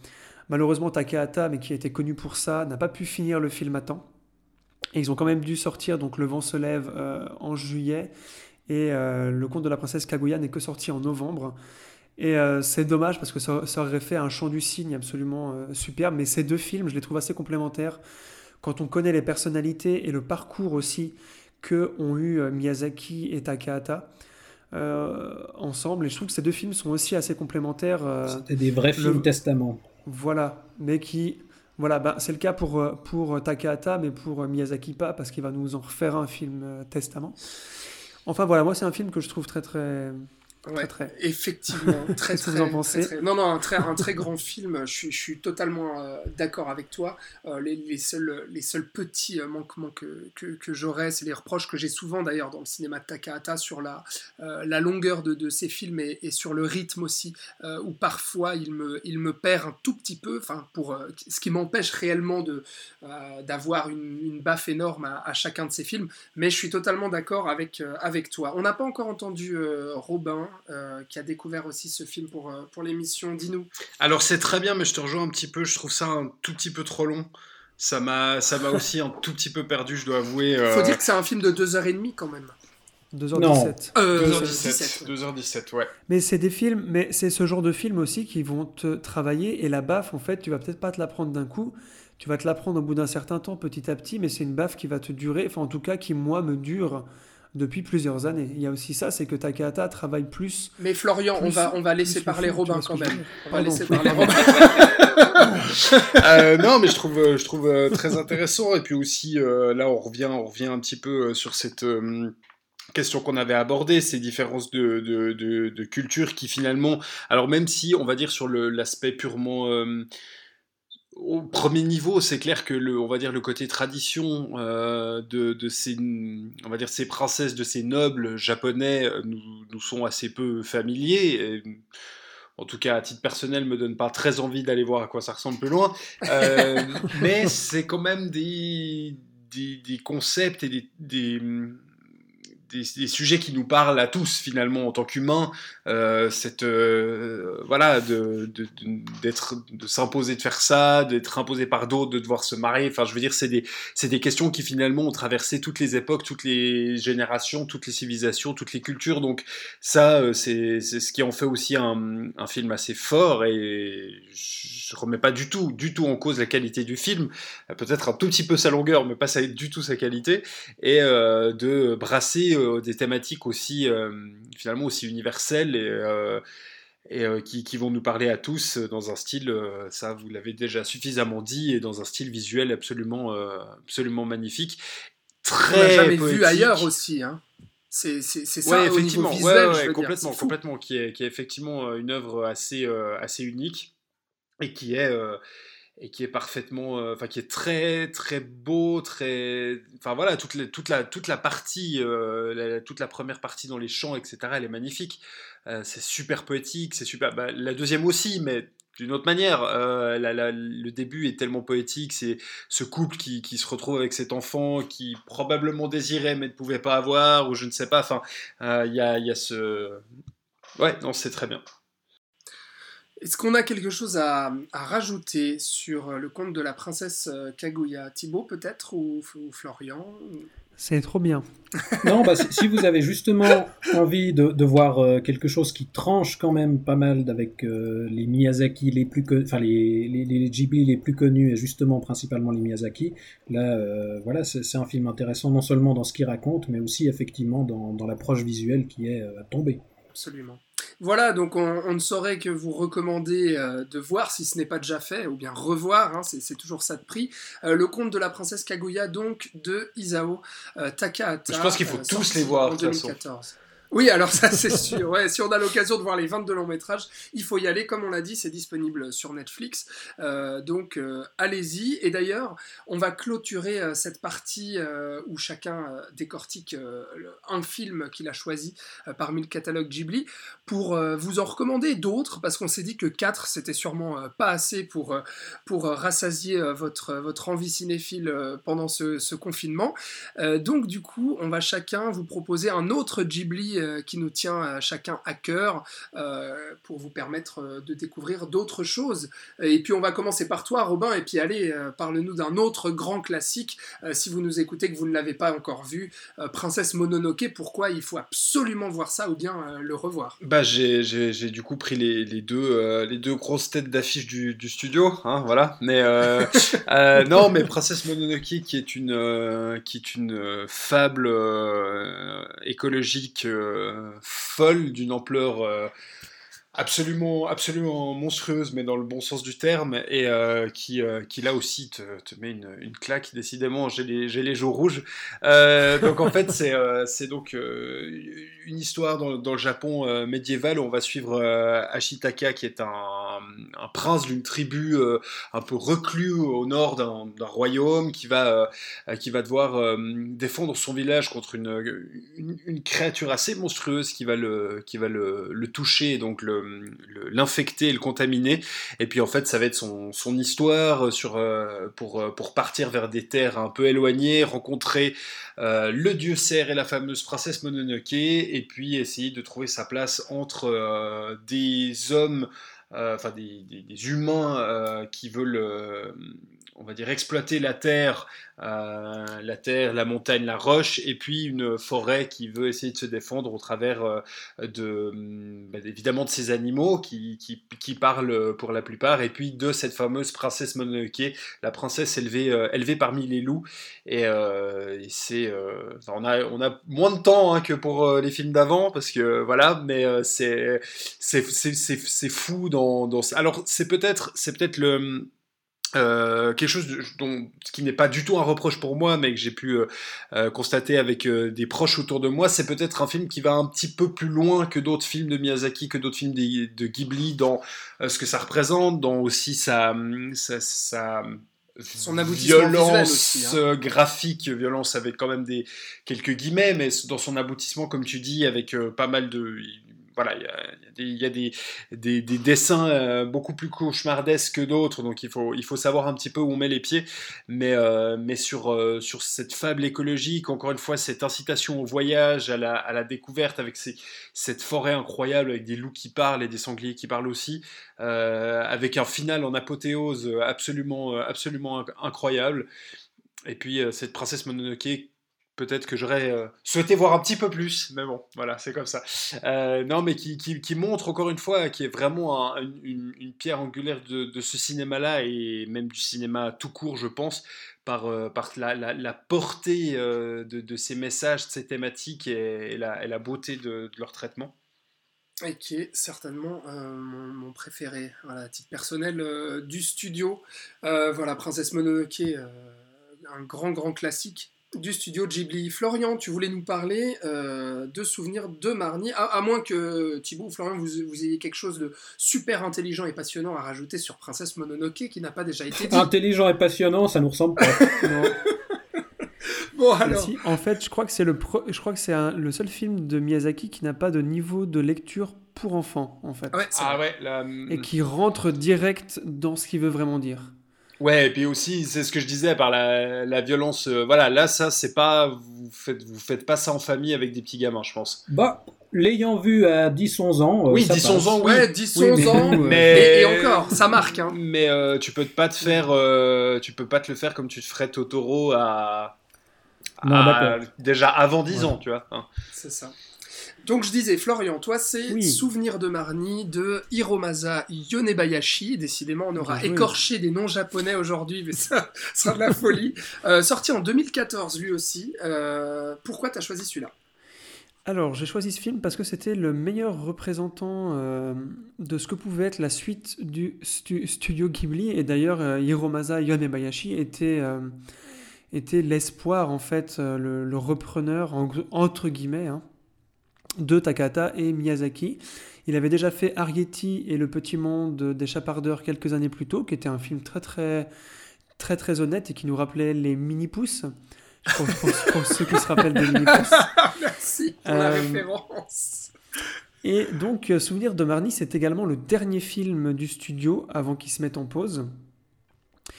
Malheureusement, Takahata, mais qui a été connu pour ça, n'a pas pu finir le film à temps. Et ils ont quand même dû sortir donc Le Vent se lève euh, en juillet et euh, Le Conte de la Princesse Kaguya n'est que sorti en novembre. Et euh, c'est dommage parce que ça, ça aurait fait un chant du cygne absolument euh, superbe. Mais ces deux films, je les trouve assez complémentaires quand on connaît les personnalités et le parcours aussi que ont eu euh, Miyazaki et Takahata euh, ensemble. Et je trouve que ces deux films sont aussi assez complémentaires. euh, C'était des vrais films le- testament. Voilà, mais qui... Voilà, bah, c'est le cas pour, euh, pour Takahata, mais pour euh, Miyazaki pas, parce qu'il va nous en refaire un film euh, testament. Enfin voilà, moi c'est un film que je trouve très très... très, Ouais, très... effectivement, très Qu'est-ce que très, vous en très, pensez? très- non non, un très un très grand film. Je suis je suis totalement euh, d'accord avec toi. Euh, les, les seuls les seuls petits euh, manquements que que, que j'aurais, c'est les reproches que j'ai souvent d'ailleurs dans le cinéma de Takahata sur la euh, la longueur de, de ses films et, et sur le rythme aussi, euh, où parfois il me il me perd un tout petit peu. Enfin pour euh, ce qui m'empêche réellement de euh, d'avoir une, une baffe énorme à, à chacun de ses films. Mais je suis totalement d'accord avec euh, avec toi. On n'a pas encore entendu euh, Robin. Euh, qui a découvert aussi ce film pour, euh, pour l'émission. Dis-nous. Alors c'est très bien, mais je te rejoins un petit peu. Je trouve ça un tout petit peu trop long. Ça m'a, ça m'a aussi un tout petit peu perdu, je dois avouer. Il faut euh, dire que c'est un film de deux heures trente quand même. deux heures Non. dix-sept. Euh, deux heures dix-sept, dix-sept, ouais. deux heures dix-sept, ouais. Mais c'est des films, mais c'est ce genre de films aussi qui vont te travailler. Et la baffe, en fait, tu vas peut-être pas te la prendre d'un coup. Tu vas te la prendre au bout d'un certain temps, petit à petit. Mais c'est une baffe qui va te durer. Enfin, en tout cas, qui moi me dure depuis plusieurs années. Il y a aussi ça, c'est que Takahata travaille plus. Mais Florian, on Plus- va, on va laisser plus le parler film, Robin tu vois ce quand que je veux même. dire. On va Pardon. laisser parler Robin. Euh, non, mais je trouve, euh, je trouve euh, très intéressant. Et puis aussi, euh, là, on revient, on revient un petit peu euh, sur cette euh, question qu'on avait abordée, ces différences de, de, de, de culture qui finalement, alors même si, on va dire sur le, l'aspect purement euh, au premier niveau, c'est clair que le, on va dire le côté tradition euh, de, de ces, on va dire ces princesses, de ces nobles japonais, euh, nous, nous sont assez peu familiers. Et, en tout cas, à titre personnel, me donne pas très envie d'aller voir à quoi ça ressemble plus loin. Euh, mais c'est quand même des, des, des concepts et des, des, des, des sujets qui nous parlent à tous finalement en tant qu'humains. Euh, cette euh, voilà, de, de, de, d'être, de s'imposer de faire ça, d'être imposé par d'autres, de devoir se marier. Enfin, je veux dire, c'est des, c'est des questions qui finalement ont traversé toutes les époques, toutes les générations, toutes les civilisations, toutes les cultures. Donc ça, euh, c'est, c'est ce qui en fait aussi un, un film assez fort. Et je remets pas du tout, du tout en cause la qualité du film. Peut-être un tout petit peu sa longueur, mais pas sa, du tout sa qualité. Et euh, de brasser euh, des thématiques aussi euh, finalement aussi universelles et, euh, et euh, qui, qui vont nous parler à tous dans un style, euh, ça vous l'avez déjà suffisamment dit, et dans un style visuel absolument, euh, absolument magnifique. On l'a Très jamais poétique. vu ailleurs aussi. Hein. C'est, c'est, c'est ça Ouais, au niveau effectivement, visuel, ouais, ouais, je veux dire, complètement, c'est fou. complètement, qui est, qui est effectivement une œuvre assez, euh, assez unique et qui est, euh, et qui est parfaitement, euh, enfin qui est très très beau, très, enfin voilà, toute la, toute la, toute la partie, euh, la, toute la première partie dans les chants, et cetera. Elle est magnifique. Euh, c'est super poétique, c'est super. Bah, la deuxième aussi, mais d'une autre manière. Euh, la, la, le début est tellement poétique, c'est ce couple qui, qui se retrouve avec cet enfant qui probablement désirait mais ne pouvait pas avoir, ou je ne sais pas. Enfin, il euh, y, a, y a ce, ouais, non, c'est très bien. Est-ce qu'on a quelque chose à, à rajouter sur le conte de la princesse Kaguya? Thibaut peut-être, ou, ou Florian? C'est trop bien. Non, bah, si, si vous avez justement envie de, de voir euh, quelque chose qui tranche quand même pas mal avec euh, les Miyazaki les plus connus, enfin les, les, les Ghibli les plus connus, et justement principalement les Miyazaki, là, euh, voilà, c'est, c'est un film intéressant non seulement dans ce qu'il raconte, mais aussi effectivement dans, dans l'approche visuelle qui est euh, tombée. Absolument. Voilà, donc on, on ne saurait que vous recommander euh, de voir, si ce n'est pas déjà fait, ou bien revoir, hein, c'est, c'est toujours ça de prix, euh, le conte de la princesse Kaguya, donc de Isao euh, Takahata. Je pense qu'il faut euh, tous sorti les voir, en de toute deux mille façon. quatorze. Oui, alors ça c'est sûr. Ouais, si on a l'occasion de voir les vingt-deux longs métrages, il faut y aller. Comme on l'a dit, c'est disponible sur Netflix. Euh, donc euh, allez-y. Et d'ailleurs, on va clôturer euh, cette partie euh, où chacun euh, décortique euh, le- un film qu'il a choisi euh, parmi le catalogue Ghibli pour euh, vous en recommander d'autres, parce qu'on s'est dit que quatre c'était sûrement euh, pas assez pour, euh, pour euh, rassasier euh, votre, votre envie cinéphile euh, pendant ce, ce confinement. Euh, donc du coup, on va chacun vous proposer un autre Ghibli euh, qui nous tient euh, chacun à cœur euh, pour vous permettre euh, de découvrir d'autres choses. Et puis on va commencer par toi, Robin, et puis allez, euh, parle-nous d'un autre grand classique. Euh, si vous nous écoutez, que vous ne l'avez pas encore vu, euh, Princesse Mononoke, pourquoi il faut absolument voir ça ou bien euh, le revoir? Bah, j'ai, j'ai, j'ai du coup pris les, les, deux, euh, les deux grosses têtes d'affiche du, du studio, hein, voilà. Mais euh, euh, non, mais Princesse Mononoke, qui est une, euh, qui est une euh, fable euh, écologique euh, folle, d'une ampleur euh, absolument, absolument monstrueuse, mais dans le bon sens du terme, et euh, qui, euh, qui là aussi te, te met une, une claque. Décidément, j'ai les, j'ai les joues rouges. Euh, donc en fait, c'est, euh, c'est donc euh, une histoire dans, dans le Japon euh, médiéval où on va suivre euh, Ashitaka, qui est un, un prince d'une tribu euh, un peu reclus au nord d'un, d'un royaume, qui va, euh, qui va devoir euh, défendre son village contre une, une, une créature assez monstrueuse qui va le, qui va le, le toucher, donc le Le, l'infecter et le contaminer. Et puis en fait ça va être son, son histoire sur, euh, pour, pour partir vers des terres un peu éloignées, rencontrer euh, le dieu cerf et la fameuse princesse Mononoke, et puis essayer de trouver sa place entre euh, des hommes, euh, enfin des, des, des humains euh, qui veulent euh, on va dire exploiter la terre, euh, la terre, la montagne, la roche, et puis une forêt qui veut essayer de se défendre au travers euh, de, bah, évidemment de ces animaux qui, qui, qui parlent pour la plupart, et puis de cette fameuse princesse Mononoke, la princesse élevée, euh, élevée parmi les loups. Et, euh, et c'est, euh, enfin, on a, on a moins de temps hein, que pour euh, les films d'avant, parce que voilà, mais euh, c'est, c'est, c'est, c'est, c'est fou dans, dans. Alors c'est peut-être, c'est peut-être le Euh, quelque chose de, dont, qui n'est pas du tout un reproche pour moi, mais que j'ai pu euh, euh, constater avec euh, des proches autour de moi, c'est peut-être un film qui va un petit peu plus loin que d'autres films de Miyazaki, que d'autres films de, de Ghibli, dans euh, ce que ça représente, dans aussi sa, sa, sa son aboutissement violence aussi, hein. graphique, violence avec quand même des quelques guillemets, mais dans son aboutissement, comme tu dis, avec euh, pas mal de voilà, il y a, il y a des, des, des dessins euh, beaucoup plus cauchemardesques que d'autres, donc il faut, il faut savoir un petit peu où on met les pieds, mais, euh, mais sur, euh, sur cette fable écologique, encore une fois, cette incitation au voyage, à la, à la découverte, avec ces, cette forêt incroyable, avec des loups qui parlent et des sangliers qui parlent aussi, euh, avec un final en apothéose absolument, absolument incroyable, et puis euh, cette princesse Mononoke, peut-être que j'aurais euh, souhaité voir un petit peu plus, mais bon, voilà, c'est comme ça. Euh, non, mais qui, qui, qui montre encore une fois, qui est vraiment un, une, une pierre angulaire de, de ce cinéma-là, et même du cinéma tout court, je pense, par, euh, par la, la, la portée euh, de, de ces messages, de ces thématiques, et, et, la, et la beauté de, de leur traitement. Et qui est certainement euh, mon, mon préféré, voilà, à titre personnel, euh, du studio. Euh, voilà, Princesse Mononoke, euh, un grand, grand classique du studio Ghibli. Florian, tu voulais nous parler euh, de souvenirs de Marnie, à, à moins que Thibaut ou Florian, vous, vous ayez quelque chose de super intelligent et passionnant à rajouter sur Princesse Mononoke qui n'a pas déjà été dit. Intelligent et passionnant, ça nous ressemble pas. Non. Bon, alors. Si, en fait, je crois que c'est, le, pro... je crois que c'est un... le seul film de Miyazaki qui n'a pas de niveau de lecture pour enfants, en fait. Ouais, ah ouais, la... Et qui rentre direct dans ce qu'il veut vraiment dire. Ouais, et puis aussi, c'est ce que je disais par la, la violence. Euh, voilà, là, ça, c'est pas. Vous faites, vous faites pas ça en famille avec des petits gamins, je pense. Bah, l'ayant vu à dix onze ans. Euh, oui, ça dix onze ans, oui. Ouais, dix onze oui, mais ans. nous, euh, mais... Et, et encore, ça marque. Hein. Mais euh, tu peux pas te faire. Euh, tu peux pas te le faire comme tu te ferais Totoro à. Non, à d'accord. déjà avant dix ouais. ans, tu vois. Hein. C'est ça. Donc je disais, Florian, toi c'est oui. Souvenir de Marnie de Hiromasa Yonebayashi. Décidément, on aura Bien écorché des noms japonais aujourd'hui, mais ça sera de la folie. Euh, sorti en deux mille quatorze lui aussi. Euh, pourquoi tu as choisi celui-là ? Alors, j'ai choisi ce film parce que c'était le meilleur représentant euh, de ce que pouvait être la suite du stu- studio Ghibli. Et d'ailleurs, euh, Hiromasa Yonebayashi était, euh, était l'espoir, en fait, euh, le, le repreneur, en, entre guillemets, hein, de Takahata et Miyazaki. Il avait déjà fait Arrietty et Le Petit Monde des Chapardeurs quelques années plus tôt, qui était un film très très très très honnête et qui nous rappelait les mini-pousses. Pour, pour, pour ceux qui se rappellent des mini-pousses. Merci pour euh, la référence. Et donc, euh, Souvenir de Marnie, c'est également le dernier film du studio avant qu'il se mette en pause.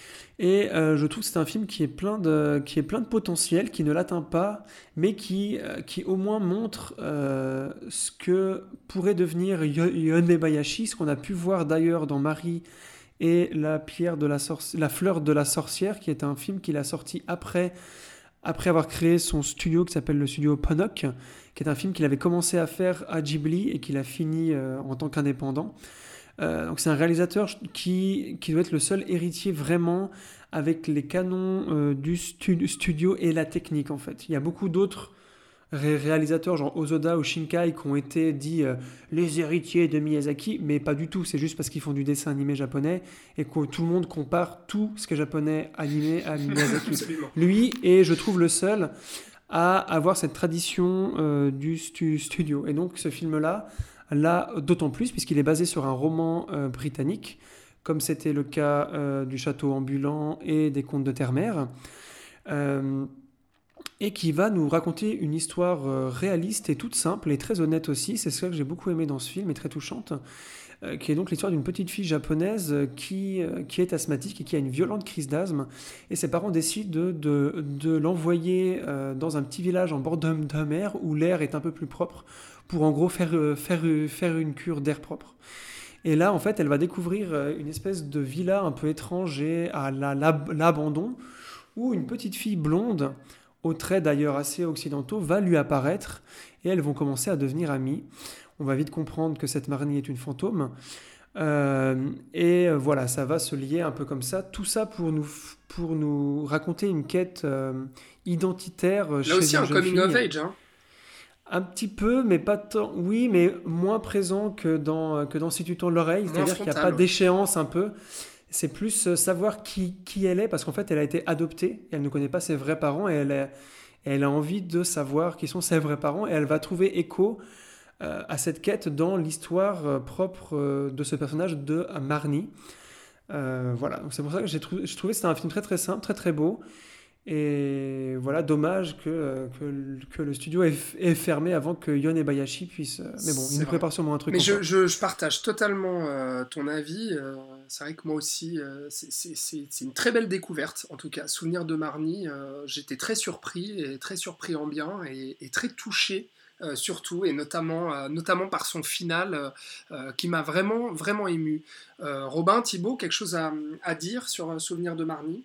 Et euh, je trouve que c'est un film qui est plein de, qui est plein de potentiel, qui ne l'atteint pas, mais qui, euh, qui au moins montre euh, ce que pourrait devenir Yo- Yone Bayashi, ce qu'on a pu voir d'ailleurs dans Marie et la, pierre de la, sorci- la fleur de la sorcière, qui est un film qu'il a sorti après, après avoir créé son studio qui s'appelle le studio Ponok, qui est un film qu'il avait commencé à faire à Ghibli et qu'il a fini euh, en tant qu'indépendant. Euh, donc c'est un réalisateur qui, qui doit être le seul héritier vraiment avec les canons euh, du stu- studio et la technique en fait. Il y a beaucoup d'autres ré- réalisateurs genre Osoda ou Shinkai qui ont été dits euh, les héritiers de Miyazaki, mais pas du tout, c'est juste parce qu'ils font du dessin animé japonais et que tout le monde compare tout ce qui est japonais animé à Miyazaki. Absolument. Lui est, je trouve, le seul à avoir cette tradition euh, du stu- studio. Et donc ce film-là, là, d'autant plus, puisqu'il est basé sur un roman euh, britannique, comme c'était le cas euh, du Château ambulant et des Contes de Terre-Mère, euh, et qui va nous raconter une histoire euh, réaliste et toute simple et très honnête aussi. C'est ça que j'ai beaucoup aimé dans ce film et très touchante, euh, qui est donc l'histoire d'une petite fille japonaise euh, qui, euh, qui est asthmatique et qui a une violente crise d'asthme. Et ses parents décident de, de, de l'envoyer euh, dans un petit village en bord de, de mer où l'air est un peu plus propre pour en gros faire, euh, faire, euh, faire une cure d'air propre. Et là, en fait, elle va découvrir euh, une espèce de villa un peu étrange et à la, la- l'abandon où une petite fille blonde, aux traits d'ailleurs assez occidentaux, va lui apparaître et elles vont commencer à devenir amies. On va vite comprendre que cette Marnie est une fantôme. Euh, et euh, voilà, ça va se lier un peu comme ça. Tout ça pour nous, f- pour nous raconter une quête euh, identitaire Là chez aussi, une un jeune coming fille. of age. Hein. Un petit peu, mais pas tant. Oui, mais moins présent que dans, que dans Si tu tournes l'oreille. Moins C'est-à-dire qu'il n'y a frontal, pas ouais. d'échéance un peu. C'est plus euh, savoir qui, qui elle est, parce qu'en fait, elle a été adoptée. Elle ne connaît pas ses vrais parents et elle, est- elle a envie de savoir qui sont ses vrais parents. Et elle va trouver écho euh, à cette quête dans l'histoire euh, propre euh, de ce personnage de Marnie. Euh, voilà, donc c'est pour ça que j'ai trouvé, j'ai trouvé que c'était un film très très simple, très très beau. Et voilà, dommage que, euh, que, que le studio est, est fermé avant que Yon et Bayashi puissent. euh, Mais bon, C'est il nous vrai. prépare sûrement un truc Mais je, encore. je, je partage totalement euh, ton avis. euh, c'est vrai que moi aussi, euh, c'est, c'est- c'est- c'est une très belle découverte. En tout cas, Souvenir de Marnie, euh, j'étais très surpris, et très surpris en bien, et, et très touché. euh, surtout, et notamment, euh, notamment par son final euh, euh, qui m'a vraiment, vraiment ému. Euh, Robin, Thibaut, quelque chose à, à dire sur euh, Souvenir de Marnie?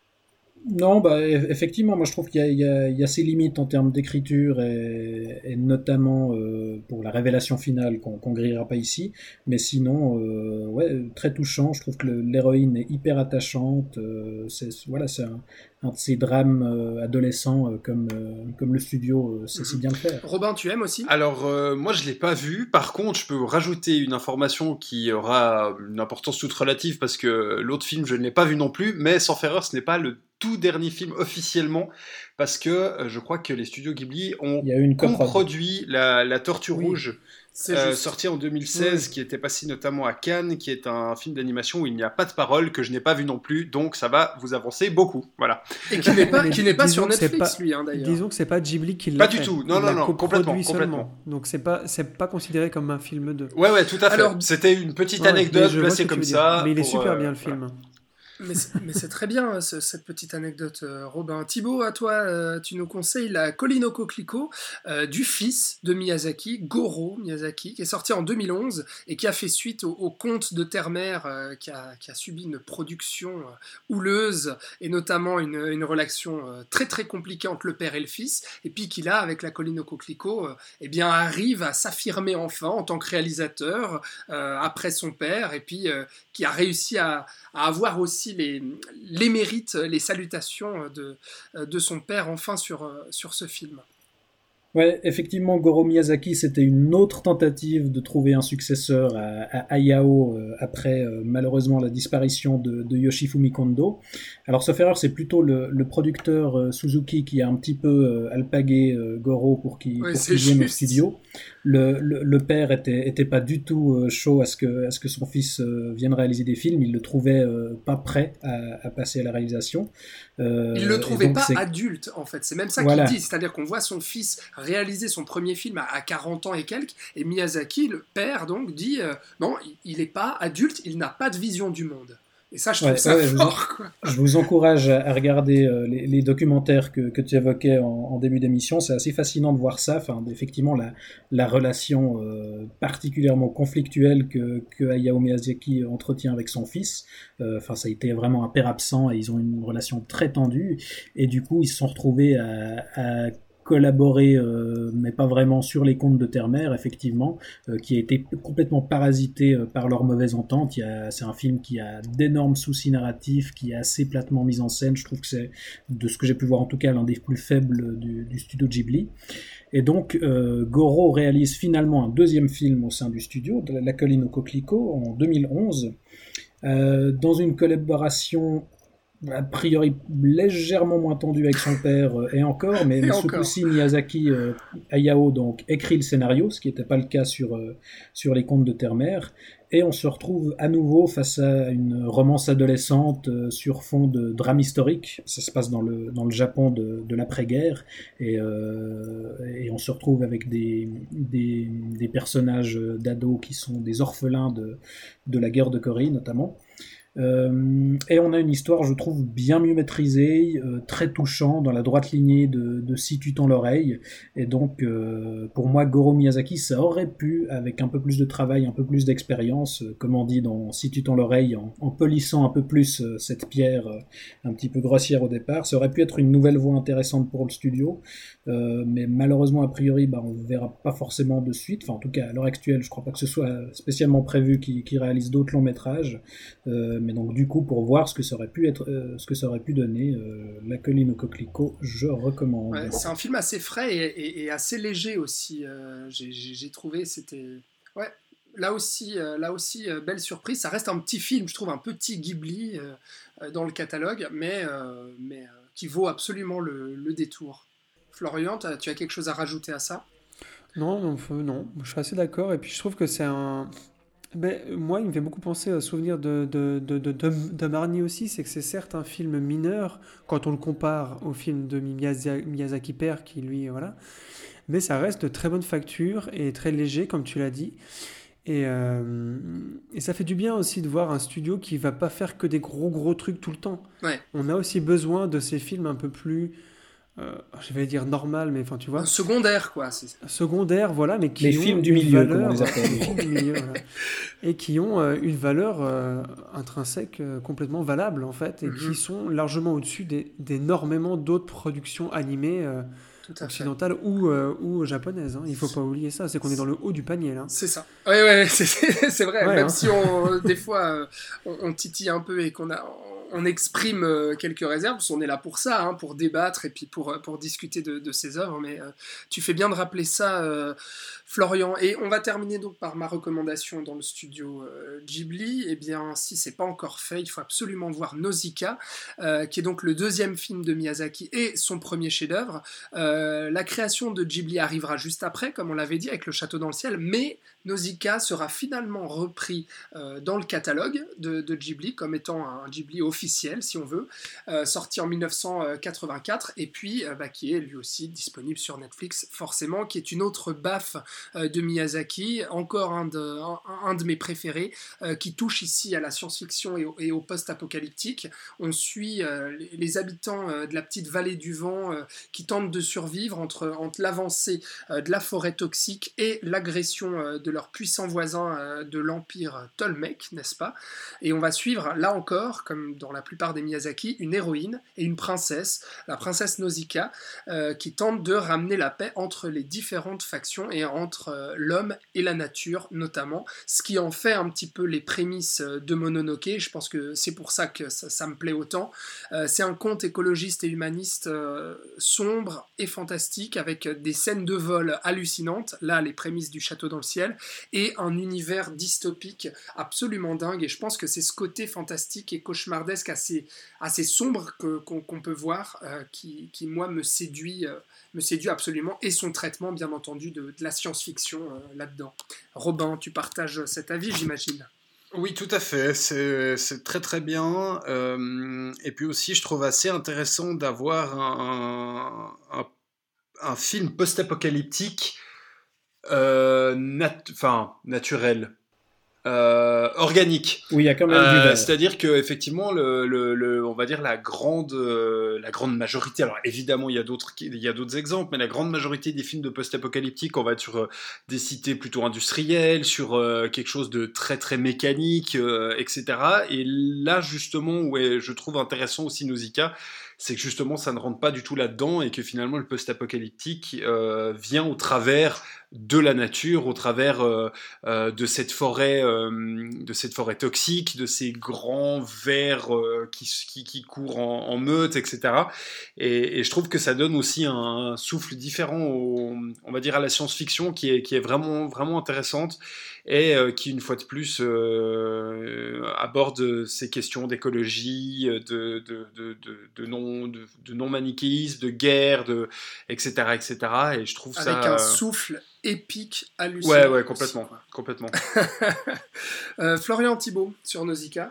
Non, bah, eff- effectivement, moi je trouve qu'il y a, il y a- il y a ses limites en termes d'écriture et, et notamment euh, pour la révélation finale qu'on qu'on grillera pas ici. Mais sinon, euh, ouais, très touchant. Je trouve que le- l'héroïne est hyper attachante. euh, c'est voilà, c'est un, un de ces drames euh, adolescents euh, comme euh, comme le studio euh, sait si Mhm. bien le faire. Robin, tu aimes aussi? Alors, euh, moi, je l'ai pas vu. Par contre, je peux rajouter une information qui aura une importance toute relative parce que l'autre film, je ne l'ai pas vu non plus. Mais sans faire erreur, ce n'est pas le tout dernier film officiellement parce que euh, je crois que les studios Ghibli ont Il y a eu une coprode. coproduit la, la Tortue Oui, Rouge, C'est euh, juste. sorti en deux mille seize, Oui. qui était passé notamment à Cannes, qui est un film d'animation où il n'y a pas de parole, que je n'ai pas vu non plus. Donc, ça va vous avancer beaucoup. Voilà. Et qui n'est pas, Mais qui n'est pas disons sur que c'est Netflix, pas- lui, hein, d'ailleurs. Disons que c'est pas Ghibli qui Pas l'a du fait. tout. Non, Il non, l'a non, coproduit complètement, seulement. complètement. Donc c'est pas, c'est pas considéré comme un film d'eux. Ouais, ouais, tout à fait. Alors, C'était une petite Ouais, mais anecdote je vois ce placée que tu comme veux dire. ça. Mais il est pour, super euh, bien le voilà. film. Mais c'est, mais c'est très bien hein, ce- cette petite anecdote, euh, Robin. Thibaut, à toi, euh, tu nous conseilles la Colline au coquelicot euh, du fils de Miyazaki, Goro Miyazaki, qui est sorti en deux mille onze et qui a fait suite au, au Conte de Terre-Mère, euh, qui, a, qui a subi une production euh, houleuse et notamment une, une relation euh, très très compliquée entre le père et le fils, et puis qui là, avec la Colline au coquelicot, euh, eh bien, arrive à s'affirmer enfin en tant que réalisateur euh, après son père, et puis euh, qui a réussi à, à avoir aussi les, les mérites, les salutations de, de son père enfin sur, sur ce film. Ouais, effectivement, Goro Miyazaki, c'était une autre tentative de trouver un successeur à, à Hayao euh, après euh, malheureusement la disparition de, de Yoshifumi Kondo. Alors, sauf erreur, c'est plutôt le, le producteur euh, Suzuki qui a un petit peu euh, alpagué euh, Goro pour qu'il Ouais, pour c'est qu'il vienne au juste. studio. Le, le, le père était, était pas du tout euh, chaud à ce que, à ce que son fils euh, vienne réaliser des films. Il le trouvait euh, pas prêt à, à passer à la réalisation. Euh, Il le et trouvait donc pas c'est- adulte, en fait. C'est même ça Voilà. qu'il dit. C'est-à-dire qu'on voit son fils réaliser son premier film à, à quarante ans et quelques, et Miyazaki, le père, donc, dit euh, non, il n'est pas adulte, il n'a pas de vision du monde. Et ça, je trouve Ouais, ça ouais, je vous, fort, quoi. je vous encourage à, à regarder euh, les, les documentaires que, que tu évoquais en, en début d'émission. C'est assez fascinant de voir ça. Enfin, effectivement, la, la relation euh, particulièrement conflictuelle que, que Hayao Miyazaki entretient avec son fils. Euh, Enfin, ça a été vraiment un père absent et ils ont une relation très tendue. Et du coup, ils se sont retrouvés à, à collaborer, euh, mais pas vraiment sur les contes de Terre-Mère, effectivement, euh, qui a été complètement parasité euh, par leur mauvaise entente. Il y a, c'est un film qui a d'énormes soucis narratifs, qui est assez platement mis en scène. Je trouve que c'est, de ce que j'ai pu voir en tout cas, l'un des plus faibles du, du studio Ghibli. Et donc, euh, Goro réalise finalement un deuxième film au sein du studio, de La Colline au Coquelicot, en deux mille onze, euh, dans une collaboration a priori légèrement moins tendu avec son père euh, et encore, mais, mais ce coup-ci Miyazaki euh, Hayao donc écrit le scénario, ce qui n'était pas le cas sur euh, sur les contes de Terre-Mère, et on se retrouve à nouveau face à une romance adolescente euh, sur fond de drame historique. Ça se passe dans le dans le Japon de, de l'après-guerre, et euh, et on se retrouve avec des des des personnages d'ados qui sont des orphelins de de la guerre de Corée notamment. Euh, et on a une histoire, je trouve, bien mieux maîtrisée, euh, très touchant, dans la droite lignée de, de Si tu tends l'oreille. Et donc, euh, pour moi, Goro Miyazaki, ça aurait pu, avec un peu plus de travail, un peu plus d'expérience, euh, comme on dit dans Si tu tends l'oreille, en, en polissant un peu plus euh, cette pierre euh, un petit peu grossière au départ, ça aurait pu être une nouvelle voie intéressante pour le studio. Euh, mais malheureusement, a priori, bah, on ne verra pas forcément de suite. Enfin, en tout cas, à l'heure actuelle, je ne crois pas que ce soit spécialement prévu qu'il, qu'il réalise d'autres longs métrages. Euh, mais donc du coup, pour voir ce que ça aurait pu être, euh, ce que ça aurait pu donner, euh, La Colline au Coquelicot, je recommande. Ouais, c'est un film assez frais et, et, et assez léger aussi. Euh, j'ai, j'ai trouvé, c'était, ouais, là aussi, euh, là aussi, euh, belle surprise. Ça reste un petit film, je trouve, un petit Ghibli euh, dans le catalogue, mais, euh, mais euh, qui vaut absolument le, le détour. Florian, tu as quelque chose à rajouter à ça? Non, non, euh, non, je suis assez d'accord. Et puis je trouve que c'est un. Ben, moi, il me fait beaucoup penser au souvenir de, de, de, de, de, de Marnie aussi. C'est que c'est certes un film mineur quand on le compare au film de Miyazaki, Miyazaki père, qui lui, voilà. Mais ça reste de très bonne facture et très léger, comme tu l'as dit. Et, euh, et ça fait du bien aussi de voir un studio qui va pas faire que des gros gros trucs tout le temps. Ouais. On a aussi besoin de ces films un peu plus, euh, je vais dire normal, mais enfin tu vois. Secondaire quoi. C'est... Secondaire, voilà, mais qui les ont films du une milieu, valeur, comme on les appelle. les films du milieu, voilà. Et qui ont euh, une valeur euh, intrinsèque euh, complètement valable en fait, et Mm-hmm. qui sont largement au-dessus des, d'énormément d'autres productions animées. Euh, occidentale ou, euh, ou japonaise. Hein. Il ne faut pas oublier ça, c'est qu'on est dans le haut du panier là. C'est ça. Oui, ouais, c'est, c'est, c'est vrai. Ouais, Même hein. si on, des fois euh, on, on titille un peu et qu'on a, on exprime euh, quelques réserves, parce qu'on est là pour ça, hein, pour débattre et puis pour, pour discuter de, de ces œuvres. Mais euh, tu fais bien de rappeler ça, euh, Florian. Et on va terminer donc par ma recommandation dans le studio euh, Ghibli. Eh bien, si c'est pas encore fait, il faut absolument voir Nausicaa, euh, qui est donc le deuxième film de Miyazaki et son premier chef-d'œuvre. Euh, la création de Ghibli arrivera juste après, comme on l'avait dit, avec Le Château dans le ciel, mais Nausicaa sera finalement repris euh, dans le catalogue de, de Ghibli comme étant un Ghibli officiel, si on veut, euh, sorti en dix-neuf cent quatre-vingt-quatre, et puis euh, bah, qui est lui aussi disponible sur Netflix, forcément, qui est une autre baffe euh, de Miyazaki, encore un de, un, un de mes préférés, euh, qui touche ici à la science-fiction et au, et au post-apocalyptique. On suit euh, les, les habitants euh, de la petite vallée du vent euh, qui tentent de survivre entre, entre l'avancée euh, de la forêt toxique et l'agression euh, de leurs puissants voisins euh, de l'empire Tolmec, n'est-ce pas? Et on va suivre, là encore, comme dans la plupart des Miyazaki, une héroïne et une princesse, la princesse Nausicaa, euh, qui tente de ramener la paix entre les différentes factions et entre euh, l'homme et la nature, notamment, ce qui en fait un petit peu les prémices de Mononoke. Je pense que c'est pour ça que ça, ça me plaît autant. Euh, c'est un conte écologiste et humaniste euh, sombre et fantastique, avec des scènes de vol hallucinantes, là les prémices du Château dans le ciel, et un univers dystopique absolument dingue, et je pense que c'est ce côté fantastique et cauchemardesque assez, assez sombre que, qu'on, qu'on peut voir, euh, qui, qui moi me séduit, euh, me séduit absolument, et son traitement bien entendu de, de la science-fiction euh, là-dedans. Robin, tu partages cet avis, j'imagine? Oui, tout à fait, c'est, c'est très très bien, euh, et puis aussi je trouve assez intéressant d'avoir un, un, un film post-apocalyptique euh, nat- enfin, naturel. euh, organique. Oui, il y a quand même Euh, du vert. c'est-à-dire que effectivement, le, le, le- on va dire la grande, euh, la grande majorité. Alors évidemment, il y a d'autres, il y a d'autres exemples, mais la grande majorité des films de post-apocalyptique, on va être sur euh, des cités plutôt industrielles, sur euh, quelque chose de très très mécanique, euh, et cetera. Et là, justement, où est, je trouve intéressant aussi Nausicaa, c'est que justement, ça ne rentre pas du tout là-dedans et que finalement, le post-apocalyptique euh, vient au travers de la nature, au travers euh, euh, de cette forêt, euh, de cette forêt toxique, de ces grands vers euh, qui, qui, qui courent en, en meute, et cetera. Et, et je trouve que ça donne aussi un, un souffle différent, au, on va dire, à la science-fiction, qui est, qui est vraiment, vraiment intéressante et euh, qui, une fois de plus, euh, aborde ces questions d'écologie, de, de, de, de, de non, de, de non-manichéisme, de guerre, de, et cetera, et cetera. Et je trouve Avec ça... un souffle épique, hallucinant. Ouais, ouais, complètement, aussi, complètement. euh, Florian Thibault, sur Nausicaa.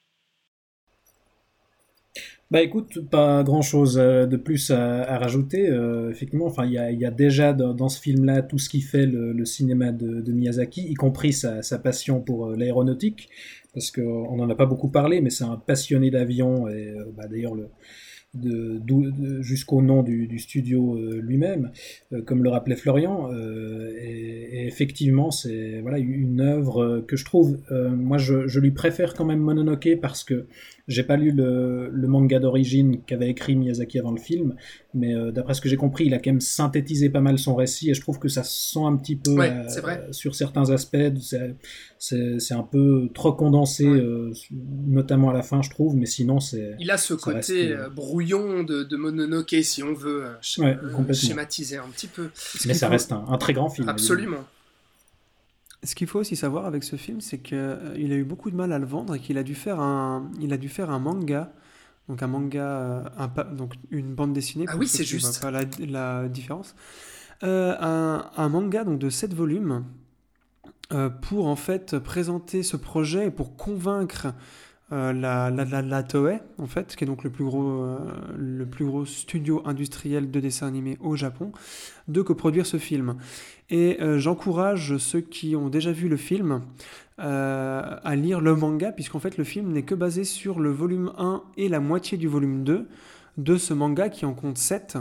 Bah écoute, pas grand chose de plus à, à rajouter. Euh, effectivement, enfin, il y a, y a déjà dans, dans ce film-là tout ce qui fait le, le cinéma de, de Miyazaki, y compris sa, sa passion pour euh, l'aéronautique, parce qu'on n'en a pas beaucoup parlé, mais c'est un passionné d'avion, et euh, bah, d'ailleurs le de, de, jusqu'au nom du, du studio euh, lui-même, euh, comme le rappelait Florian. Euh, et, et effectivement, c'est voilà une œuvre que je trouve, euh, moi je, je lui préfère quand même Mononoke parce que j'ai pas lu le, le manga d'origine qu'avait écrit Miyazaki avant le film, mais euh, d'après ce que j'ai compris, il a quand même synthétisé pas mal son récit et je trouve que ça se sent un petit peu ouais, euh, c'est vrai. sur certains aspects. C'est, c'est, c'est un peu trop condensé, ouais. euh, notamment à la fin, je trouve, mais sinon c'est. Il a ce côté reste, euh, brouillon de, de Mononoke, si on veut euh, sch- ouais, euh, schématiser un petit peu. Mais ça faut... reste un, un très grand film. Absolument. Évidemment. Ce qu'il faut aussi savoir avec ce film, c'est qu'il euh, a eu beaucoup de mal à le vendre et qu'il a dû faire un, il a dû faire un manga, donc un manga, euh, un, donc une bande dessinée. Ah oui, c'est juste. Pas la, la différence. Euh, un, un manga donc de sept volumes euh, pour en fait présenter ce projet et pour convaincre euh, la, la, la, la Toei, en fait, qui est donc le plus gros, euh, le plus gros studio industriel de dessin animé au Japon, de coproduire ce film. Et euh, j'encourage ceux qui ont déjà vu le film euh, à lire le manga, puisqu'en fait le film n'est que basé sur le volume un et la moitié du volume deux de ce manga qui en compte sept.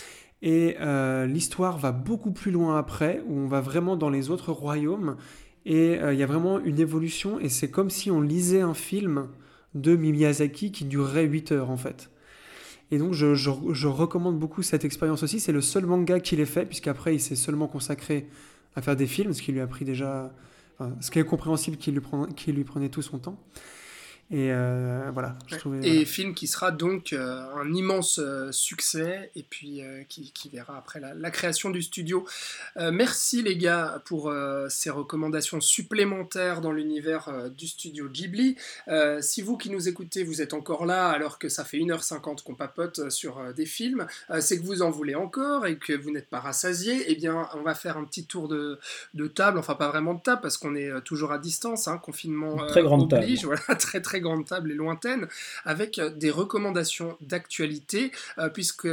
Et euh, l'histoire va beaucoup plus loin après, où on va vraiment dans les autres royaumes, et il euh, y a vraiment une évolution, et c'est comme si on lisait un film de Miyazaki qui durerait huit heures en fait. Et donc je, je, je recommande beaucoup cette expérience aussi. C'est le seul manga qu'il ait fait, puisqu'après il s'est seulement consacré à faire des films, ce qui lui a pris déjà... Enfin, ce qui est compréhensible qu'il lui, prend, qu'il lui prenait tout son temps. Et euh, voilà. Je trouvais, et voilà. film qui sera donc euh, un immense euh, succès et puis euh, qui, qui verra après la, la création du studio. Euh, merci les gars pour euh, ces recommandations supplémentaires dans l'univers euh, du studio Ghibli. Euh, si vous qui nous écoutez, vous êtes encore là alors que ça fait une heure cinquante qu'on papote sur euh, des films, euh, c'est que vous en voulez encore et que vous n'êtes pas rassasiés, eh bien on va faire un petit tour de, de table, enfin pas vraiment de table parce qu'on est toujours à distance, hein, confinement euh, très grande oblige, table. voilà, très très grande table et lointaine, avec des recommandations d'actualité, euh, puisque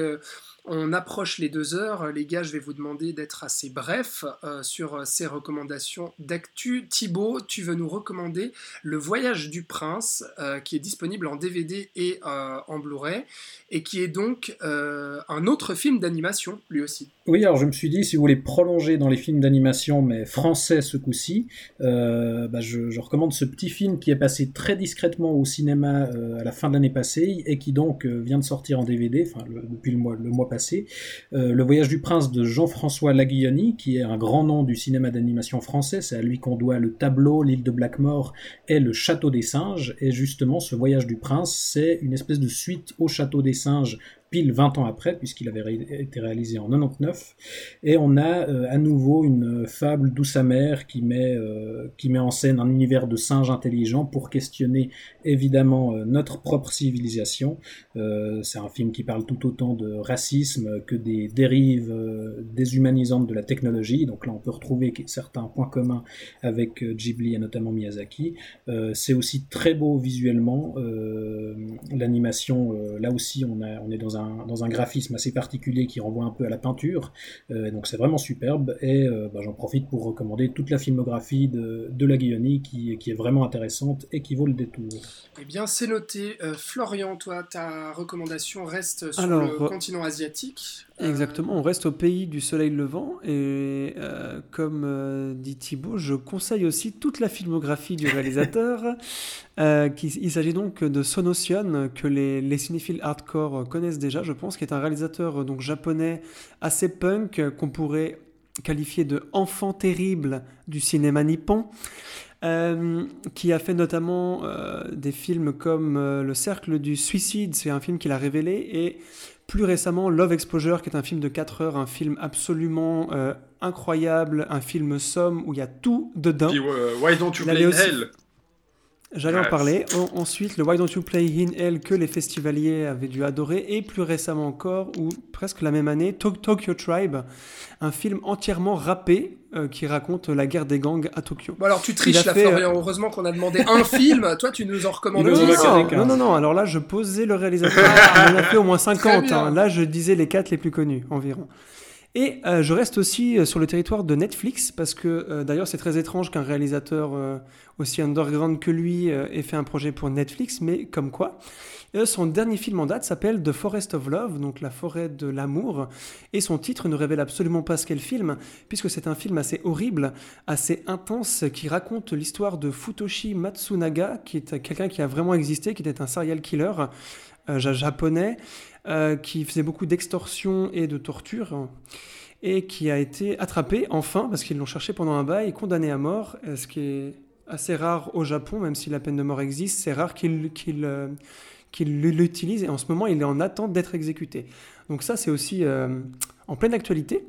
on approche les deux heures. Les gars, je vais vous demander d'être assez bref euh, sur ces recommandations d'actu. Thibaut, tu veux nous recommander Le Voyage du Prince, euh, qui est disponible en D V D et euh, en Blu-ray, et qui est donc euh, un autre film d'animation, lui aussi. Oui, alors je me suis dit, si vous voulez prolonger dans les films d'animation, mais français ce coup-ci, euh, bah je, je recommande ce petit film qui est passé très discrètement au cinéma euh, à la fin de l'année passée, et qui donc euh, vient de sortir en D V D, enfin le, depuis le mois, le mois passé, euh, Le Voyage du Prince de Jean-François Laguilloni, qui est un grand nom du cinéma d'animation français. C'est à lui qu'on doit Le Tableau, L'île de Blackmore et Le Château des Singes, et justement ce Voyage du Prince, c'est une espèce de suite au Château des Singes, pile vingt ans après, puisqu'il avait ré- été réalisé en quatre-vingt-dix-neuf, et on a euh, à nouveau une fable douce amère qui met, euh, qui met en scène un univers de singes intelligents pour questionner évidemment euh, notre propre civilisation. Euh, c'est un film qui parle tout autant de racisme que des dérives euh, déshumanisantes de la technologie, donc là on peut retrouver certains points communs avec euh, Ghibli et notamment Miyazaki. Euh, c'est aussi très beau visuellement, euh, l'animation, euh, là aussi on, a, on est dans un un, dans un graphisme assez particulier qui renvoie un peu à la peinture. Euh, donc c'est vraiment superbe et euh, bah, j'en profite pour recommander toute la filmographie de, de la Guilloni qui, qui est vraiment intéressante et qui vaut le détour. Eh bien, c'est noté. Euh, Florian, toi, ta recommandation reste sur Alors, le continent asiatique. Exactement, on reste au pays du soleil levant et euh, comme euh, dit Thibaut, je conseille aussi toute la filmographie du réalisateur. euh, qui, il s'agit donc de Sonosion, que les, les cinéphiles hardcore connaissent déjà, je pense, qui est un réalisateur donc, japonais assez punk, qu'on pourrait qualifier de enfant terrible du cinéma nippon. Euh, qui a fait notamment euh, des films comme euh, Le Cercle du Suicide, c'est un film qu'il a révélé, et plus récemment Love Exposure, qui est un film de quatre heures, un film absolument euh, incroyable, un film somme où il y a tout dedans. Puis, uh, Why Don't You Il Play in aussi... Hell? J'allais Ouais. en parler. En, ensuite, le Why Don't You Play in Hell, que les festivaliers avaient dû adorer, et plus récemment encore, ou presque la même année, To- Tokyo Tribe, un film entièrement rappé euh, qui raconte la guerre des gangs à Tokyo. Bon, alors tu Il triches a là, fait, Florian. Heureusement qu'on a demandé un film. Toi, tu nous en recommandes Il nous en dix. a gardé Non, qu'un. non, non, non, alors là, je posais le réalisateur. Il en a fait au moins cinquante. bien. Hein. Là, je disais les quatre les plus connus environ. Et euh, je reste aussi euh, sur le territoire de Netflix, parce que euh, d'ailleurs, c'est très étrange qu'un réalisateur euh, aussi underground que lui euh, ait fait un projet pour Netflix, mais comme quoi. Euh, son dernier film en date s'appelle The Forest of Love, donc la forêt de l'amour, et son titre ne révèle absolument pas ce qu'est le film, puisque c'est un film assez horrible, assez intense, qui raconte l'histoire de Futoshi Matsunaga, qui est quelqu'un qui a vraiment existé, qui était un serial killer euh, japonais, euh, qui faisait beaucoup d'extorsion et de torture, et qui a été attrapé enfin, parce qu'ils l'ont cherché pendant un bail, et condamné à mort, euh, ce qui est assez rare au Japon, même si la peine de mort existe, c'est rare qu'il... qu'il euh, qu'il l'utilise, et en ce moment il est en attente d'être exécuté. Donc ça c'est aussi euh, en pleine actualité.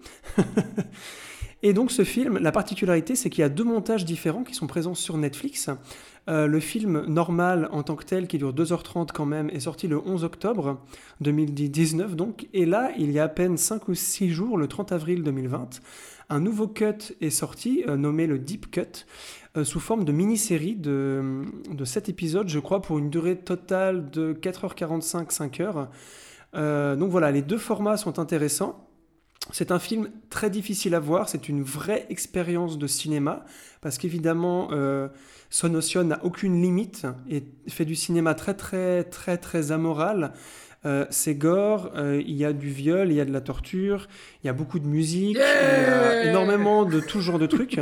Et donc ce film, la particularité c'est qu'il y a deux montages différents qui sont présents sur Netflix. Euh, le film normal en tant que tel, qui dure deux heures trente quand même, est sorti le onze octobre deux mille dix-neuf donc, et là il y a à peine cinq ou six jours, le trente avril deux mille vingt, un nouveau cut est sorti, euh, nommé le Deep Cut, euh, sous forme de mini-série de, de sept épisodes, je crois, pour une durée totale de quatre heures quarante-cinq, cinq heures. Euh, donc voilà, les deux formats sont intéressants. C'est un film très difficile à voir, c'est une vraie expérience de cinéma, parce qu'évidemment, euh, Sonosion n'a aucune limite et fait du cinéma très très très très amoral. Euh, c'est gore, euh, il y a du viol, il y a de la torture, il y a beaucoup de musique, Yeah il y a énormément de tout genre de trucs.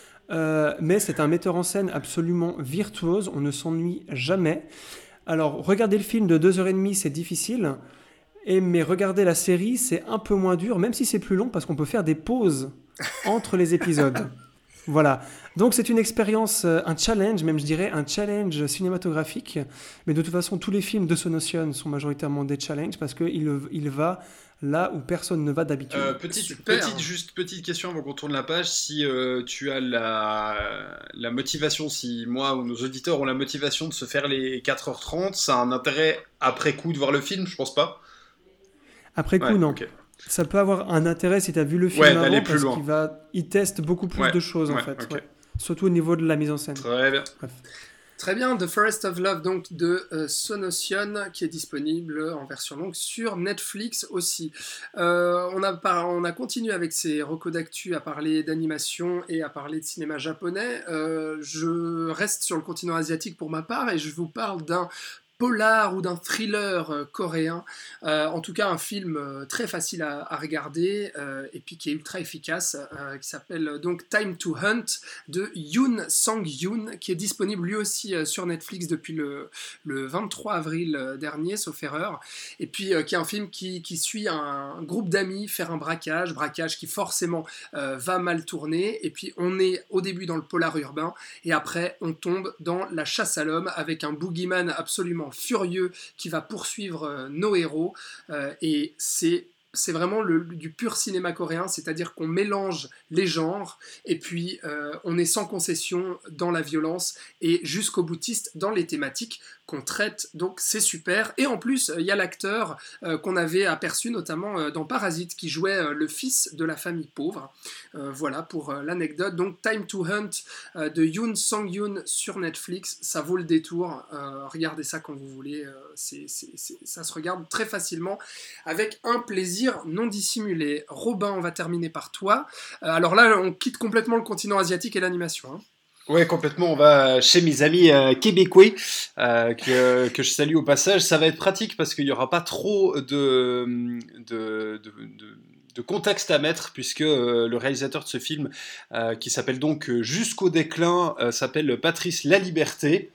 Euh, mais c'est un metteur en scène absolument virtuose, on ne s'ennuie jamais. Alors, regarder le film de deux heures trente, c'est difficile, et, mais regarder la série, c'est un peu moins dur, même si c'est plus long, parce qu'on peut faire des pauses entre les épisodes. Voilà. Donc c'est une expérience, euh, un challenge, même je dirais un challenge cinématographique. Mais de toute façon, tous les films de Sonosion sont majoritairement des challenges parce qu'il il va là où personne ne va d'habitude. Euh, petite, Super. petite, juste petite question avant qu'on tourne la page. Si euh, tu as la, la motivation, si moi ou nos auditeurs ont la motivation de se faire les quatre heures trente, ça a un intérêt après coup de voir le film, je pense pas. Après coup, Ouais, non. ok. Ça peut avoir un intérêt si tu as vu le film Ouais, avant, d'aller plus parce loin. qu'il va, il teste beaucoup plus Ouais, de choses en ouais, fait. ok. Ouais. Surtout au niveau de la mise en scène. Très bien. Bref. Très bien, The Forest of Love, donc de euh, Sonosion, qui est disponible en version longue sur Netflix aussi. Euh, on, a par- on a continué avec ces recos d'actu à parler d'animation et à parler de cinéma japonais. Euh, je reste sur le continent asiatique pour ma part et je vous parle d'un polar ou d'un thriller euh, coréen, euh, en tout cas un film euh, très facile à, à regarder euh, et puis qui est ultra efficace, euh, qui s'appelle euh, donc Time to Hunt de Yoon Sang-yoon, qui est disponible lui aussi euh, sur Netflix depuis le, le vingt-trois avril euh, dernier, sauf erreur, et puis euh, qui est un film qui, qui suit un, un groupe d'amis faire un braquage, braquage qui forcément euh, va mal tourner, et puis on est au début dans le polar urbain, et après on tombe dans la chasse à l'homme avec un boogeyman absolument furieux qui va poursuivre euh, nos héros, euh, et c'est c'est vraiment le, du pur cinéma coréen, c'est-à-dire qu'on mélange les genres et puis euh, on est sans concession dans la violence et jusqu'au boutiste dans les thématiques qu'on traite, donc c'est super. Et en plus, il y a l'acteur euh, qu'on avait aperçu notamment euh, dans Parasite qui jouait euh, le fils de la famille pauvre. Euh, voilà pour euh, l'anecdote. Donc Time to Hunt euh, de Yoon Sang-yoon sur Netflix, ça vaut le détour. Euh, regardez ça quand vous voulez, euh, c'est, c'est, c'est, ça se regarde très facilement avec un plaisir non dissimulé. Robin, on va terminer par toi. Euh, alors là, on quitte complètement le continent asiatique et l'animation. Hein. Ouais, complètement. On va chez mes amis euh, québécois euh, que, que je salue au passage. Ça va être pratique parce qu'il n'y aura pas trop de, de, de, de, de contexte à mettre puisque euh, le réalisateur de ce film, euh, qui s'appelle donc Jusqu'au déclin, euh, s'appelle Patrice Laliberté.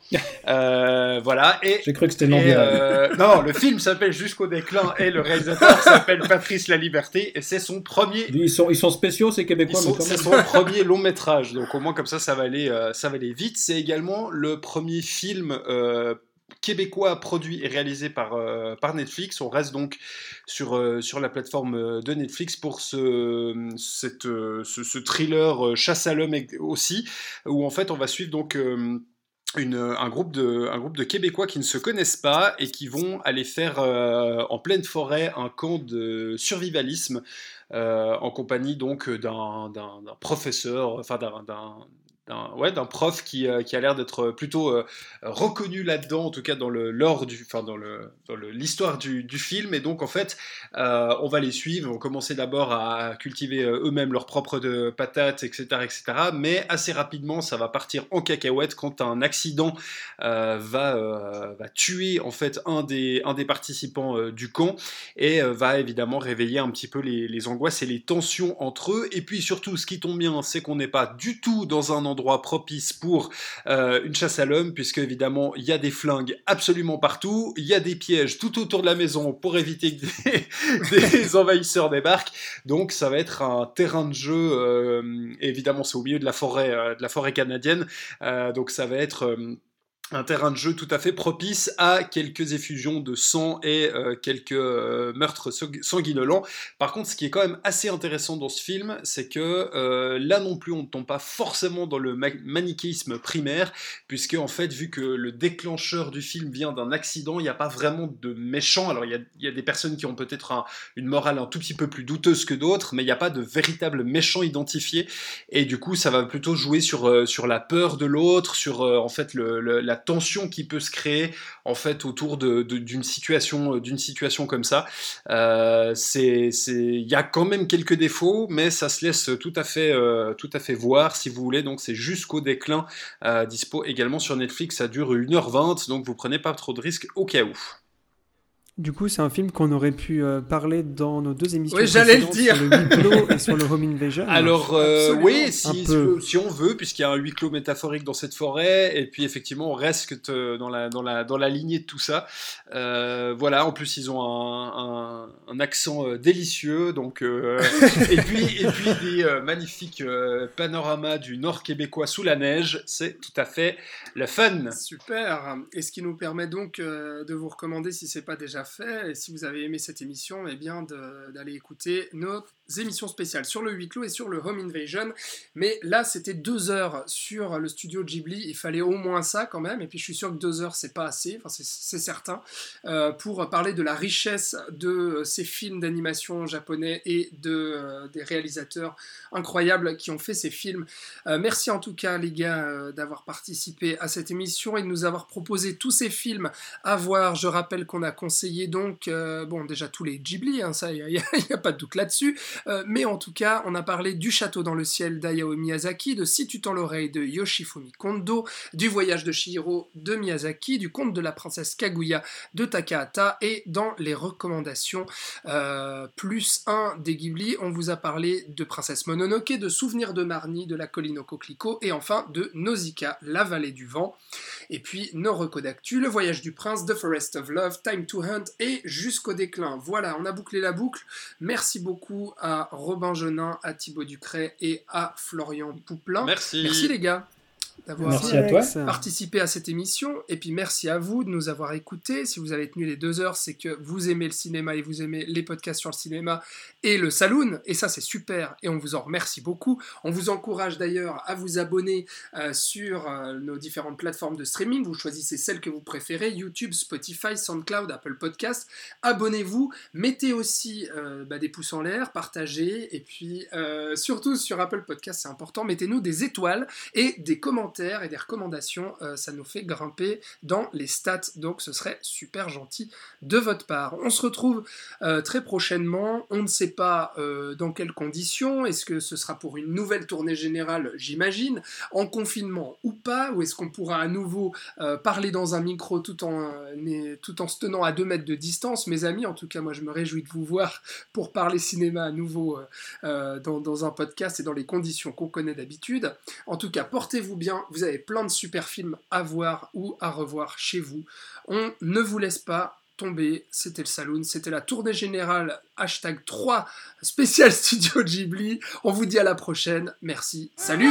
Euh, voilà. Et, J'ai cru que c'était le nom et, euh, Non, le film s'appelle Jusqu'au déclin et le réalisateur s'appelle Patrice Laliberté et c'est son premier... Ils sont, ils sont spéciaux, ces Québécois, Ils sont, mais quand c'est même. son premier long métrage, donc au moins comme ça, ça va aller, euh, ça va aller vite. C'est également le premier film euh, québécois produit et réalisé par, euh, par Netflix. On reste donc sur, euh, sur la plateforme de Netflix pour ce, cette, euh, ce, ce thriller euh, chasse à l'homme aussi, où en fait on va suivre donc... Euh, Une, un, groupe de, un groupe de Québécois qui ne se connaissent pas et qui vont aller faire euh, en pleine forêt un camp de survivalisme euh, en compagnie donc d'un, d'un, d'un professeur, enfin d'un, d'un, d'un, ouais, d'un prof qui, euh, qui a l'air d'être plutôt euh, reconnu là-dedans, en tout cas dans le lore du, enfin dans le, dans le, l'histoire du, du film. Et donc en fait, euh, on va les suivre. On va commencer d'abord à cultiver euh, eux-mêmes leurs propres de patates, et cetera, et cetera. Mais assez rapidement, ça va partir en cacahuète quand un accident euh, va, euh, va tuer en fait un des, un des participants euh, du camp et euh, va évidemment réveiller un petit peu les, les angoisses et les tensions entre eux. Et puis surtout, ce qui tombe bien, c'est qu'on n'est pas du tout dans un endroit propice pour euh, une chasse à l'homme, puisque évidemment il y a des flingues absolument partout, il y a des pièges tout autour de la maison pour éviter que des, des envahisseurs débarquent. Donc ça va être un terrain de jeu, euh, évidemment c'est au milieu de la forêt, euh, de la forêt canadienne, euh, donc ça va être euh, un terrain de jeu tout à fait propice à quelques effusions de sang et euh, quelques euh, meurtres sanguinolents. Par contre, ce qui est quand même assez intéressant dans ce film, c'est que euh, là non plus, on ne tombe pas forcément dans le ma- manichéisme primaire, puisque en fait, vu que le déclencheur du film vient d'un accident, il n'y a pas vraiment de méchants. Alors, il y a, il y a des personnes qui ont peut-être un, une morale un tout petit peu plus douteuse que d'autres, mais il n'y a pas de véritable méchant identifié. Et du coup, ça va plutôt jouer sur, euh, sur la peur de l'autre, sur euh, en fait le, le, la tension qui peut se créer en fait autour de, de, d'une situation d'une situation comme ça. Euh, c'est c'est il y a quand même quelques défauts, mais ça se laisse tout à fait euh, tout à fait voir si vous voulez. Donc c'est Jusqu'au déclin, euh, dispo également sur Netflix. Ça dure une heure vingt, donc vous prenez pas trop de risques au cas où. Du coup, c'est un film qu'on aurait pu euh, parler dans nos deux émissions Oui, j'allais le précédentes dire. sur le huis clos et sur le home invasion. Alors euh, Absolument. oui, si, Un peu. si on veut, puisqu'il y a un huis clos métaphorique dans cette forêt, et puis effectivement on reste dans la, dans la, dans la lignée de tout ça. Euh, voilà, en plus ils ont un, un, un accent euh, délicieux, donc euh, et puis et puis des euh, magnifiques euh, panoramas du nord québécois sous la neige, c'est tout à fait le fun. Super. Et ce qui nous permet donc euh, de vous recommander, si ce n'est pas déjà fait, et si vous avez aimé cette émission, eh bien de, d'aller écouter nos émissions spéciales sur le huis clos et sur le home invasion. Mais là, c'était deux heures sur le studio Ghibli. Il fallait au moins ça quand même. Et puis je suis sûr que deux heures, c'est pas assez. Enfin, c'est, c'est certain. Euh, pour parler de la richesse de ces films d'animation japonais et de, euh, des réalisateurs incroyables qui ont fait ces films. Euh, merci en tout cas, les gars, euh, d'avoir participé à cette émission et de nous avoir proposé tous ces films à voir. Je rappelle qu'on a conseillé donc, euh, bon, déjà tous les Ghibli, hein, ça, il n'y a, a, a pas de doute là-dessus. Euh, mais en tout cas, on a parlé du Château dans le ciel d'Hayao Miyazaki, de Si tu tends l'oreille de Yoshifumi Kondo, du Voyage de Chihiro de Miyazaki, du Conte de la princesse Kaguya de Takahata, et dans les recommandations euh, plus un des Ghibli, on vous a parlé de Princesse Mononoke, de Souvenirs de Marnie, de La colline au coquelicot, et enfin de Nausicaa, La vallée du vent. Et puis nos recos d'actu, Le Voyage du prince, The Forest of Love, Time to Hunt et Jusqu'au déclin. Voilà, on a bouclé la boucle. Merci beaucoup à Robin Jeunin, à Thibaut Ducret et à Florian Pouplin. Merci. Merci les gars. d'avoir Merci à toi. participé à cette émission. Et puis merci à vous de nous avoir écoutés. Si vous avez tenu les deux heures, c'est que vous aimez le cinéma et vous aimez les podcasts sur le cinéma et le Saloon. Et ça, c'est super. Et on vous en remercie beaucoup. On vous encourage d'ailleurs à vous abonner euh, sur euh, nos différentes plateformes de streaming. Vous choisissez celle que vous préférez, YouTube, Spotify, SoundCloud, Apple Podcasts. Abonnez-vous. Mettez aussi euh, bah, des pouces en l'air, partagez. Et puis euh, surtout sur Apple Podcasts, c'est important. Mettez-nous des étoiles et des commentaires et des recommandations, euh, ça nous fait grimper dans les stats, donc ce serait super gentil de votre part. On se retrouve euh, très prochainement, on ne sait pas euh, dans quelles conditions, est-ce que ce sera pour une nouvelle tournée générale, j'imagine, en confinement ou pas, ou est-ce qu'on pourra à nouveau euh, parler dans un micro tout en, euh, tout en se tenant à deux mètres de distance, mes amis. En tout cas, moi je me réjouis de vous voir pour parler cinéma à nouveau euh, euh, dans, dans un podcast et dans les conditions qu'on connaît d'habitude. En tout cas, portez-vous bien. Vous avez plein de super films à voir ou à revoir chez vous. On ne vous laisse pas tomber. C'était le Saloon, c'était la tournée générale hashtag trois spécial Studio Ghibli. On vous dit à la prochaine. Merci. Salut.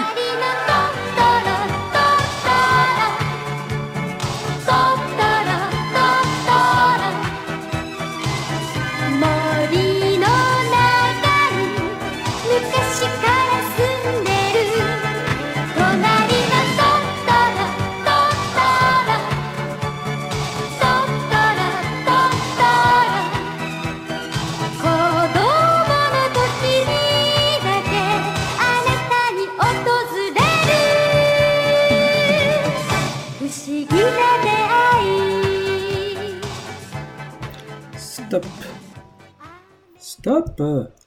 Stop. Stop.